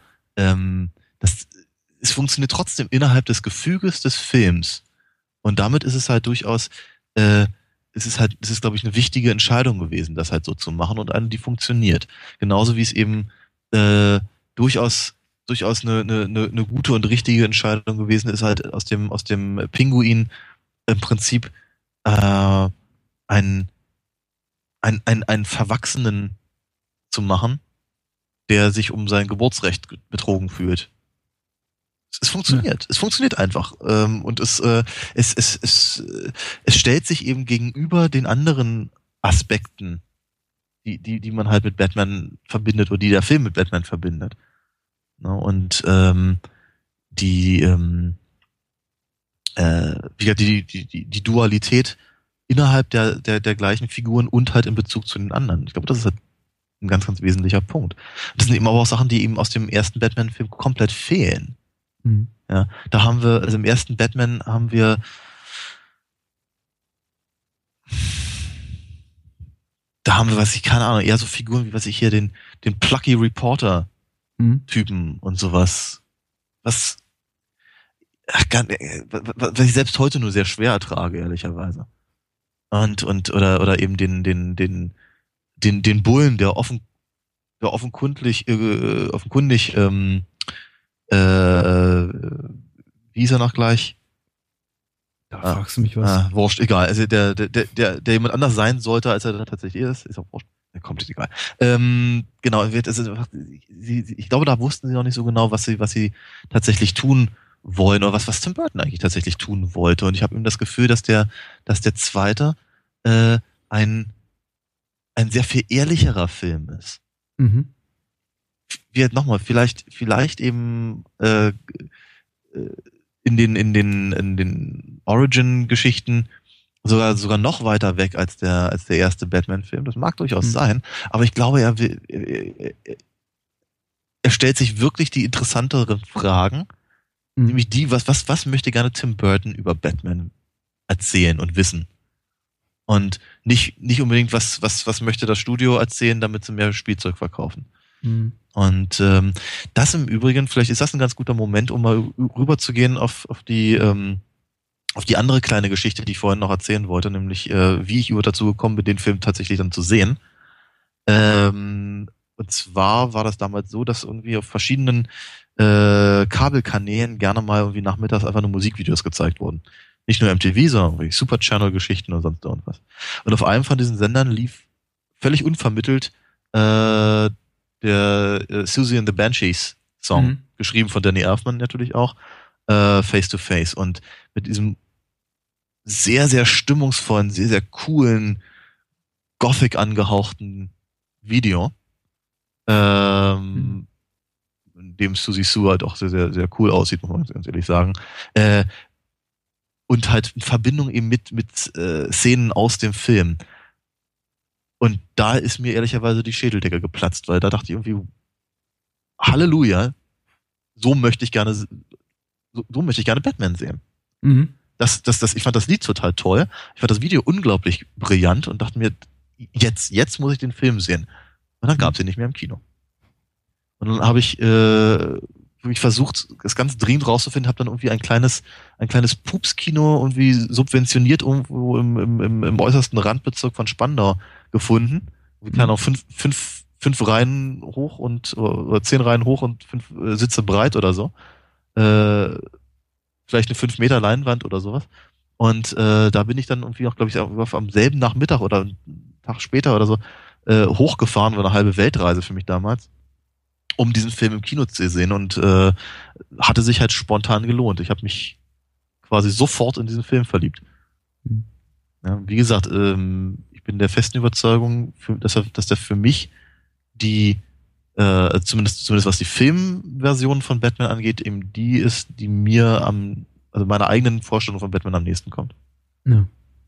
Speaker 3: es funktioniert trotzdem innerhalb des Gefüges des Films. Und damit ist es halt durchaus, es ist, glaube ich, eine wichtige Entscheidung gewesen, das halt so zu machen und eine, die funktioniert. Genauso wie es eben durchaus eine gute und richtige Entscheidung gewesen ist, halt aus dem Pinguin im Prinzip einen Verwachsenen zu machen, der sich um sein Geburtsrecht betrogen fühlt. Es funktioniert. Ja. Es funktioniert einfach. Und es stellt sich eben gegenüber den anderen Aspekten, die man halt mit Batman verbindet oder die der Film mit Batman verbindet. Und die Dualität innerhalb der gleichen Figuren und halt in Bezug zu den anderen. Ich glaube, das ist halt ein ganz, ganz wesentlicher Punkt. Das sind eben aber auch Sachen, die eben aus dem ersten Batman-Film komplett fehlen. Mhm. Ja, da haben wir, also im ersten Batman haben wir da haben wir, keine Ahnung, eher so Figuren wie, hier, den Plucky Reporter-Typen und sowas. Was ich selbst heute nur sehr schwer ertrage, ehrlicherweise. Oder eben den Bullen, der offenkundig, wie hieß er noch gleich?
Speaker 2: Da fragst du mich was.
Speaker 3: Wurscht, egal. Also der jemand anders sein sollte, als er da tatsächlich ist auch wurscht. Komplett egal. Genau, ich glaube, da wussten sie noch nicht so genau, was sie tatsächlich tun wollen oder was Tim Burton eigentlich tatsächlich tun wollte. Und ich habe eben das Gefühl, dass der zweite ein sehr viel ehrlicherer Film ist.
Speaker 2: Mhm.
Speaker 3: Nochmal, vielleicht eben in den Origin-Geschichten sogar noch weiter weg als der erste Batman-Film. Das mag durchaus sein, aber ich glaube, er stellt sich wirklich die interessanteren Fragen, nämlich die, was möchte gerne Tim Burton über Batman erzählen und wissen? Und nicht unbedingt, was möchte das Studio erzählen, damit sie mehr Spielzeug verkaufen. Und das im Übrigen, vielleicht ist das ein ganz guter Moment, um mal rüberzugehen auf die andere kleine Geschichte, die ich vorhin noch erzählen wollte, nämlich wie ich dazu gekommen bin, den Film tatsächlich dann zu sehen. Und zwar war das damals so, dass irgendwie auf verschiedenen Kabelkanälen gerne mal irgendwie nachmittags einfach nur Musikvideos gezeigt wurden. Nicht nur MTV, sondern irgendwie Super Channel-Geschichten oder sonst irgendwas. Und auf einem von diesen Sendern lief völlig unvermittelt der Susie and the Banshees Song, geschrieben von Danny Elfman natürlich auch, Face to Face. Und mit diesem sehr, sehr stimmungsvollen, sehr, sehr coolen, Gothic angehauchten Video, in dem Susie Sue halt auch sehr, sehr, sehr cool aussieht, muss man ganz ehrlich sagen. Und halt in Verbindung eben mit Szenen aus dem Film. Und da ist mir ehrlicherweise die Schädeldecke geplatzt, weil da dachte ich irgendwie, Halleluja, so möchte ich gerne Batman sehen. Ich fand das Lied total toll. Ich fand das Video unglaublich brillant und dachte mir, jetzt muss ich den Film sehen. Und dann gab es ihn nicht mehr im Kino. Und dann habe ich versucht, das ganz dringend rauszufinden, habe dann irgendwie ein kleines Pupskino irgendwie subventioniert irgendwo im äußersten Randbezirk von Spandau gefunden. Wir können auch fünf Reihen hoch oder 10 Reihen hoch und 5 Sitze breit oder so. Vielleicht eine 5 Meter Leinwand oder sowas. Und da bin ich dann irgendwie auch, glaube ich, am selben Nachmittag oder einen Tag später oder so hochgefahren, war eine halbe Weltreise für mich damals, um diesen Film im Kino zu sehen, und hatte sich halt spontan gelohnt. Ich habe mich quasi sofort in diesen Film verliebt. Ja, wie gesagt, ich bin der festen Überzeugung, dass der für mich zumindest was die Filmversion von Batman angeht, eben die ist, die mir also meiner eigenen Vorstellung von Batman am nächsten kommt.
Speaker 2: Ja.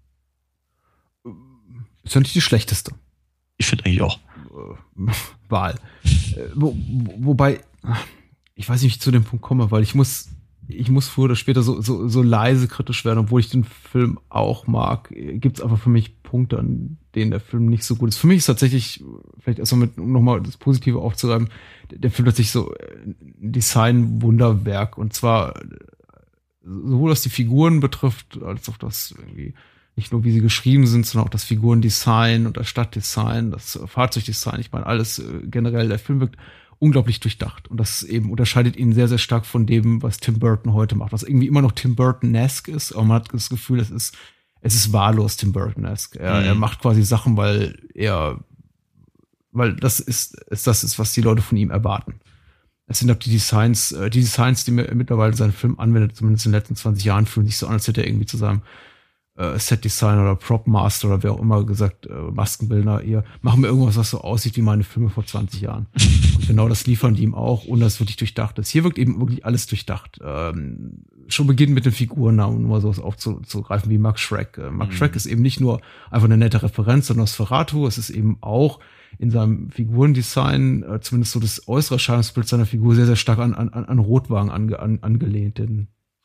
Speaker 2: Ist ja nicht die schlechteste.
Speaker 3: Ich finde eigentlich auch.
Speaker 2: Wahl. Wobei, ich weiß nicht, wie ich zu dem Punkt komme, weil ich muss früher oder später so leise kritisch werden, obwohl ich den Film auch mag. Gibt es einfach für mich Punkte, an denen der Film nicht so gut ist. Für mich ist tatsächlich, vielleicht erstmal um nochmal das Positive aufzureiben, der Film tatsächlich so ein Design-Wunderwerk, und zwar sowohl was die Figuren betrifft, als auch das irgendwie nicht nur wie sie geschrieben sind, sondern auch das Figurendesign und das Stadtdesign, das Fahrzeugdesign. Ich meine, alles generell, der Film wirkt unglaublich durchdacht. Und das eben unterscheidet ihn sehr, sehr stark von dem, was Tim Burton heute macht. Was irgendwie immer noch Tim Burton-esque ist, aber man hat das Gefühl, es ist wahllos Tim Burton-esque. Er macht quasi Sachen, weil das ist, was die Leute von ihm erwarten. Es sind auch die Designs, die mir mittlerweile seinen Film anwendet, zumindest in den letzten 20 Jahren, fühlen sich so an, als hätte er irgendwie zu seinem Set-Designer oder Prop-Master oder wer auch immer gesagt, Maskenbildner, ihr machen mir irgendwas, was so aussieht wie meine Filme vor 20 Jahren. Und genau das liefern die ihm auch, ohne dass es wirklich durchdacht ist. Hier wirkt eben wirklich alles durchdacht. Schon beginnend mit den Figurennamen, um mal sowas aufzugreifen wie Max Schreck. Max Schreck ist eben nicht nur einfach eine nette Referenz an Nosferatu, es ist eben auch in seinem Figurendesign, zumindest so das äußere Erscheinungsbild seiner Figur, sehr, sehr stark an Rotwagen angelehnt, den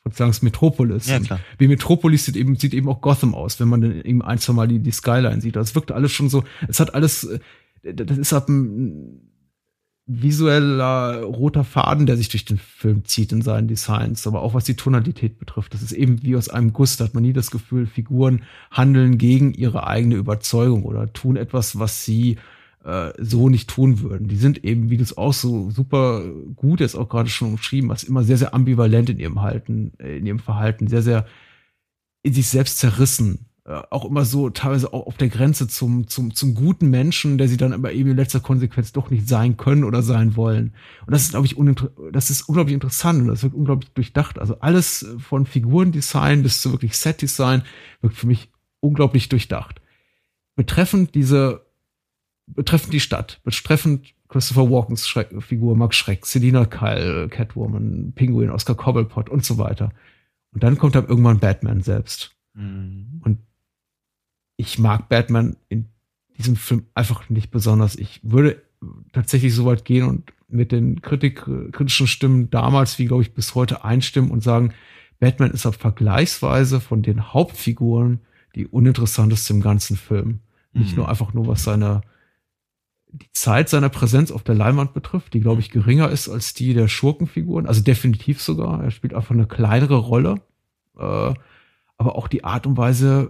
Speaker 2: sagen es Metropolis.
Speaker 3: Ja, klar.
Speaker 2: Wie Metropolis sieht eben auch Gotham aus, wenn man dann eben ein, zwei Mal die Skyline sieht. Das wirkt alles schon so, es hat alles, das ist halt ein visueller roter Faden, der sich durch den Film zieht in seinen Designs, aber auch was die Tonalität betrifft. Das ist eben wie aus einem Guss, da hat man nie das Gefühl, Figuren handeln gegen ihre eigene Überzeugung oder tun etwas, was sie so nicht tun würden. Die sind eben, wie du es auch so super gut jetzt auch gerade schon umschrieben hast, immer sehr, sehr ambivalent in ihrem Verhalten, sehr, sehr in sich selbst zerrissen. Auch immer so teilweise auch auf der Grenze zum guten Menschen, der sie dann aber eben in letzter Konsequenz doch nicht sein können oder sein wollen. Und das ist, glaube ich, das ist unglaublich interessant und das wird unglaublich durchdacht. Also alles von Figurendesign bis zu wirklich Setdesign wirkt für mich unglaublich durchdacht. Betreffend die Stadt, betreffend Christopher Walkens Figur, Max Schreck, Selina Kyle, Catwoman, Penguin, Oscar Cobblepot und so weiter. Und dann kommt dann irgendwann Batman selbst. Und ich mag Batman in diesem Film einfach nicht besonders. Ich würde tatsächlich so weit gehen und mit den kritischen Stimmen damals, wie glaube ich bis heute einstimmen und sagen, Batman ist auch vergleichsweise von den Hauptfiguren die uninteressanteste im ganzen Film. Nicht nur einfach nur, was die Zeit seiner Präsenz auf der Leinwand betrifft, die, glaube ich, geringer ist als die der Schurkenfiguren. Also definitiv sogar. Er spielt einfach eine kleinere Rolle. Aber auch die Art und Weise,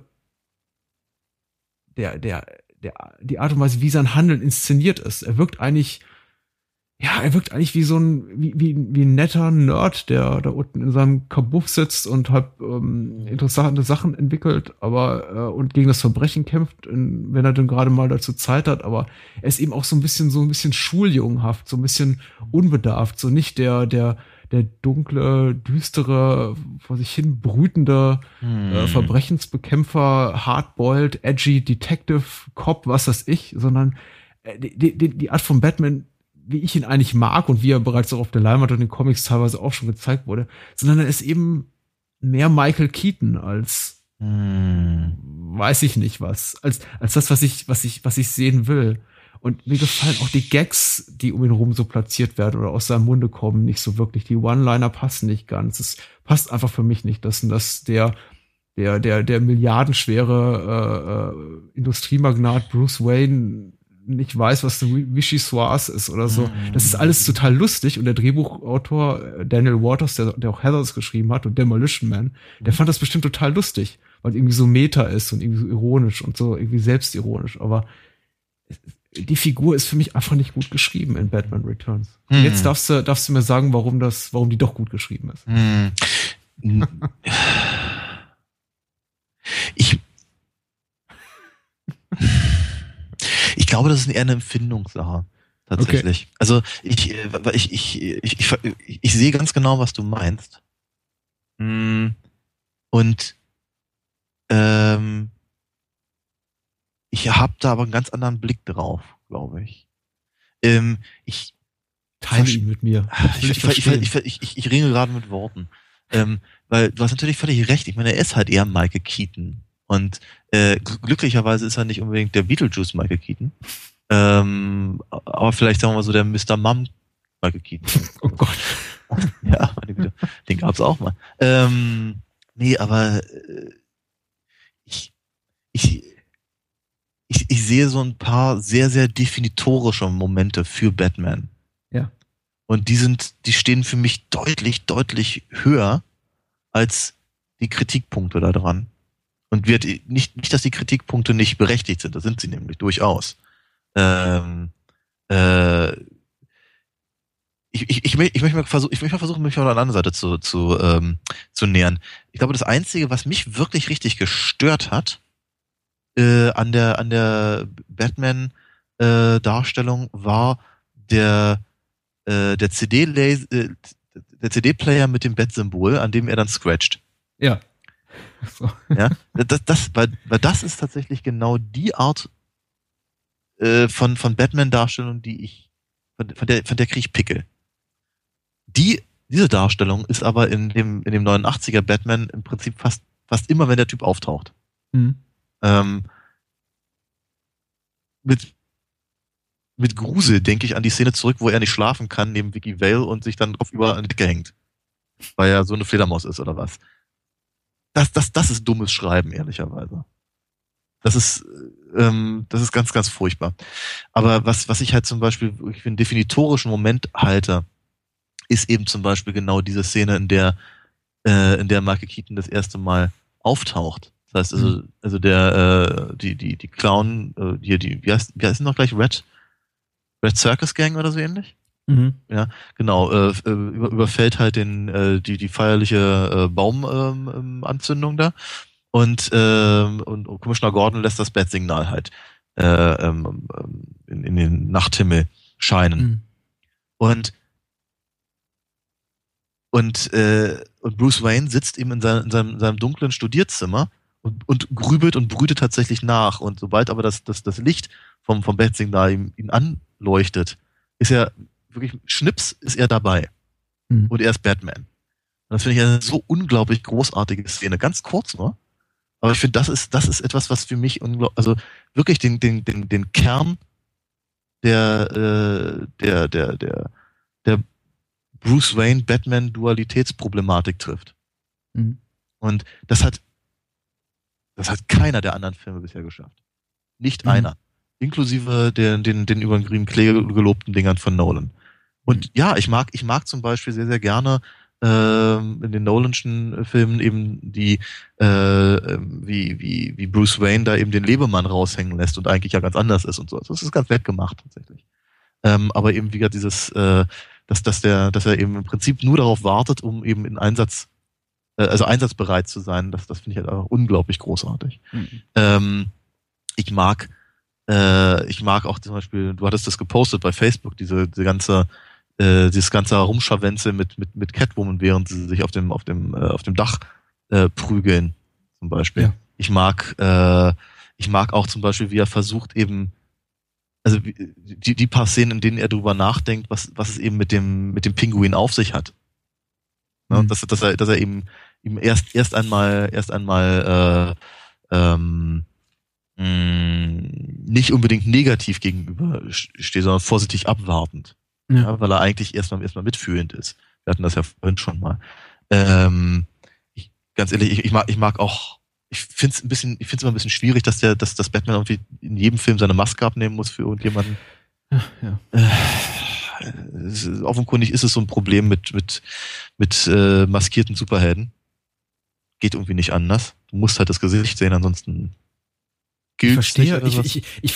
Speaker 2: die Art und Weise, wie sein Handeln inszeniert ist. Er wirkt eigentlich wie so wie ein netter Nerd, der da unten in seinem Kabuff sitzt und halt interessante Sachen entwickelt, aber und gegen das Verbrechen kämpft, wenn er dann gerade mal dazu Zeit hat. Aber er ist eben auch so ein bisschen schuljunghaft, so ein bisschen unbedarft, so nicht der dunkle, düstere, vor sich hin brütende Verbrechensbekämpfer, hardboiled, edgy Detective, Cop, was weiß ich, sondern die Art von Batman, wie ich ihn eigentlich mag und wie er bereits auch auf der Leinwand und in den Comics teilweise auch schon gezeigt wurde, sondern er ist eben mehr Michael Keaton als weiß ich nicht was, als das, was ich sehen will. Und mir gefallen auch die Gags, die um ihn rum so platziert werden oder aus seinem Munde kommen, nicht so wirklich. Die One-Liner passen nicht ganz. Es passt einfach für mich nicht, dass der milliardenschwere Industriemagnat Bruce Wayne nicht weiß, was eine Vichyssoise ist oder so. Das ist alles total lustig und der Drehbuchautor Daniel Waters, der auch Heathers geschrieben hat und Demolition Man, der fand das bestimmt total lustig, weil es irgendwie so meta ist und irgendwie so ironisch und so irgendwie selbstironisch, aber die Figur ist für mich einfach nicht gut geschrieben in Batman Returns. Und jetzt darfst du mir sagen, warum die doch gut geschrieben ist.
Speaker 3: Ich glaube, das ist eher eine Empfindungssache. Tatsächlich. Okay. Also ich sehe ganz genau, was du meinst. Und ich habe da aber einen ganz anderen Blick drauf, glaube ich. Ich
Speaker 2: teile ihn mit mir.
Speaker 3: Ich ringe gerade mit Worten. Weil du hast natürlich völlig recht. Ich meine, er ist halt eher Michael Keaton. Und glücklicherweise ist er nicht unbedingt der Beetlejuice Michael Keaton. Aber vielleicht sagen wir mal so der Mr. Mum Michael Keaton.
Speaker 2: Oh Gott.
Speaker 3: Ja, meine Güte. Den gab's auch mal. Nee, aber ich sehe so ein paar sehr, sehr definitorische Momente für Batman.
Speaker 2: Ja.
Speaker 3: Und die stehen für mich deutlich, deutlich höher als die Kritikpunkte da dran. Und nicht, dass die Kritikpunkte nicht berechtigt sind, das sind sie nämlich durchaus. Ich möchte mal versuchen, mich mal an der anderen Seite zu nähern. Ich glaube, das Einzige, was mich wirklich richtig gestört hat, an der Batman Darstellung war der CD-Player mit dem Bat-Symbol, an dem er dann scratcht.
Speaker 2: Ja. So.
Speaker 3: Ja, weil das ist tatsächlich genau die Art von Batman-Darstellung, von der kriege ich Pickel. Diese Darstellung ist aber in dem 89er Batman im Prinzip fast immer, wenn der Typ auftaucht. Mit Grusel denke ich an die Szene zurück, wo er nicht schlafen kann neben Vicky Vale und sich dann drauf über eine Decke hängt. weil er so eine Fledermaus ist oder was. Das ist dummes Schreiben, ehrlicherweise. Das ist ganz, ganz furchtbar. Aber was ich halt zum Beispiel für einen definitorischen Moment halte, ist eben zum Beispiel genau diese Szene, in der Michael Keaton das erste Mal auftaucht. Das heißt also die Clown, wie heißt noch gleich? Red Circus Gang oder so ähnlich?
Speaker 2: Mhm.
Speaker 3: Ja, genau, überfällt halt die feierliche Baumanzündung da und Commissioner Gordon lässt das Bat-Signal halt in den Nachthimmel scheinen. Und Bruce Wayne sitzt eben in seinem dunklen Studierzimmer und grübelt und brütet tatsächlich nach. Und sobald aber das Licht vom Bat-Signal ihn anleuchtet, ist er wirklich, Schnips ist er dabei. Und er ist Batman. Und das finde ich eine so unglaublich großartige Szene. Ganz kurz nur. Aber ich finde, das ist etwas, was für mich also wirklich den Kern der Bruce Wayne Batman Dualitätsproblematik trifft. Und das hat keiner der anderen Filme bisher geschafft. Nicht einer. Inklusive den über den grünen Klee gelobten Dingern von Nolan. Und ja, ich mag zum Beispiel sehr, sehr gerne in den Nolan'schen Filmen eben die wie Bruce Wayne da eben den Lebemann raushängen lässt und eigentlich ja ganz anders ist und so. Das ist ganz nett gemacht tatsächlich. Aber eben wie dieses dass er eben im Prinzip nur darauf wartet, um eben in einsatzbereit zu sein, das finde ich halt auch unglaublich großartig. Ich mag auch zum Beispiel, du hattest das gepostet bei Facebook, dieses ganze Herumscharwenzel mit Catwoman, während sie sich auf dem Dach prügeln, zum Beispiel. Ja. Ich mag auch zum Beispiel, wie er versucht eben, also die paar Szenen, in denen er drüber nachdenkt, was es eben mit dem Pinguin auf sich hat. Ne? Dass er eben erst einmal nicht unbedingt negativ gegenüber steht, sondern vorsichtig abwartend. Ja, weil er eigentlich erstmal mitfühlend ist. Wir hatten das ja vorhin schon mal. Ganz ehrlich, ich mag auch, ich finde es immer ein bisschen schwierig, dass Batman irgendwie in jedem Film seine Maske abnehmen muss für irgendjemanden. Ja. Offenkundig ist es so ein Problem mit maskierten Superhelden. Geht irgendwie nicht anders. Du musst halt das Gesicht sehen, ansonsten gilt es nicht.
Speaker 2: Ich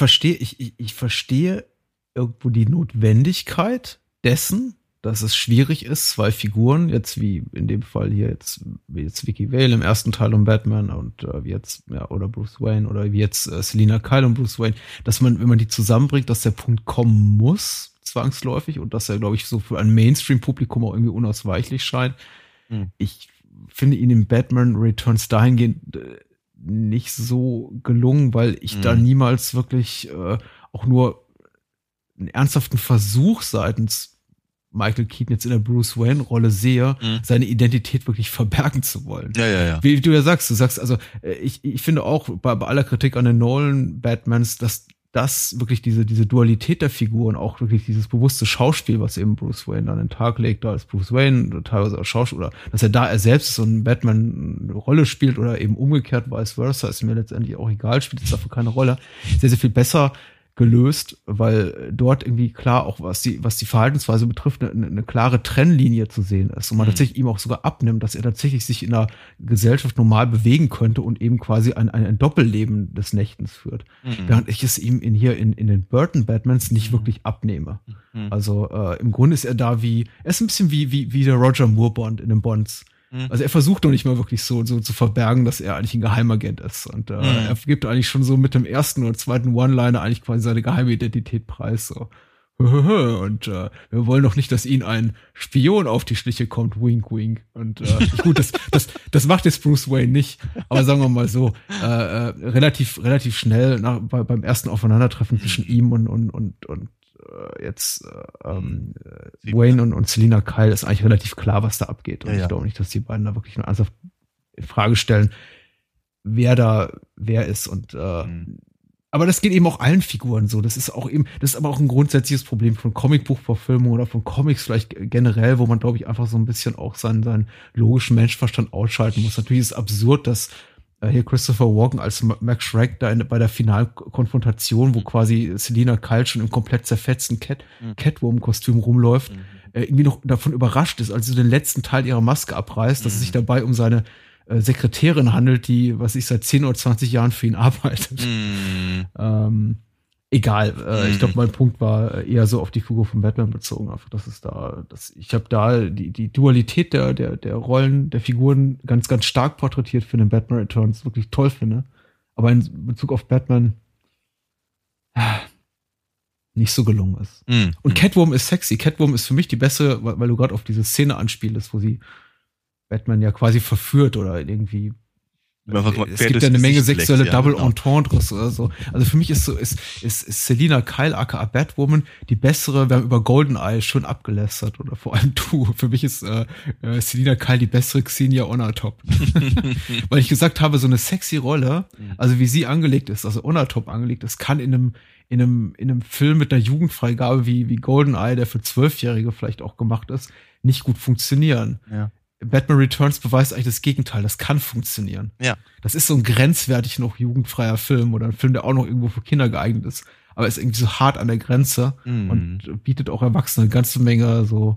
Speaker 2: verstehe irgendwo die Notwendigkeit dessen, dass es schwierig ist, zwei Figuren, jetzt wie in dem Fall hier wie jetzt Vicky Vale im ersten Teil um Batman und wie jetzt, ja, oder Bruce Wayne oder wie jetzt Selina Kyle und Bruce Wayne, dass man, wenn man die zusammenbringt, dass der Punkt kommen muss, zwangsläufig, und dass er, glaube ich, so für ein Mainstream-Publikum auch irgendwie unausweichlich scheint. Ich finde ihn in Batman Returns dahingehend nicht so gelungen, weil ich da niemals wirklich auch nur einen ernsthaften Versuch seitens Michael Keaton jetzt in der Bruce Wayne-Rolle sehe, seine Identität wirklich verbergen zu wollen.
Speaker 3: Ja.
Speaker 2: Wie du ja sagst, also ich finde auch bei aller Kritik an den Nolan-Batmans, dass das wirklich diese Dualität der Figuren, auch wirklich dieses bewusste Schauspiel, was eben Bruce Wayne dann an den Tag legt, da als Bruce Wayne, teilweise als Schauspieler, oder dass er selbst ist und Batman eine Rolle spielt oder eben umgekehrt vice versa, ist mir letztendlich auch egal, spielt jetzt dafür keine Rolle, sehr, sehr viel besser gelöst, weil dort irgendwie klar auch, was die Verhaltensweise betrifft, eine klare Trennlinie zu sehen ist und man tatsächlich ihm auch sogar abnimmt, dass er tatsächlich sich in der Gesellschaft normal bewegen könnte und eben quasi ein Doppelleben des Nächtens führt. Während ich es ihm in den Burton Batmans nicht wirklich abnehme. Also im Grunde ist er ist ein bisschen wie der Roger Moore Bond in den Bonds. Also er versucht doch nicht mal wirklich so zu verbergen, dass er eigentlich ein Geheimagent ist. Und er gibt eigentlich schon so mit dem ersten oder zweiten One-Liner eigentlich quasi seine geheime Identität preis. So. Und wir wollen doch nicht, dass ihnen ein Spion auf die Schliche kommt. Wink, wink. Und gut, das macht jetzt Bruce Wayne nicht. Aber sagen wir mal so, relativ schnell beim ersten Aufeinandertreffen zwischen ihm und jetzt Wayne und Selina Kyle ist eigentlich relativ klar, was da abgeht. Und ich glaube nicht, dass die beiden da wirklich nur ernsthaft in Frage stellen, wer ist. Und Aber das geht eben auch allen Figuren so. Das ist aber auch ein grundsätzliches Problem von Comicbuchverfilmungen oder von Comics vielleicht generell, wo man, glaube ich, einfach so ein bisschen auch seinen logischen Menschenverstand ausschalten muss. Natürlich ist es absurd, dass hier Christopher Walken als Max Schreck da bei der Finalkonfrontation, wo quasi Selina Kyle schon im komplett zerfetzten Catwoman-Kostüm rumläuft, irgendwie noch davon überrascht ist, als sie den letzten Teil ihrer Maske abreißt, dass es sich dabei um seine Sekretärin handelt, die, was ich seit 10 oder 20 Jahren für ihn arbeitet. Egal, ich glaube, mein Punkt war eher so auf die Figur von Batman bezogen. Einfach, ich habe da die Dualität der Rollen, der Figuren ganz, ganz stark porträtiert für den Batman Returns, wirklich toll finde. Aber in Bezug auf Batman nicht so gelungen ist. Und Catwoman ist sexy. Catwoman ist für mich die bessere, weil du gerade auf diese Szene anspielst, wo sie Batman ja quasi verführt oder irgendwie. Es gibt ja eine Menge sexuelle Double Entendres oder so. Also für mich ist Selina Kyle aka Batwoman die bessere. Wir haben über GoldenEye schon abgelästert oder vor allem du. Für mich ist Selina Kyle die bessere Xenia Onatop. Weil ich gesagt habe, so eine sexy Rolle, also wie sie angelegt ist, also Onatop angelegt ist, kann in einem Film mit einer Jugendfreigabe wie GoldenEye, der für 12-Jährige vielleicht auch gemacht ist, nicht gut funktionieren.
Speaker 3: Ja.
Speaker 2: Batman Returns beweist eigentlich das Gegenteil. Das kann funktionieren.
Speaker 3: Ja.
Speaker 2: Das ist so ein grenzwertig noch jugendfreier Film oder ein Film, der auch noch irgendwo für Kinder geeignet ist. Aber ist irgendwie so hart an der Grenze und bietet auch Erwachsenen eine ganze Menge so,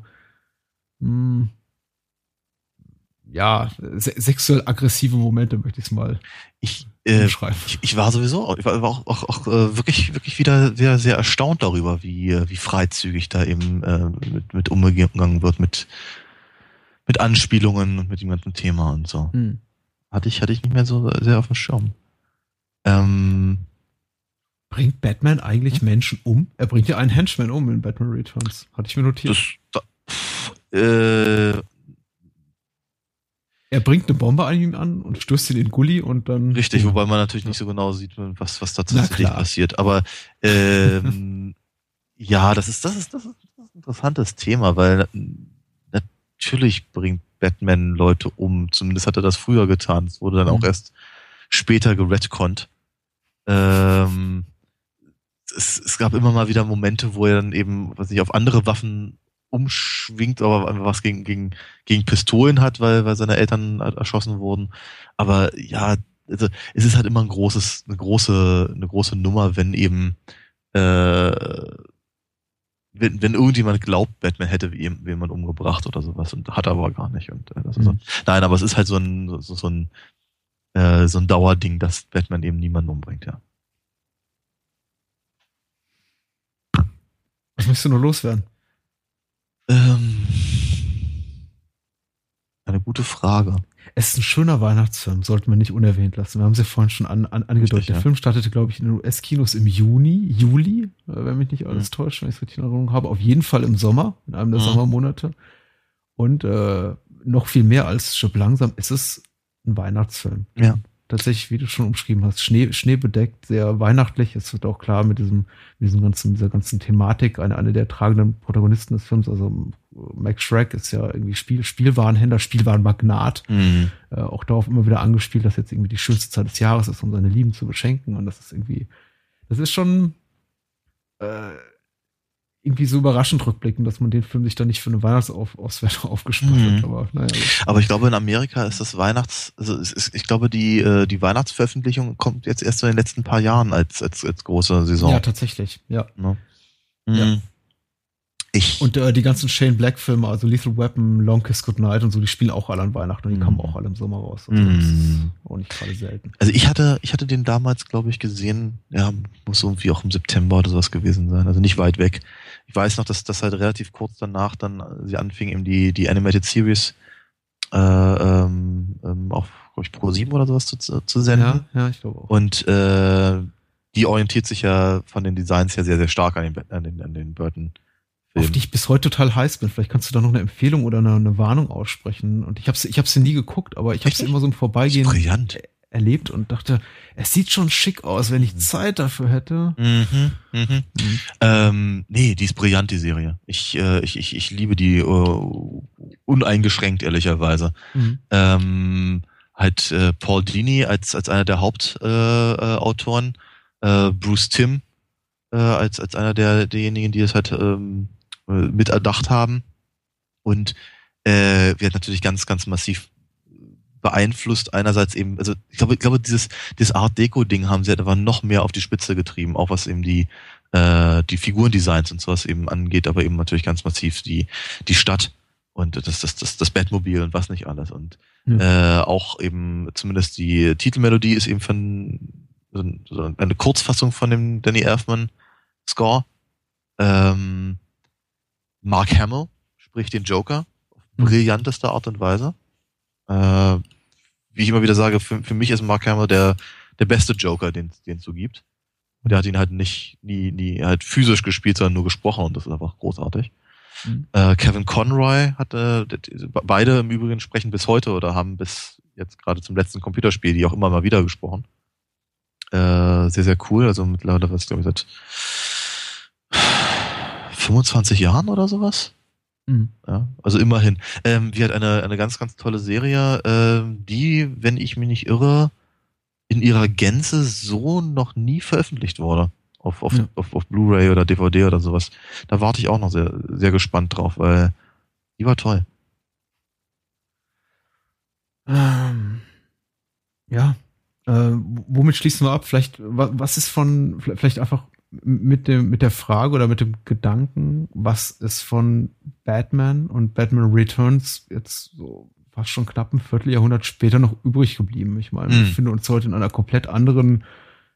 Speaker 2: sexuell aggressive Momente, möchte ich es mal beschreiben.
Speaker 3: Ich war sowieso, ich war auch wirklich wieder sehr, sehr erstaunt darüber, wie freizügig da eben mit umgegangen wird, mit Anspielungen und mit dem ganzen Thema und so. Hatte ich nicht mehr so sehr auf dem Schirm.
Speaker 2: Bringt Batman eigentlich Menschen um? Er bringt ja einen Henchman um in Batman Returns. Hatte ich mir notiert. Er bringt eine Bombe an ihm an und stößt ihn in den Gully und dann...
Speaker 3: Richtig, wobei man natürlich nicht so genau sieht, was da tatsächlich passiert. Aber ja, das ist ein interessantes Thema, weil natürlich bringt Batman Leute um. Zumindest hat er das früher getan. Es wurde dann auch erst später geretconnt. Es gab immer mal wieder Momente, wo er dann eben, auf andere Waffen umschwingt, aber was gegen Pistolen hat, weil seine Eltern erschossen wurden. Aber ja, also es ist halt immer eine große Nummer, wenn eben wenn irgendjemand glaubt, Batman hätte jemand umgebracht oder sowas und hat er aber gar nicht. Und das ist nein, aber es ist halt so ein Dauerding, dass Batman eben niemanden umbringt, ja.
Speaker 2: Was möchtest du nur loswerden?
Speaker 3: Eine gute Frage.
Speaker 2: Es ist ein schöner Weihnachtsfilm, sollten wir nicht unerwähnt lassen. Wir haben es ja vorhin schon angedeutet. Richtig, der Film startete, glaube ich, in den US-Kinos im Juli, wenn mich nicht alles täuscht, wenn ich es richtig in Erinnerung habe. Auf jeden Fall im Sommer, in einem der Sommermonate. Und noch viel mehr als Stirb langsam ist es ein Weihnachtsfilm.
Speaker 3: Ja.
Speaker 2: Tatsächlich, wie du schon umschrieben hast, schneebedeckt, sehr weihnachtlich. Es wird auch klar mit dieser ganzen Thematik, eine der tragenden Protagonisten des Films, also Max Schreck ist ja irgendwie Spielwarenhändler, Spielwarenmagnat. Auch darauf immer wieder angespielt, dass jetzt irgendwie die schönste Zeit des Jahres ist, um seine Lieben zu beschenken. Und das ist schon irgendwie so überraschend rückblickend, dass man den Film sich dann nicht für eine Weihnachtsauswertung aufgespart hat. Aber naja.
Speaker 3: Aber ich glaube, in Amerika ist das ich glaube, die Weihnachtsveröffentlichung kommt jetzt erst so in den letzten paar Jahren als große Saison.
Speaker 2: Ja, tatsächlich, ja.
Speaker 3: Ja.
Speaker 2: Und die ganzen Shane Black Filme, also Lethal Weapon, Long Kiss Goodnight und so, die spielen auch alle an Weihnachten und die kamen auch alle im Sommer raus. Also das ist auch nicht gerade selten.
Speaker 3: Also ich hatte den damals, glaube ich, gesehen, ja, muss irgendwie auch im September oder sowas gewesen sein, also nicht weit weg. Ich weiß noch, dass das halt relativ kurz danach dann sie anfing, eben die Animated Series auf, glaube ich, Pro7 oder sowas zu senden.
Speaker 2: Ja, ich glaube auch.
Speaker 3: Und die orientiert sich ja von den Designs her sehr, sehr stark an den Burton.
Speaker 2: Auf die ich bis heute total heiß bin. Vielleicht kannst du da noch eine Empfehlung oder eine Warnung aussprechen. Und ich hab's nie geguckt, aber ich hab's immer so im Vorbeigehen erlebt und dachte, es sieht schon schick aus, wenn ich Zeit dafür hätte.
Speaker 3: Nee, die ist brillant, die Serie. Ich liebe die uneingeschränkt, ehrlicherweise. Paul Dini als einer der Hauptautoren, Bruce Timm als einer derjenigen, die es halt mit erdacht haben. Und wird natürlich ganz, ganz massiv beeinflusst. Einerseits eben, also ich glaube, dieses Art Deco-Ding haben sie halt aber noch mehr auf die Spitze getrieben, auch was eben die Figurendesigns und sowas eben angeht, aber eben natürlich ganz massiv die Stadt und das Batmobil und was nicht alles. Und auch eben zumindest die Titelmelodie ist eben so eine Kurzfassung von dem Danny Elfman Score. Mark Hamill spricht den Joker auf brillanteste Art und Weise. Wie ich immer wieder sage, für mich ist Mark Hamill der beste Joker, den es so gibt. Und der hat ihn halt nie halt physisch gespielt, sondern nur gesprochen und das ist einfach großartig. Kevin Conroy hatte, beide im Übrigen sprechen bis heute oder haben bis jetzt gerade zum letzten Computerspiel, die auch immer mal wieder gesprochen. Sehr, sehr cool. Also mittlerweile, was ich glaube, seit 25 Jahren oder sowas. Ja, also immerhin. Wir hat eine ganz, ganz tolle Serie, die, wenn ich mich nicht irre, in ihrer Gänze so noch nie veröffentlicht wurde. Auf Blu-ray oder DVD oder sowas. Da warte ich auch noch sehr, sehr gespannt drauf, weil die war toll.
Speaker 2: Ja. Womit schließen wir ab? Vielleicht, was ist vielleicht einfach mit der Frage oder mit dem Gedanken, was ist von Batman und Batman Returns jetzt so fast schon knapp ein Vierteljahrhundert später noch übrig geblieben? Ich meine, wir befinden uns heute in einer komplett anderen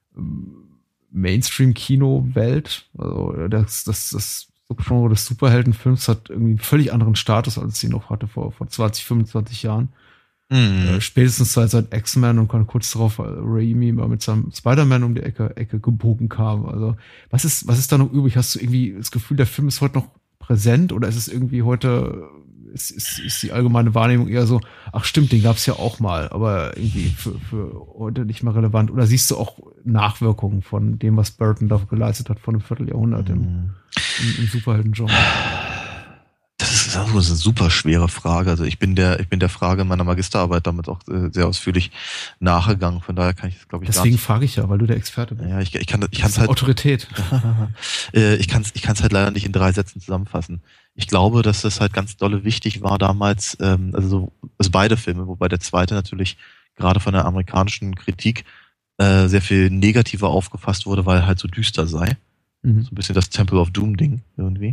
Speaker 2: Mainstream-Kino-Welt. Also das Subgenre des Superheldenfilms hat irgendwie einen völlig anderen Status, als es ihn noch hatte vor 20, 25 Jahren. Spätestens seit X-Men und kurz darauf Raimi mal mit seinem Spider-Man um die Ecke gebogen kam. Also was ist da noch übrig? Hast du irgendwie das Gefühl, der Film ist heute noch präsent oder ist es irgendwie heute, ist die allgemeine Wahrnehmung eher so, ach stimmt, den gab es ja auch mal, aber irgendwie für heute nicht mehr relevant? Oder siehst du auch Nachwirkungen von dem, was Burton da geleistet hat, von einem Vierteljahrhundert im Superhelden-Genre?
Speaker 3: Das ist eine super schwere Frage. Also ich bin der Frage meiner Magisterarbeit damit auch sehr ausführlich nachgegangen. Von daher kann ich es, glaube ich,
Speaker 2: deswegen frage ich ja, weil du der Experte bist.
Speaker 3: Ja, ich kann es halt
Speaker 2: Autorität.
Speaker 3: ich kann es halt leider nicht in 3 Sätzen zusammenfassen. Ich glaube, dass das halt ganz dolle wichtig war damals, also beide Filme, wobei der zweite natürlich gerade von der amerikanischen Kritik sehr viel negativer aufgefasst wurde, weil er halt so düster sei. So ein bisschen das Temple of Doom Ding irgendwie.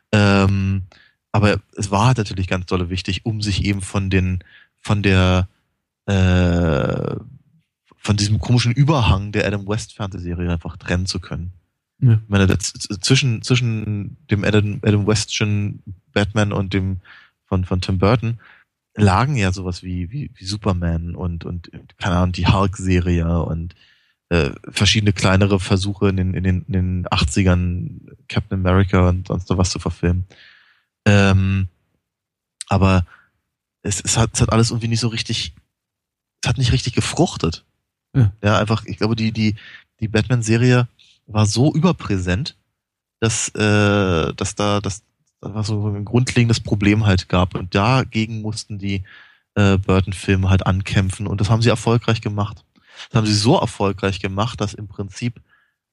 Speaker 3: Aber es war halt natürlich ganz dolle wichtig, um sich eben von diesem komischen Überhang der Adam West Fernsehserie einfach trennen zu können. Ja. Ich meine, zwischen dem Adam Westschen Batman und dem von Tim Burton lagen ja sowas wie Superman und keine Ahnung, die Hulk-Serie und verschiedene kleinere Versuche in den 80ern Captain America und sonst was zu verfilmen. Aber es hat alles irgendwie nicht so richtig, es hat nicht richtig gefruchtet. Ja, einfach, ich glaube, die Batman-Serie war so überpräsent, dass das war so ein grundlegendes Problem halt gab und dagegen mussten die Burton-Filme halt ankämpfen und das haben sie erfolgreich gemacht. Das haben sie so erfolgreich gemacht, dass im Prinzip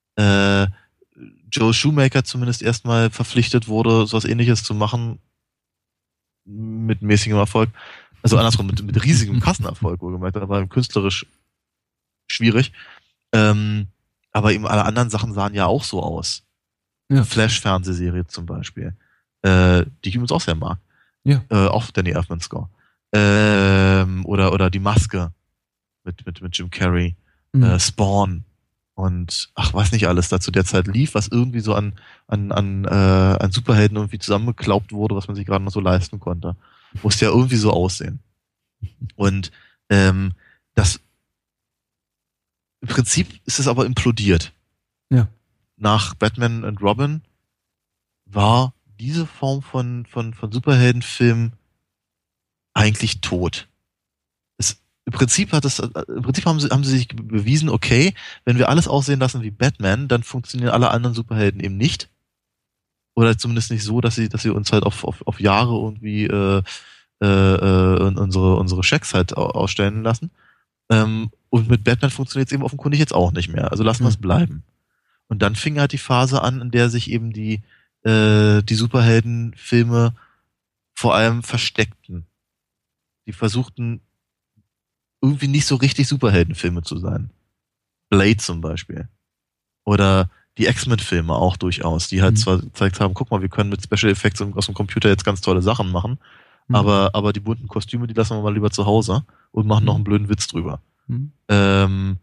Speaker 3: Joel Schumacher zumindest erstmal verpflichtet wurde, sowas Ähnliches zu machen mit mäßigem Erfolg. Also andersrum, mit riesigem Kassenerfolg, wohlgemerkt, aber künstlerisch schwierig. Aber eben alle anderen Sachen sahen ja auch so aus. Ja. Flash-Fernsehserie zum Beispiel, die ich übrigens auch sehr mag. Ja. Auch Danny Elfman Score. Oder Die Maske mit Jim Carrey. Spawn. Und weiß nicht alles da zu der Zeit lief, was irgendwie so an Superhelden irgendwie zusammengeklaubt wurde, was man sich gerade noch so leisten konnte. Musste ja irgendwie so aussehen. Und das im Prinzip ist es aber implodiert.
Speaker 2: Ja.
Speaker 3: Nach Batman und Robin war diese Form von Superheldenfilm eigentlich tot. Im Prinzip haben sie sich bewiesen, okay, wenn wir alles aussehen lassen wie Batman, dann funktionieren alle anderen Superhelden eben nicht. Oder zumindest nicht so, dass sie uns halt auf Jahre irgendwie unsere Schecks halt ausstellen lassen. Und mit Batman funktioniert es eben offenkundig jetzt auch nicht mehr. Also lassen wir es bleiben. Und dann fing halt die Phase an, in der sich eben die Superheldenfilme vor allem versteckten. Die versuchten irgendwie nicht so richtig Superheldenfilme zu sein. Blade zum Beispiel. Oder die X-Men-Filme auch durchaus, die halt zwar gezeigt haben, guck mal, wir können mit Special Effects aus dem Computer jetzt ganz tolle Sachen machen, aber die bunten Kostüme, die lassen wir mal lieber zu Hause und machen noch einen blöden Witz drüber. Von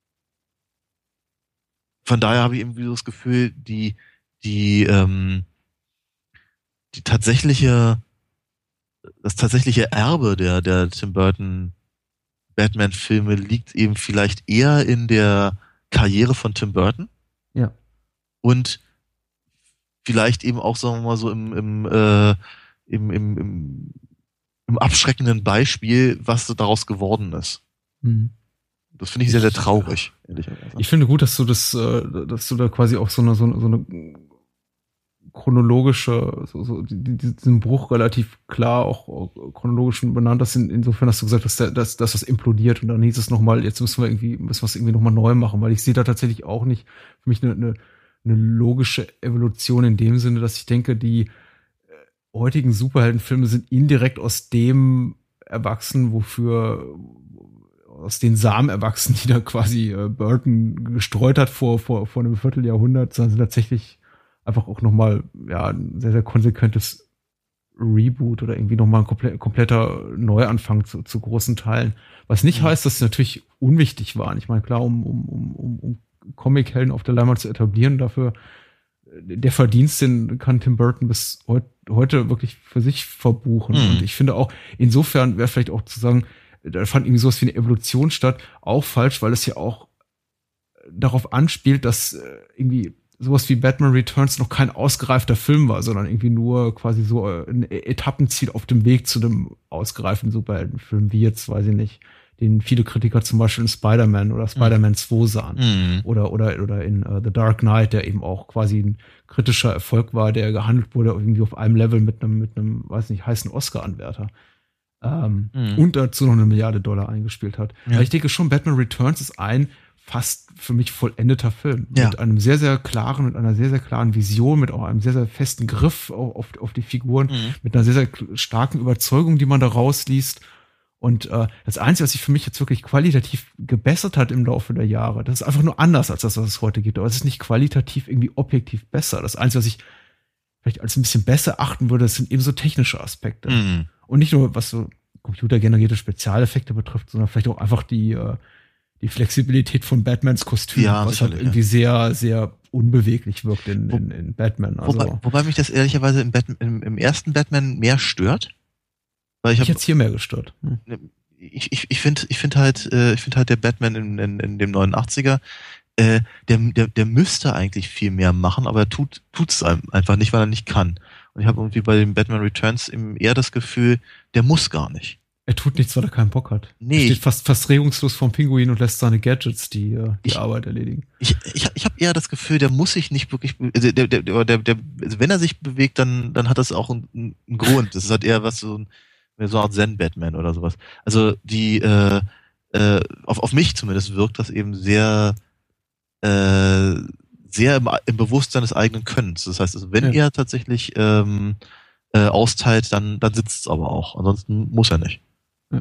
Speaker 3: daher habe ich irgendwie so das Gefühl, das tatsächliche Erbe der Tim Burton Batman-Filme liegt eben vielleicht eher in der Karriere von Tim Burton.
Speaker 2: Ja.
Speaker 3: Und vielleicht eben auch, sagen wir mal so, im abschreckenden Beispiel, was daraus geworden ist. Das finde ich sehr, sehr traurig, ehrlicherweise.
Speaker 2: Ich finde gut, dass du da quasi auch so eine chronologische, diesen Bruch relativ klar auch chronologisch benannt hast. Insofern hast du gesagt, dass das implodiert, und dann hieß es nochmal, jetzt müssen wir es irgendwie nochmal neu machen, weil ich sehe da tatsächlich auch nicht für mich eine logische Evolution in dem Sinne, dass ich denke, die heutigen Superheldenfilme sind indirekt aus dem erwachsen, aus den Samen erwachsen, die da quasi Burton gestreut hat vor einem Vierteljahrhundert, sondern sind tatsächlich einfach auch nochmal, ein sehr, sehr konsequentes Reboot oder irgendwie nochmal ein kompletter Neuanfang zu großen Teilen. Was nicht heißt, dass sie natürlich unwichtig waren. Ich meine, klar, um Comic-Helden auf der Leinwand zu etablieren, dafür der Verdienst, den kann Tim Burton bis heute wirklich für sich verbuchen. Und ich finde auch, insofern wäre vielleicht auch zu sagen, da fand irgendwie sowas wie eine Evolution statt, auch falsch, weil es ja auch darauf anspielt, dass irgendwie sowas wie Batman Returns noch kein ausgereifter Film war, sondern irgendwie nur quasi so ein Etappenziel auf dem Weg zu einem ausgereiften Superheldenfilm, wie jetzt, weiß ich nicht, den viele Kritiker zum Beispiel in Spider-Man oder Spider-Man 2 sahen. Oder in The Dark Knight, der eben auch quasi ein kritischer Erfolg war, der gehandelt wurde irgendwie auf einem Level mit einem, weiß nicht, heißen Oscar-Anwärter. Und dazu noch $1 Milliarde eingespielt hat. Ja. Aber ich denke schon, Batman Returns ist ein fast für mich vollendeter Film. Ja. Mit einer sehr, sehr klaren Vision, mit auch einem sehr, sehr festen Griff auf die Figuren, mit einer sehr, sehr starken Überzeugung, die man da rausliest. Und das Einzige, was sich für mich jetzt wirklich qualitativ gebessert hat im Laufe der Jahre, das ist einfach nur anders als das, was es heute gibt. Aber es ist nicht qualitativ irgendwie objektiv besser. Das Einzige, was ich vielleicht als ein bisschen besser achten würde, das sind eben so technische Aspekte. Und nicht nur, was so computergenerierte Spezialeffekte betrifft, sondern vielleicht auch einfach die Flexibilität von Batmans Kostüm, was halt irgendwie sehr, sehr unbeweglich wirkt in Batman. Also,
Speaker 3: wobei mich das ehrlicherweise im ersten Batman mehr stört. Weil ich
Speaker 2: jetzt hier mehr gestört.
Speaker 3: Ich finde halt der Batman in dem 89er, der müsste eigentlich viel mehr machen, aber er tut's einfach nicht, weil er nicht kann. Und ich habe irgendwie bei dem Batman Returns eher das Gefühl, der muss gar nicht.
Speaker 2: Er tut nichts, weil er keinen Bock hat.
Speaker 3: Nee.
Speaker 2: Er steht fast regungslos vorm Pinguin und lässt seine Gadgets die Arbeit erledigen.
Speaker 3: Ich habe eher das Gefühl, der muss sich nicht wirklich, also wenn er sich bewegt, dann hat das auch einen Grund. Das ist halt eher so eine Art Zen-Batman oder sowas. Also auf mich zumindest wirkt das eben sehr sehr im Bewusstsein des eigenen Könnens. Das heißt, also, wenn er tatsächlich austeilt, dann sitzt es aber auch. Ansonsten muss er nicht.
Speaker 2: Ja.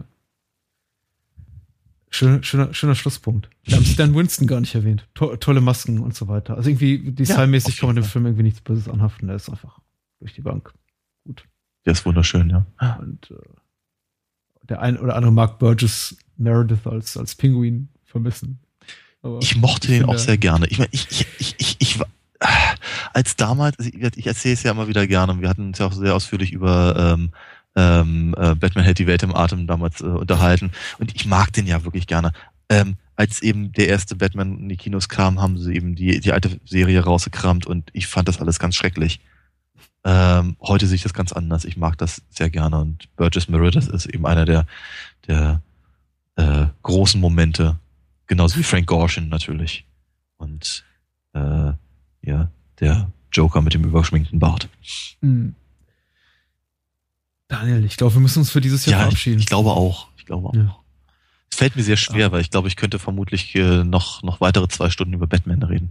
Speaker 2: Schöner Schlusspunkt. Wir haben Stan Winston gar nicht erwähnt. Tolle Masken und so weiter. Also irgendwie designmäßig kann man dem Film irgendwie nichts Böses anhaften. Der ist einfach durch die Bank gut.
Speaker 3: Der ist wunderschön, ja. Und
Speaker 2: der ein oder andere mag Burgess Meredith als Pinguin vermissen.
Speaker 3: Aber ich mochte den auch sehr gerne. Ich meine, ich war als damals, ich erzähle es ja immer wieder gerne, wir hatten uns ja auch sehr ausführlich über Batman hält die Welt im Atem damals unterhalten und ich mag den ja wirklich gerne. Als eben der erste Batman in die Kinos kam, haben sie eben die alte Serie rausgekramt und ich fand das alles ganz schrecklich. Heute sehe ich das ganz anders. Ich mag das sehr gerne und Burgess Meredith ist eben einer der großen Momente. Genauso wie Frank Gorshin natürlich. Und der Joker mit dem überschminkten Bart.
Speaker 2: Daniel, ich glaube, wir müssen uns für dieses Jahr verabschieden.
Speaker 3: Ich glaube auch.
Speaker 2: Ja.
Speaker 3: Fällt mir sehr schwer, weil ich glaube, ich könnte vermutlich noch weitere 2 Stunden über Batman reden.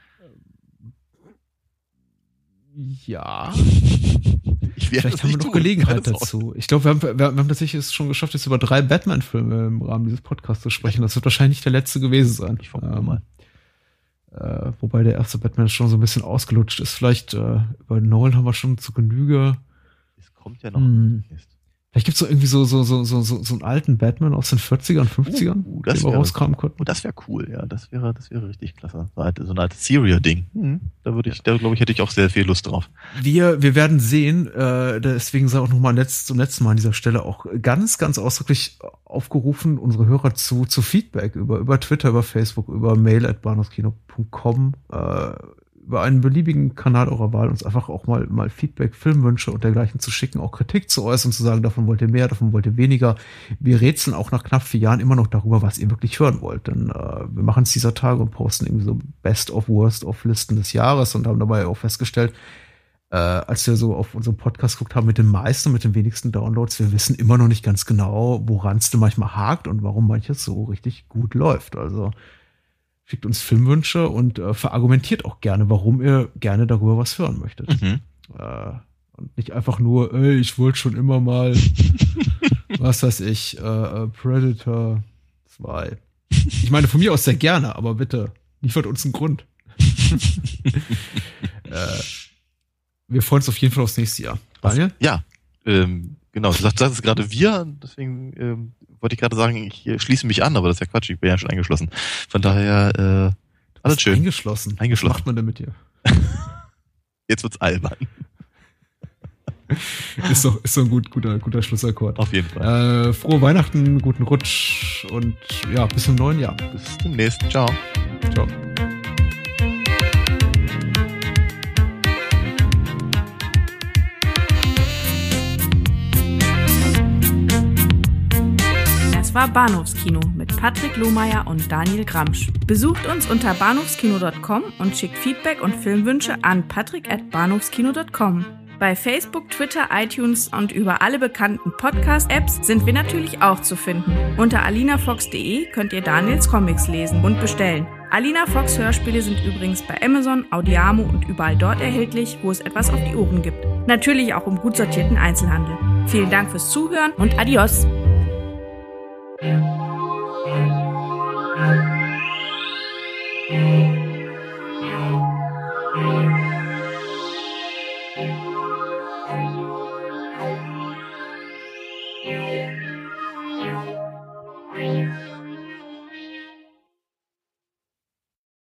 Speaker 2: Ja.
Speaker 3: Vielleicht
Speaker 2: haben wir noch Gelegenheit dazu. Ich glaube, wir haben tatsächlich es schon geschafft, jetzt über 3 Batman-Filme im Rahmen dieses Podcasts zu sprechen. Das wird wahrscheinlich der letzte gewesen sein.
Speaker 3: Ich vermute mal.
Speaker 2: Wobei der erste Batman schon so ein bisschen ausgelutscht ist. Vielleicht über Nolan haben wir schon zu Genüge.
Speaker 3: Es kommt ja noch.
Speaker 2: Vielleicht gibt es so irgendwie so einen alten Batman aus den 40ern, 50ern,
Speaker 3: den
Speaker 2: wir rauskramen konnten.
Speaker 3: Das wäre cool, ja. Das wäre richtig klasse. So ein altes Serial-Ding. Da glaube ich, hätte ich auch sehr viel Lust drauf.
Speaker 2: Wir werden sehen, deswegen sei auch nochmal zum letzten Mal an dieser Stelle auch ganz, ganz ausdrücklich aufgerufen, unsere Hörer zu Feedback über Twitter, über Facebook, über mail@bahnhofskino.com, über einen beliebigen Kanal eurer Wahl uns einfach auch mal Feedback, Filmwünsche und dergleichen zu schicken, auch Kritik zu äußern, zu sagen, davon wollt ihr mehr, davon wollt ihr weniger. Wir rätseln auch nach knapp 4 Jahren immer noch darüber, was ihr wirklich hören wollt. Denn wir machen es dieser Tage und posten irgendwie so Best of Worst of Listen des Jahres und haben dabei auch festgestellt, als wir so auf unseren Podcast geguckt haben, mit den meisten, mit den wenigsten Downloads, wir wissen immer noch nicht ganz genau, woran es denn manchmal hakt und warum manches so richtig gut läuft. Also schickt uns Filmwünsche und verargumentiert auch gerne, warum ihr gerne darüber was hören möchtet. Und nicht einfach nur, ich wollte schon immer mal, was weiß ich, Predator 2. Ich meine, von mir aus sehr gerne, aber bitte, liefert uns einen Grund. Wir freuen uns auf jeden Fall aufs nächste Jahr. Daniel?
Speaker 3: Ja, genau. Du sagst es gerade wir, deswegen wollte ich gerade sagen, ich schließe mich an, aber das ist ja Quatsch, ich bin ja schon eingeschlossen. Von daher, alles schön.
Speaker 2: Eingeschlossen. Was macht man denn mit dir?
Speaker 3: Jetzt wird's albern.
Speaker 2: Ist so ein guter Schlussakkord.
Speaker 3: Auf jeden Fall.
Speaker 2: Frohe Weihnachten, guten Rutsch und ja, bis zum neuen Jahr.
Speaker 3: Bis demnächst. Ciao.
Speaker 2: Ciao.
Speaker 1: War Bahnhofskino mit Patrick Lohmeier und Daniel Gramsch. Besucht uns unter bahnhofskino.com und schickt Feedback und Filmwünsche an patrick@bahnhofskino.com. Bei Facebook, Twitter, iTunes und über alle bekannten Podcast-Apps sind wir natürlich auch zu finden. Unter alinafox.de könnt ihr Daniels Comics lesen und bestellen. Alina Fox Hörspiele sind übrigens bei Amazon, Audiamo und überall dort erhältlich, wo es etwas auf die Ohren gibt. Natürlich auch im gut sortierten Einzelhandel. Vielen Dank fürs Zuhören und adios!